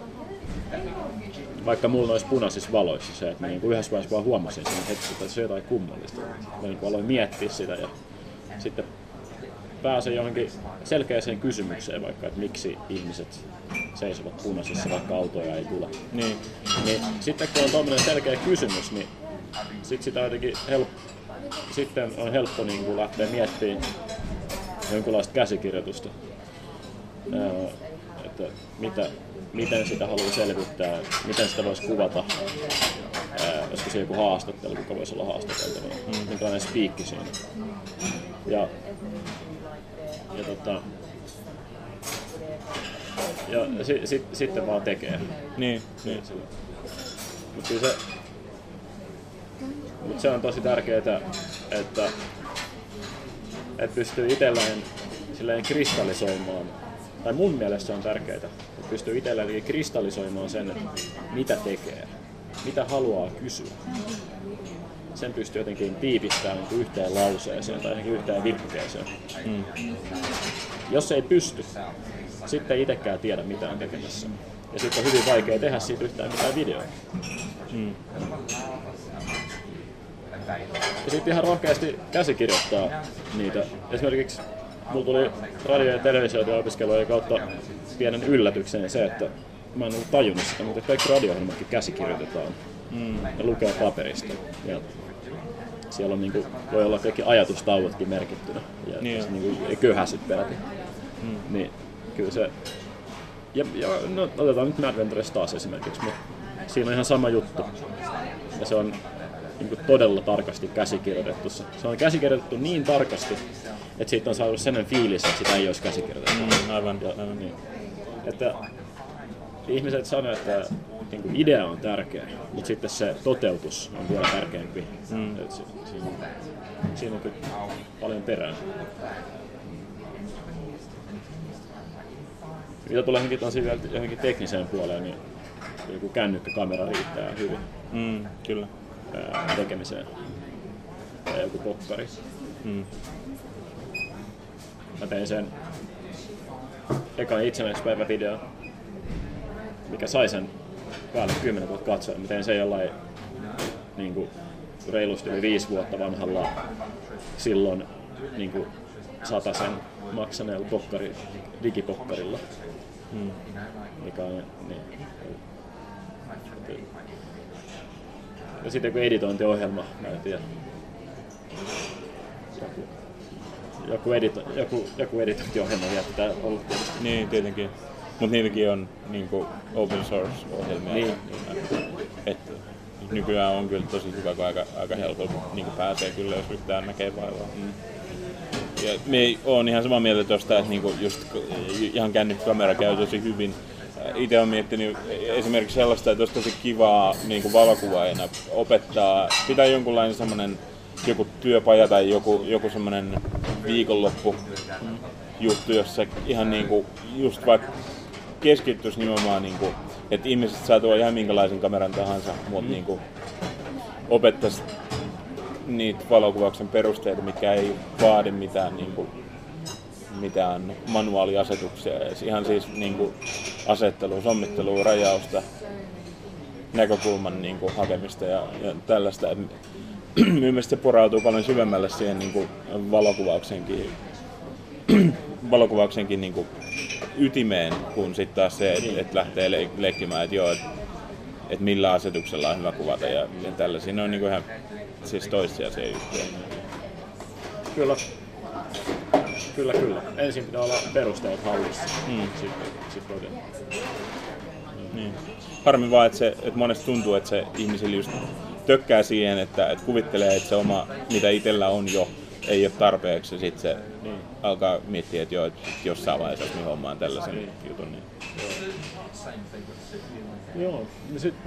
Vaikka mulla olisi punaisissa valoissa se, että mä niin kuin yhdessä vaiheessa vaan huomasin sen hetki, että se on jotain kummallista. Mä niin kuin aloin miettiä sitä ja sitten pääsen johonkin selkeäseen kysymykseen vaikka, että miksi ihmiset seisovat punaisissa, vaikka autoja ei tule. Niin. Niin sitten kun on tommoinen selkeä kysymys, niin sit sitä jotenkin help... sitten on helppo niin kuin lähteä miettimään jonkunlaista käsikirjoitusta. Ää, että mitä, miten sitä haluaa selvittää, miten sitä voisi kuvata. Ää, olisiko se joku haastattelu, kuka voisi olla haastateltavana. Mm. Minkälainen spiikki siinä. Ja Ja, tota, ja si, si, sitten vaan tekee. Niin. niin Mutta se, mut se on tosi tärkeää, että, että pystyy itselleen silleen kristallisoimaan. Tai mun mielestä se on tärkeää, että pystyy itselleen kristallisoimaan sen, että mitä tekee, mitä haluaa kysyä. Sen pystyy jotenkin tiivistämään niin yhteen lauseeseen tai yhteen virkkeeseen. Mm. Jos ei pysty, sitten ei itsekään tiedä mitä on tekemässä. Ja sitten on hyvin vaikea tehdä siitä yhtään mitään videoa. Mm. Ja sitten ihan rohkeasti käsikirjoittaa niitä. Esimerkiksi mulla tuli radio- ja televisio-opiskelujen kautta pienen yllätyksen se, että mä en ollut tajunnut sitä, mutta kaikki radio-ohjelmatkin käsikirjoitetaan mm. ja lukee paperista. Ja siellä on niinku, voi olla kaikki ajatustauotkin merkittynä ja niin se, niinku, köyhäiset peräti. Mm. Niin kyllä se... Ja, ja no, otetaan nyt Mad Ventures taas esimerkiksi, mutta siinä on ihan sama juttu. Ja se on niinku todella tarkasti käsikirjoitettu. Se on käsikirjoitettu niin tarkasti, että siitä on saanut sellainen fiilis, että sitä ei olisi käsikirjoitettu. Mm, aivan, ja, aivan. Niin. Että ihmiset sanoo, että niinku idea on tärkeä, mutta sitten se toteutus on vielä tärkeämpi. Mm. Et si, siinä, siinä on kyllä paljon perää. Mitä tulee johonkin, johonkin tekniseen puoleen, niin joku kännykkäkamera riittää hyvin mm, kyllä. tekemiseen. Tai joku pokkari. Mm. Mä tein sen ekan itsenäisyyspäivävideon, mikä sai sen päälle kymmenen tuhatta katsoja. Mä tein sen jollain niin kuin, reilusti yli viisi vuotta vanhalla silloin niin kuin, satasen maksaneella pokkari, digipokkarilla. Hmm. Mikä on, niin. Ja sitten joku editointiohjelma, mä en tiedä. Joku, joku, edito, joku, joku editointiohjelma vielä pitää olla tietysti. Niin, tietenkin. Mutta niitäkin on niinku open source-ohjelmia. Niin. Et, nykyään on kyllä tosi hyvä, kun aika, aika helpolla niin pääsee kyllä, jos yhtään näkee vaivaa. Mm. Ja me on ihan samaa mieltä tuosta, että niinku just ihan kännykkäkamera käy tosi hyvin. Itse olen miettinyt esimerkiksi sellaista, että olisi tosi kivaa niinku valokuvaajana opettaa, pitää jonkunlainen semmoinen joku työpaja tai joku, joku semmoinen viikonloppu juttu, jossa ihan niinku just vaikka keskittyisi nimenomaan, niinku, että ihmiset saa tuoda ihan minkälaisen kameran tahansa, mutta mm. niinku opettaisi niitä valokuvauksen perusteita, mitkä ei vaadi mitään, niinku, mitään manuaaliasetuksia. Ihan siis niinku, asettelua, sommittelua, rajausta, näkökulman niinku, hakemista ja, ja tällaista. Mielestäni se porautuu paljon syvemmälle siihen niinku, valokuvauksenkin, valokuvauksenkin niinku, ytimeen, kun sitten taas se, että et lähtee le- leikkimään, että joo, että et millä asetuksella on hyvä kuvata ja, ja tällaisia. Ne on niinku ihan siis toissijaisia juttuja. Kyllä. Kyllä, kyllä. Ensin pitää olla perusteet hallussa. Mm. Sitten, sitten oikein. Niin. Harmi vaan, että, se, että monesti tuntuu, että se ihmisille just tökkää siihen, että, että kuvittelee, että se oma, mitä itsellä on jo, ei ole tarpeeksi. Ja sitten se niin. alkaa miettiä, että joo, että jossain vaiheessa minä hommaan tällaisen niin. jutun. Niin. Joo. Joo. Ja sit,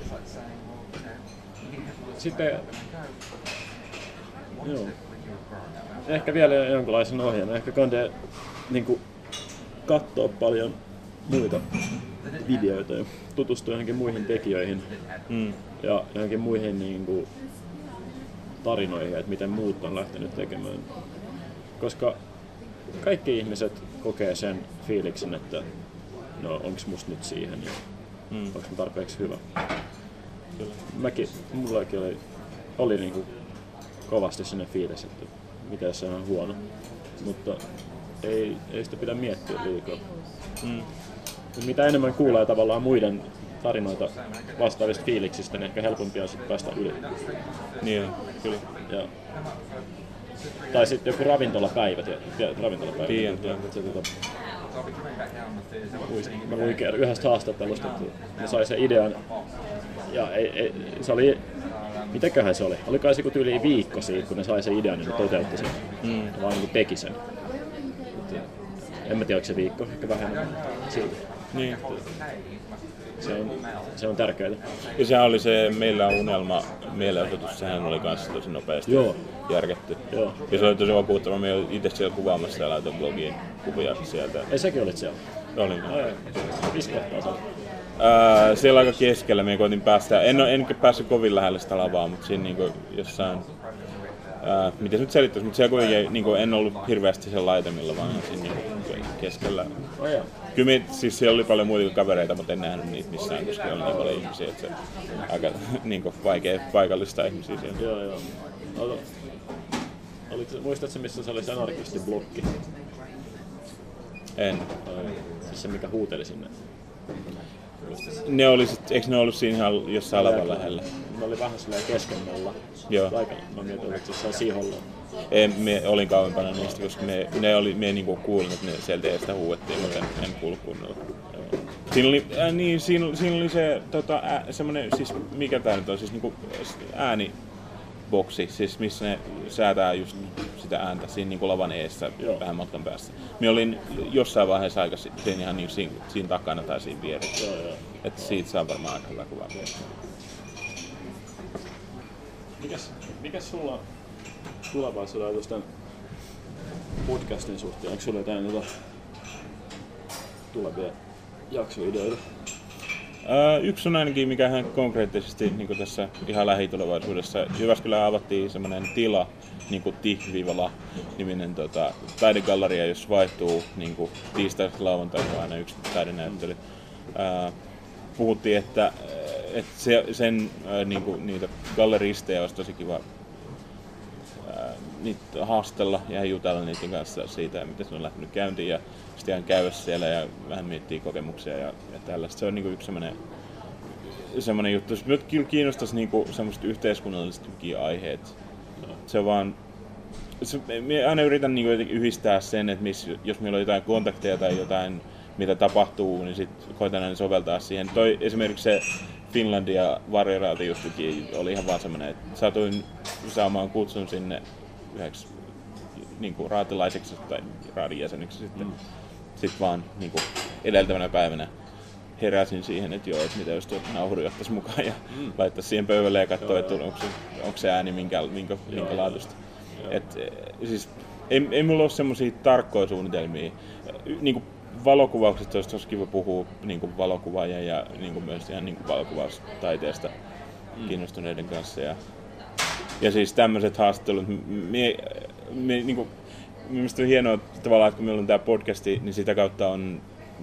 sitten... Joo. Ehkä vielä jonkinlaisen ohjelman. Ehkä kannattaa niin katsoa paljon muita videoita ja tutustua johonkin muihin tekijöihin mm. ja johonkin muihin niin kuin, tarinoihin, että miten muut on lähtenyt tekemään. Koska kaikki ihmiset kokee sen fiiliksen, että no onks musta nyt siihen ja mm. onks mä tarpeeksi hyvä. Kyllä. Mäkin, mullakin oli, oli niin kuin, kovasti sellainen fiilis, että mitä se on huono, mutta ei, ei sitä pidä miettiä liikaa. Mm. Mitä enemmän kuulee tavallaan muiden tarinoita vastaavista fiiliksistä, niin ehkä helpompi on sitten päästä yli. Niin, kyllä. Ja, tai sitten joku ravintolapäivä, tiedät, ravintolapäivä. Tiedän, tiedän. Se, tota, mä luin yhdestä haastattelusta, että ne sai sen idean, ja ei, ei, se oli, mitäköhän se oli? Oli kai se tyyli viikko siitä, kun ne sai sen idean, niin ne toteutti sen. Mm. Ne vaan niin teki sen. En mä tiedä, oliko se viikko, ehkä vähemmän silti. Niin. Se on, se on tärkeää. Ja sehän oli se Meillä on unelma mielenosoitus, sehän oli kanssa tosi nopeasti Joo. järketty. Joo. Ja se oli tosi vakuuttava, mä olin itse siellä kuvaamassa ja laitoin blogiin kuvia sieltä. Ei säkin olit siellä? Olin. Missä kohtaa sä olit? Ää, siellä aika keskellä, minä koitin päästä, en, en päässyt kovin lähelle sitä lavaa, mutta siinä niin jossain, ää, miten se nyt selittäisi, mutta siellä kuitenkin niin en ollut hirveästi siellä laitamilla, vaan siinä niin keskellä. Oh, yeah. Kyllä me, siis siellä oli paljon muita kavereita, mutta en nähnyt niitä missään, koska oli niin paljon ihmisiä, että se aika niin vaikea paikallistaa ihmisiä siellä. Joo, joo. Oliko, muistatko missä se oli se anarkistiblokki? En. Ai, siis se mikä huuteli sinne. Ne oli sit, eikö ne ollut siinä ihan jossain lavan lähellä? Ne oli vähän silleen keskemmalla. Joo. Aika, mä mietin, että se on siholla. En, me olin kauempana niistä, koska me, ne oli, me niinku kuulin, että ne sieltä eestä huuettiin, mutta en, en kuullut kunnolla. Siinä oli, äh, niin, siinä, siinä oli se tota, ä, semmonen, siis mikä tää nyt on, siis niinku ääniboksi, siis missä ne säätää just sitä ääntä siinä niinku lavan eessä vähän matkan päässä. Minä olin jossain vaiheessa aika siinä ihan niin, siinä, siinä takana tai siinä vieressä. Joo, joo. Että siitä saa varmaan aika hyvä kuva. Mikäs, mikäs sulla on tulevaisuuden ajatus tämän podcastin suhteen? Onko sulla jotain tota tulevia jaksoideoita? Öö, yksi on ainakin, mikä ihan konkreettisesti niin tässä ihan lähitulevaisuudessa. Jyväskylään avattiin semmoinen tila, niin kuin Tih-La-niminen tota, taidegalleria, jos vaihtuu niin tiistaista lauantaina aina yksi taidenäyttely. Öö, puhuttiin, että, että se, sen öö, niin kuin, niitä galleristeja olisi tosi kiva öö, niitä haastella ja jutella niiden kanssa siitä, miten se on lähtenyt käyntiin ja sitten ihan käydä siellä ja vähän miettiä kokemuksia ja, ja tällaista. Se on niin kuin yksi semmoinen, semmoinen juttu. Minut kyllä kiinnostaisi niin kuin semmoiset yhteiskunnallisetkin aiheet. Se on vaan, se, minä aina yritän niin kuin yhdistää sen, että miss, jos meillä on jotain kontakteja tai jotain, mitä tapahtuu, niin sitten koitan aina soveltaa siihen. Toi, esimerkiksi se Finlandia varjoraatijustukin oli ihan vaan semmoinen, että satuin saamaan kutsun sinne yhdeksi niin kuin raatilaiseksi tai raadijäseneksi sitten. Mm. Sitten vaan niin kuin edeltävänä päivänä heräsin siihen, että joo, että mitä jos tuot nauhuri ottaisi mukaan ja mm. laittaisi siihen pöydälle ja katsoa, että onko se, onko se ääni minkä, minkä, minkä laatusta. Et, siis, ei, ei mulla ole semmosia tarkkoja suunnitelmia. Niin kuin valokuvauksesta olisi tosi kiva puhua niin kuin valokuvaajien ja niin kuin myös ihan niin kuin valokuvaustaiteesta mm. kiinnostuneiden kanssa. Ja, ja siis tämmöiset haastattelut, mie, mie, niin kuin, mielestäni on hienoa tavallaan, että kun meillä on tämä podcasti, niin sitä kautta on,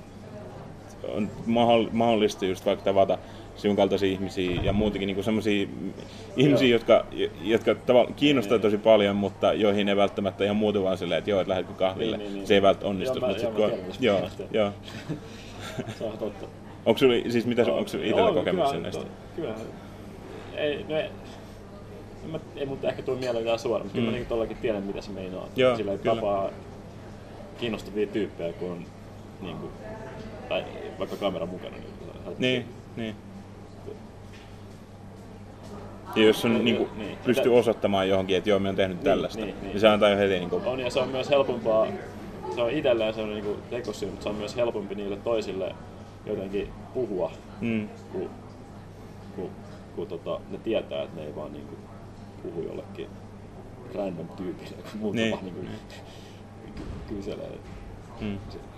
on mahdollista just vaikka tavata sinun kaltaisia ihmisiä ja muutenkin niin semmoisia ihmisiä, joo, jotka, jotka tavallaan kiinnostaa tosi paljon, mutta joihin ei välttämättä ihan muuta vaan silleen, että joo, että lähdetkö kahville. Niin, niin, se ei välttämättä onnistu. Joo, mutta mä, sit, joo, joo, joo. Se on totta. Onko sinulla siis mitä no, onko itsellä kokemuksia näistä? Kyllä. Ei, no ei, mä, ei mutta ehkä tule mieleen mitään suoraan, mutta mm. kyllä mä niin todellakin tiedän, mitä se meinaa. Joo, sillä tapaa kiinnostavia tyyppejä, kun on niin kuin, tai vaikka kamera mukana. Niin, niin, niin. Ja jos on, niin kuin, niin, pystyy osoittamaan johonkin, että joo, me on tehnyt niin, tällaista, niin, niin, niin se antaa jo heti niin kuin... On, ja se on myös helpompaa, se on itselleen sellainen niin tekosyy, mutta se on myös helpompi niille toisille jotenkin puhua, mm. kun, kun, kun tota, ne tietää, että ne ei vaan niin kuin, puhu jollekin random tyypille, kun muutama niin, niin kuin, niin. kyselee. Mm.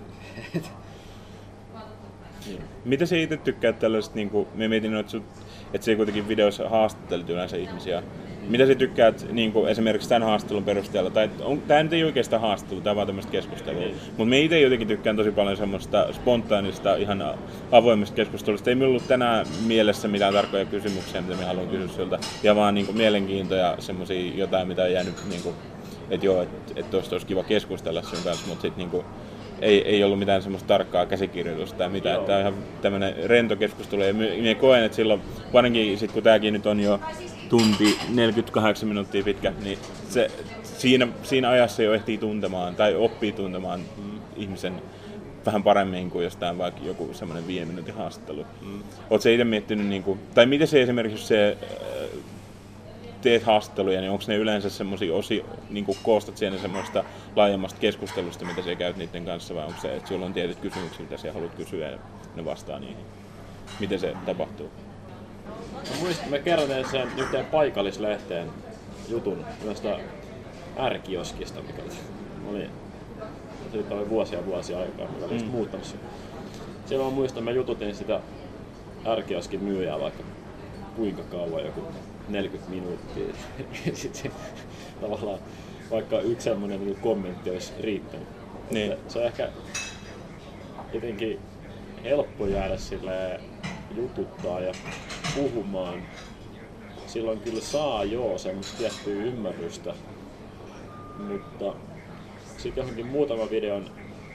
Niin. Mitä sä itse tykkäät tällaisesta, niin kuin, me mietin, että, sut, että se kuitenkin videossa haastattelit yleensä ihmisiä. Mm. Mitä sä tykkäät niin kuin esimerkiksi tämän haastattelun perusteella? Tai on, tämä nyt ei oikeastaan haastattelu, tämä on vaan tämmöistä keskustelua. Mm. Mutta me itse jotenkin tykkään tosi paljon semmoista spontaanista, ihan avoimesta keskustelusta. Ei minulla ollut tänään mielessä mitään tarkkoja kysymyksiä, mitä me haluan kysyä siltä. Ja vaan niin kuin, mielenkiintoja, semmoisia jotain, mitä on jäänyt, niin kuin, että joo, että et tuosta olisi kiva keskustella sinun kanssa, mutta sitten niin Ei, ei ollut mitään semmoista tarkkaa käsikirjoitusta tai mitään. Tämä on ihan tämmöinen rento keskustelu. Ja minä koen, että silloin, varsinkin sit, kun tämäkin nyt on jo tunti neljäkymmentäkahdeksan minuuttia pitkä, niin se, siinä, siinä ajassa jo ehtii tuntemaan tai oppii tuntemaan mm. ihmisen vähän paremmin kuin jostain vaikka joku semmoinen viiden minuutin haastattelu. Mm. Oletko itse miettinyt, niin kuin, tai miten se esimerkiksi se teet haastatteluja, niin onko ne yleensä semmoisia osia, niin kuin koostat siinä semmoista laajemmasta keskustelusta, mitä sä käyt niiden kanssa, vai onko se, että sulla on tietyt kysymykset, mitä sä haluat kysyä ja ne vastaa niihin? Miten se tapahtuu? Mä muistin, mä kerroin sen yhteen paikallislehteen jutun tästä R-kioskista, mikä oli, siitä oli vuosia vuosia aikaa, mikä oli mm. muuttamassa. Silloin mä muistan, mä jututin sitä R-kioskin myyjää vaikka kuinka kauan, joku neljäkymmentä minuuttia. Sitten tavallaan vaikka yksi semmoinen niin kommentti olisi riittänyt. Niin. Se on ehkä jotenkin helppo jäädä silleen jututtaa ja puhumaan. Silloin kyllä saa joo semmoista tiettyä ymmärrystä, mutta sitten johonkin muutaman videon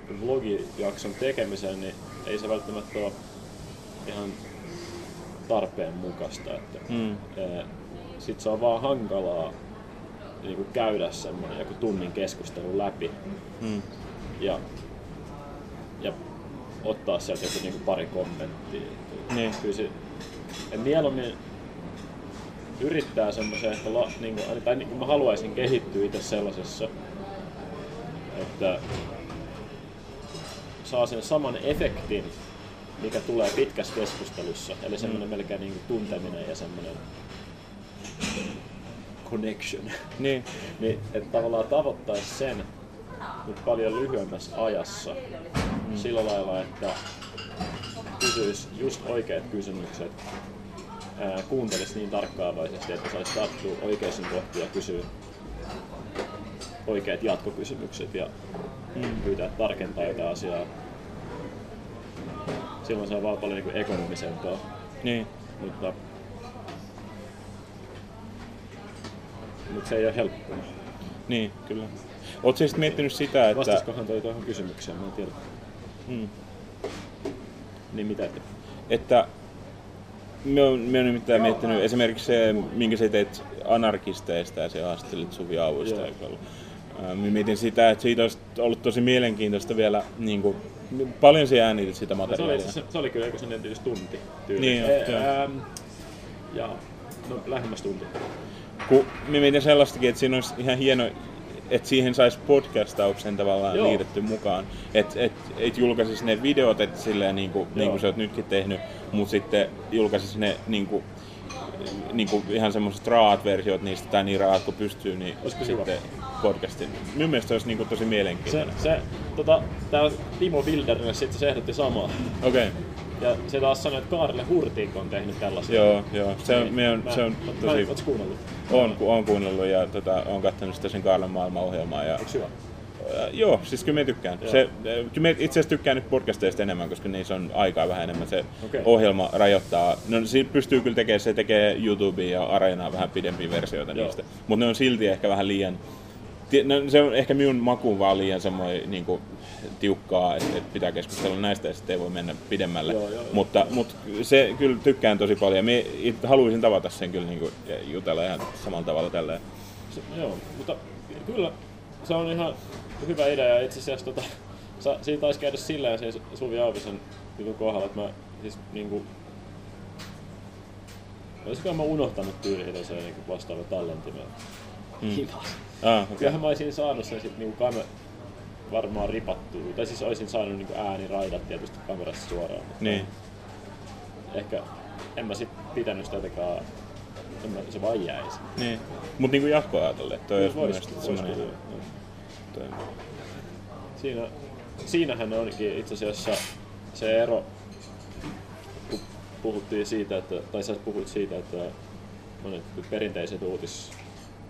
vlogijakson tekemiseen, niin ei se välttämättä ole ihan tarpeen mukaista. Että, mm. ää, sit se on vaan hankalaa niin kuin käydä semmoinen joku tunnin keskustelu läpi mm. ja, ja ottaa sieltä joku niin kuin pari kommenttia. Niin. Kyllä se, mieluummin yrittää semmoiseen, että la, niin kuin, tai niin kuin mä haluaisin kehittyä itse sellaisessa, että saa sen saman efektin, mikä tulee pitkässä keskustelussa, eli semmoinen mm. melkein niin kuin tunteminen ja semmoinen connection. Niin. Niin, että tavallaan tavoittaisi sen nyt paljon lyhyemmässä ajassa mm. sillä lailla, että kysyisi just oikeat kysymykset, ää, kuuntelisi niin tarkkaavaisesti, että saisi tarttua oikeisiin kohtiin ja kysyä oikeat jatkokysymykset ja mm. pyytää tarkentaa jotain asiaa. Silloin se on vaan paljon niin kuin ekonomisempaa. Niin. Mutta, mutta se ei ole helppoa. Niin, kyllä. Oletko siis miettinyt sitä, että... Vastaskohan toi tuohon kysymykseen, mä en tiedä. Mm. Niin mitä te? Että me on, me on nimittäin miettinyt esimerkiksi se, minkä sä teit anarkisteista ja se haastattelit Suvi Auista. Mä mietin sitä, että siitä olisi ollut tosi mielenkiintoista vielä niin kuin, paljon sä äänitit sitä materiaalia. No, se, oli, se oli kyllä joku sen tietysti tunti tyyli. Niin, e, ää, ja no lähemmäs tunti. Kun mä mietin sellaistakin, että siinä olisi ihan hieno, että siihen saisi podcastauksen tavallaan Joo. liitetty mukaan. Että et, et julkaisisi ne videot, että silleen niin kuin, niin kuin sä oot nytkin tehnyt, mutta sitten julkaisisi ne niin kuin, niin kuin ihan semmoiset raat versiot niistä, tai niin raat kun pystyy, niin olisiko sitten podcastin. Minun mielestä se olisi niin kuin tosi mielenkiintoinen. Se, se, tota, tää Timo Wilderness sitten se ehdotti samaa. Okei. Okay. Ja se taas sanoi, että Kaarle Hurtiikko on tehnyt tällaisia. Joo, joo. Se on, niin, on, mä, se on mä, tosi... Ootko kuunnellut? Oon, oon kuunnellut ja tota, oon katsonut sitä sen Kaarlen maailman-ohjelmaa. Ja, Onko hyvä? Äh, joo, siis kyllä mä tykkään. Se, kyllä mä itse asiassa tykkään nyt podcasteista enemmän, koska niissä on aikaa vähän enemmän. Se okay. ohjelma rajoittaa. No siinä pystyy kyllä tekemään, se tekee YouTubeen ja Areenaan vähän pidempiä versioita joo. niistä. Mutta ne on silti ehkä vähän liian... No, se on ehkä minun makuun vaan liian semmoinen niin kuin, tiukkaa, että, että pitää keskustella näistä ja sitten ei voi mennä pidemmälle. Joo, joo, mutta, joo. mutta se kyllä tykkään tosi paljon. Mie haluaisin tavata sen kyllä niin kuin, ja jutella ihan samalla tavalla tälleen. Se, joo, mutta kyllä se on ihan hyvä idea. Itse asiassa tota, sa, siinä taisi käydä sillä ja siis Suvi Auvisen jutun kohdalla, että mä siis niinku... Olisikohan mä unohtanut tyyliin sen niinku vastaavan tallentimen. Mm. Ah, okay. Kyllähän mä olisin saanut sen sit niinku kamer... varmaan ripattua. Tai siis olisin saanut niinku ääniraidat tietysti kamerassa suoraan. Niin. Ehkä en mä sit pitänyt sitä jotenkaan... En mä, se vaan jäisi. Niin. Mut niinku jatkoa ajatellen, toi Vois, olisi vois, semmoinen... vois, toi... Siinä, siinähän onkin itse asiassa se ero, kun puhuttiin siitä, että, tai sä puhuit siitä, että monet perinteiset uutistahot,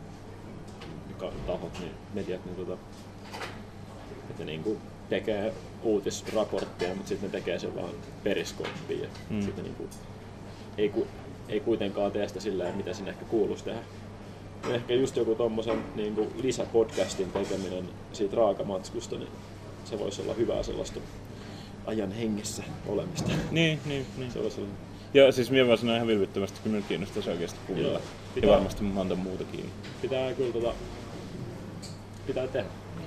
niin mediat, niin tota, että ne niin kuin tekee uutisraporttia, mutta sitten ne tekee sen vaan periskooppiin ja mm. sitten niin kuin, ei, ei kuitenkaan tee sitä sillä mitä sinne ehkä kuuluisi tehdä. Ehkä just joku tommosen niin kuin lisäpodcastin tekeminen siitä raakamatskusta, niin se voisi olla hyvää sellaista ajan hengessä olemista. Niin, niin, niin. Se voisi olla... Ja siis minä vaan sanon ihan vilpittömästi, kun minut kiinnostaisi oikeasti kuulla. Ja varmasti monta muutakin. Pitää kyllä tota... Pitää tehdä.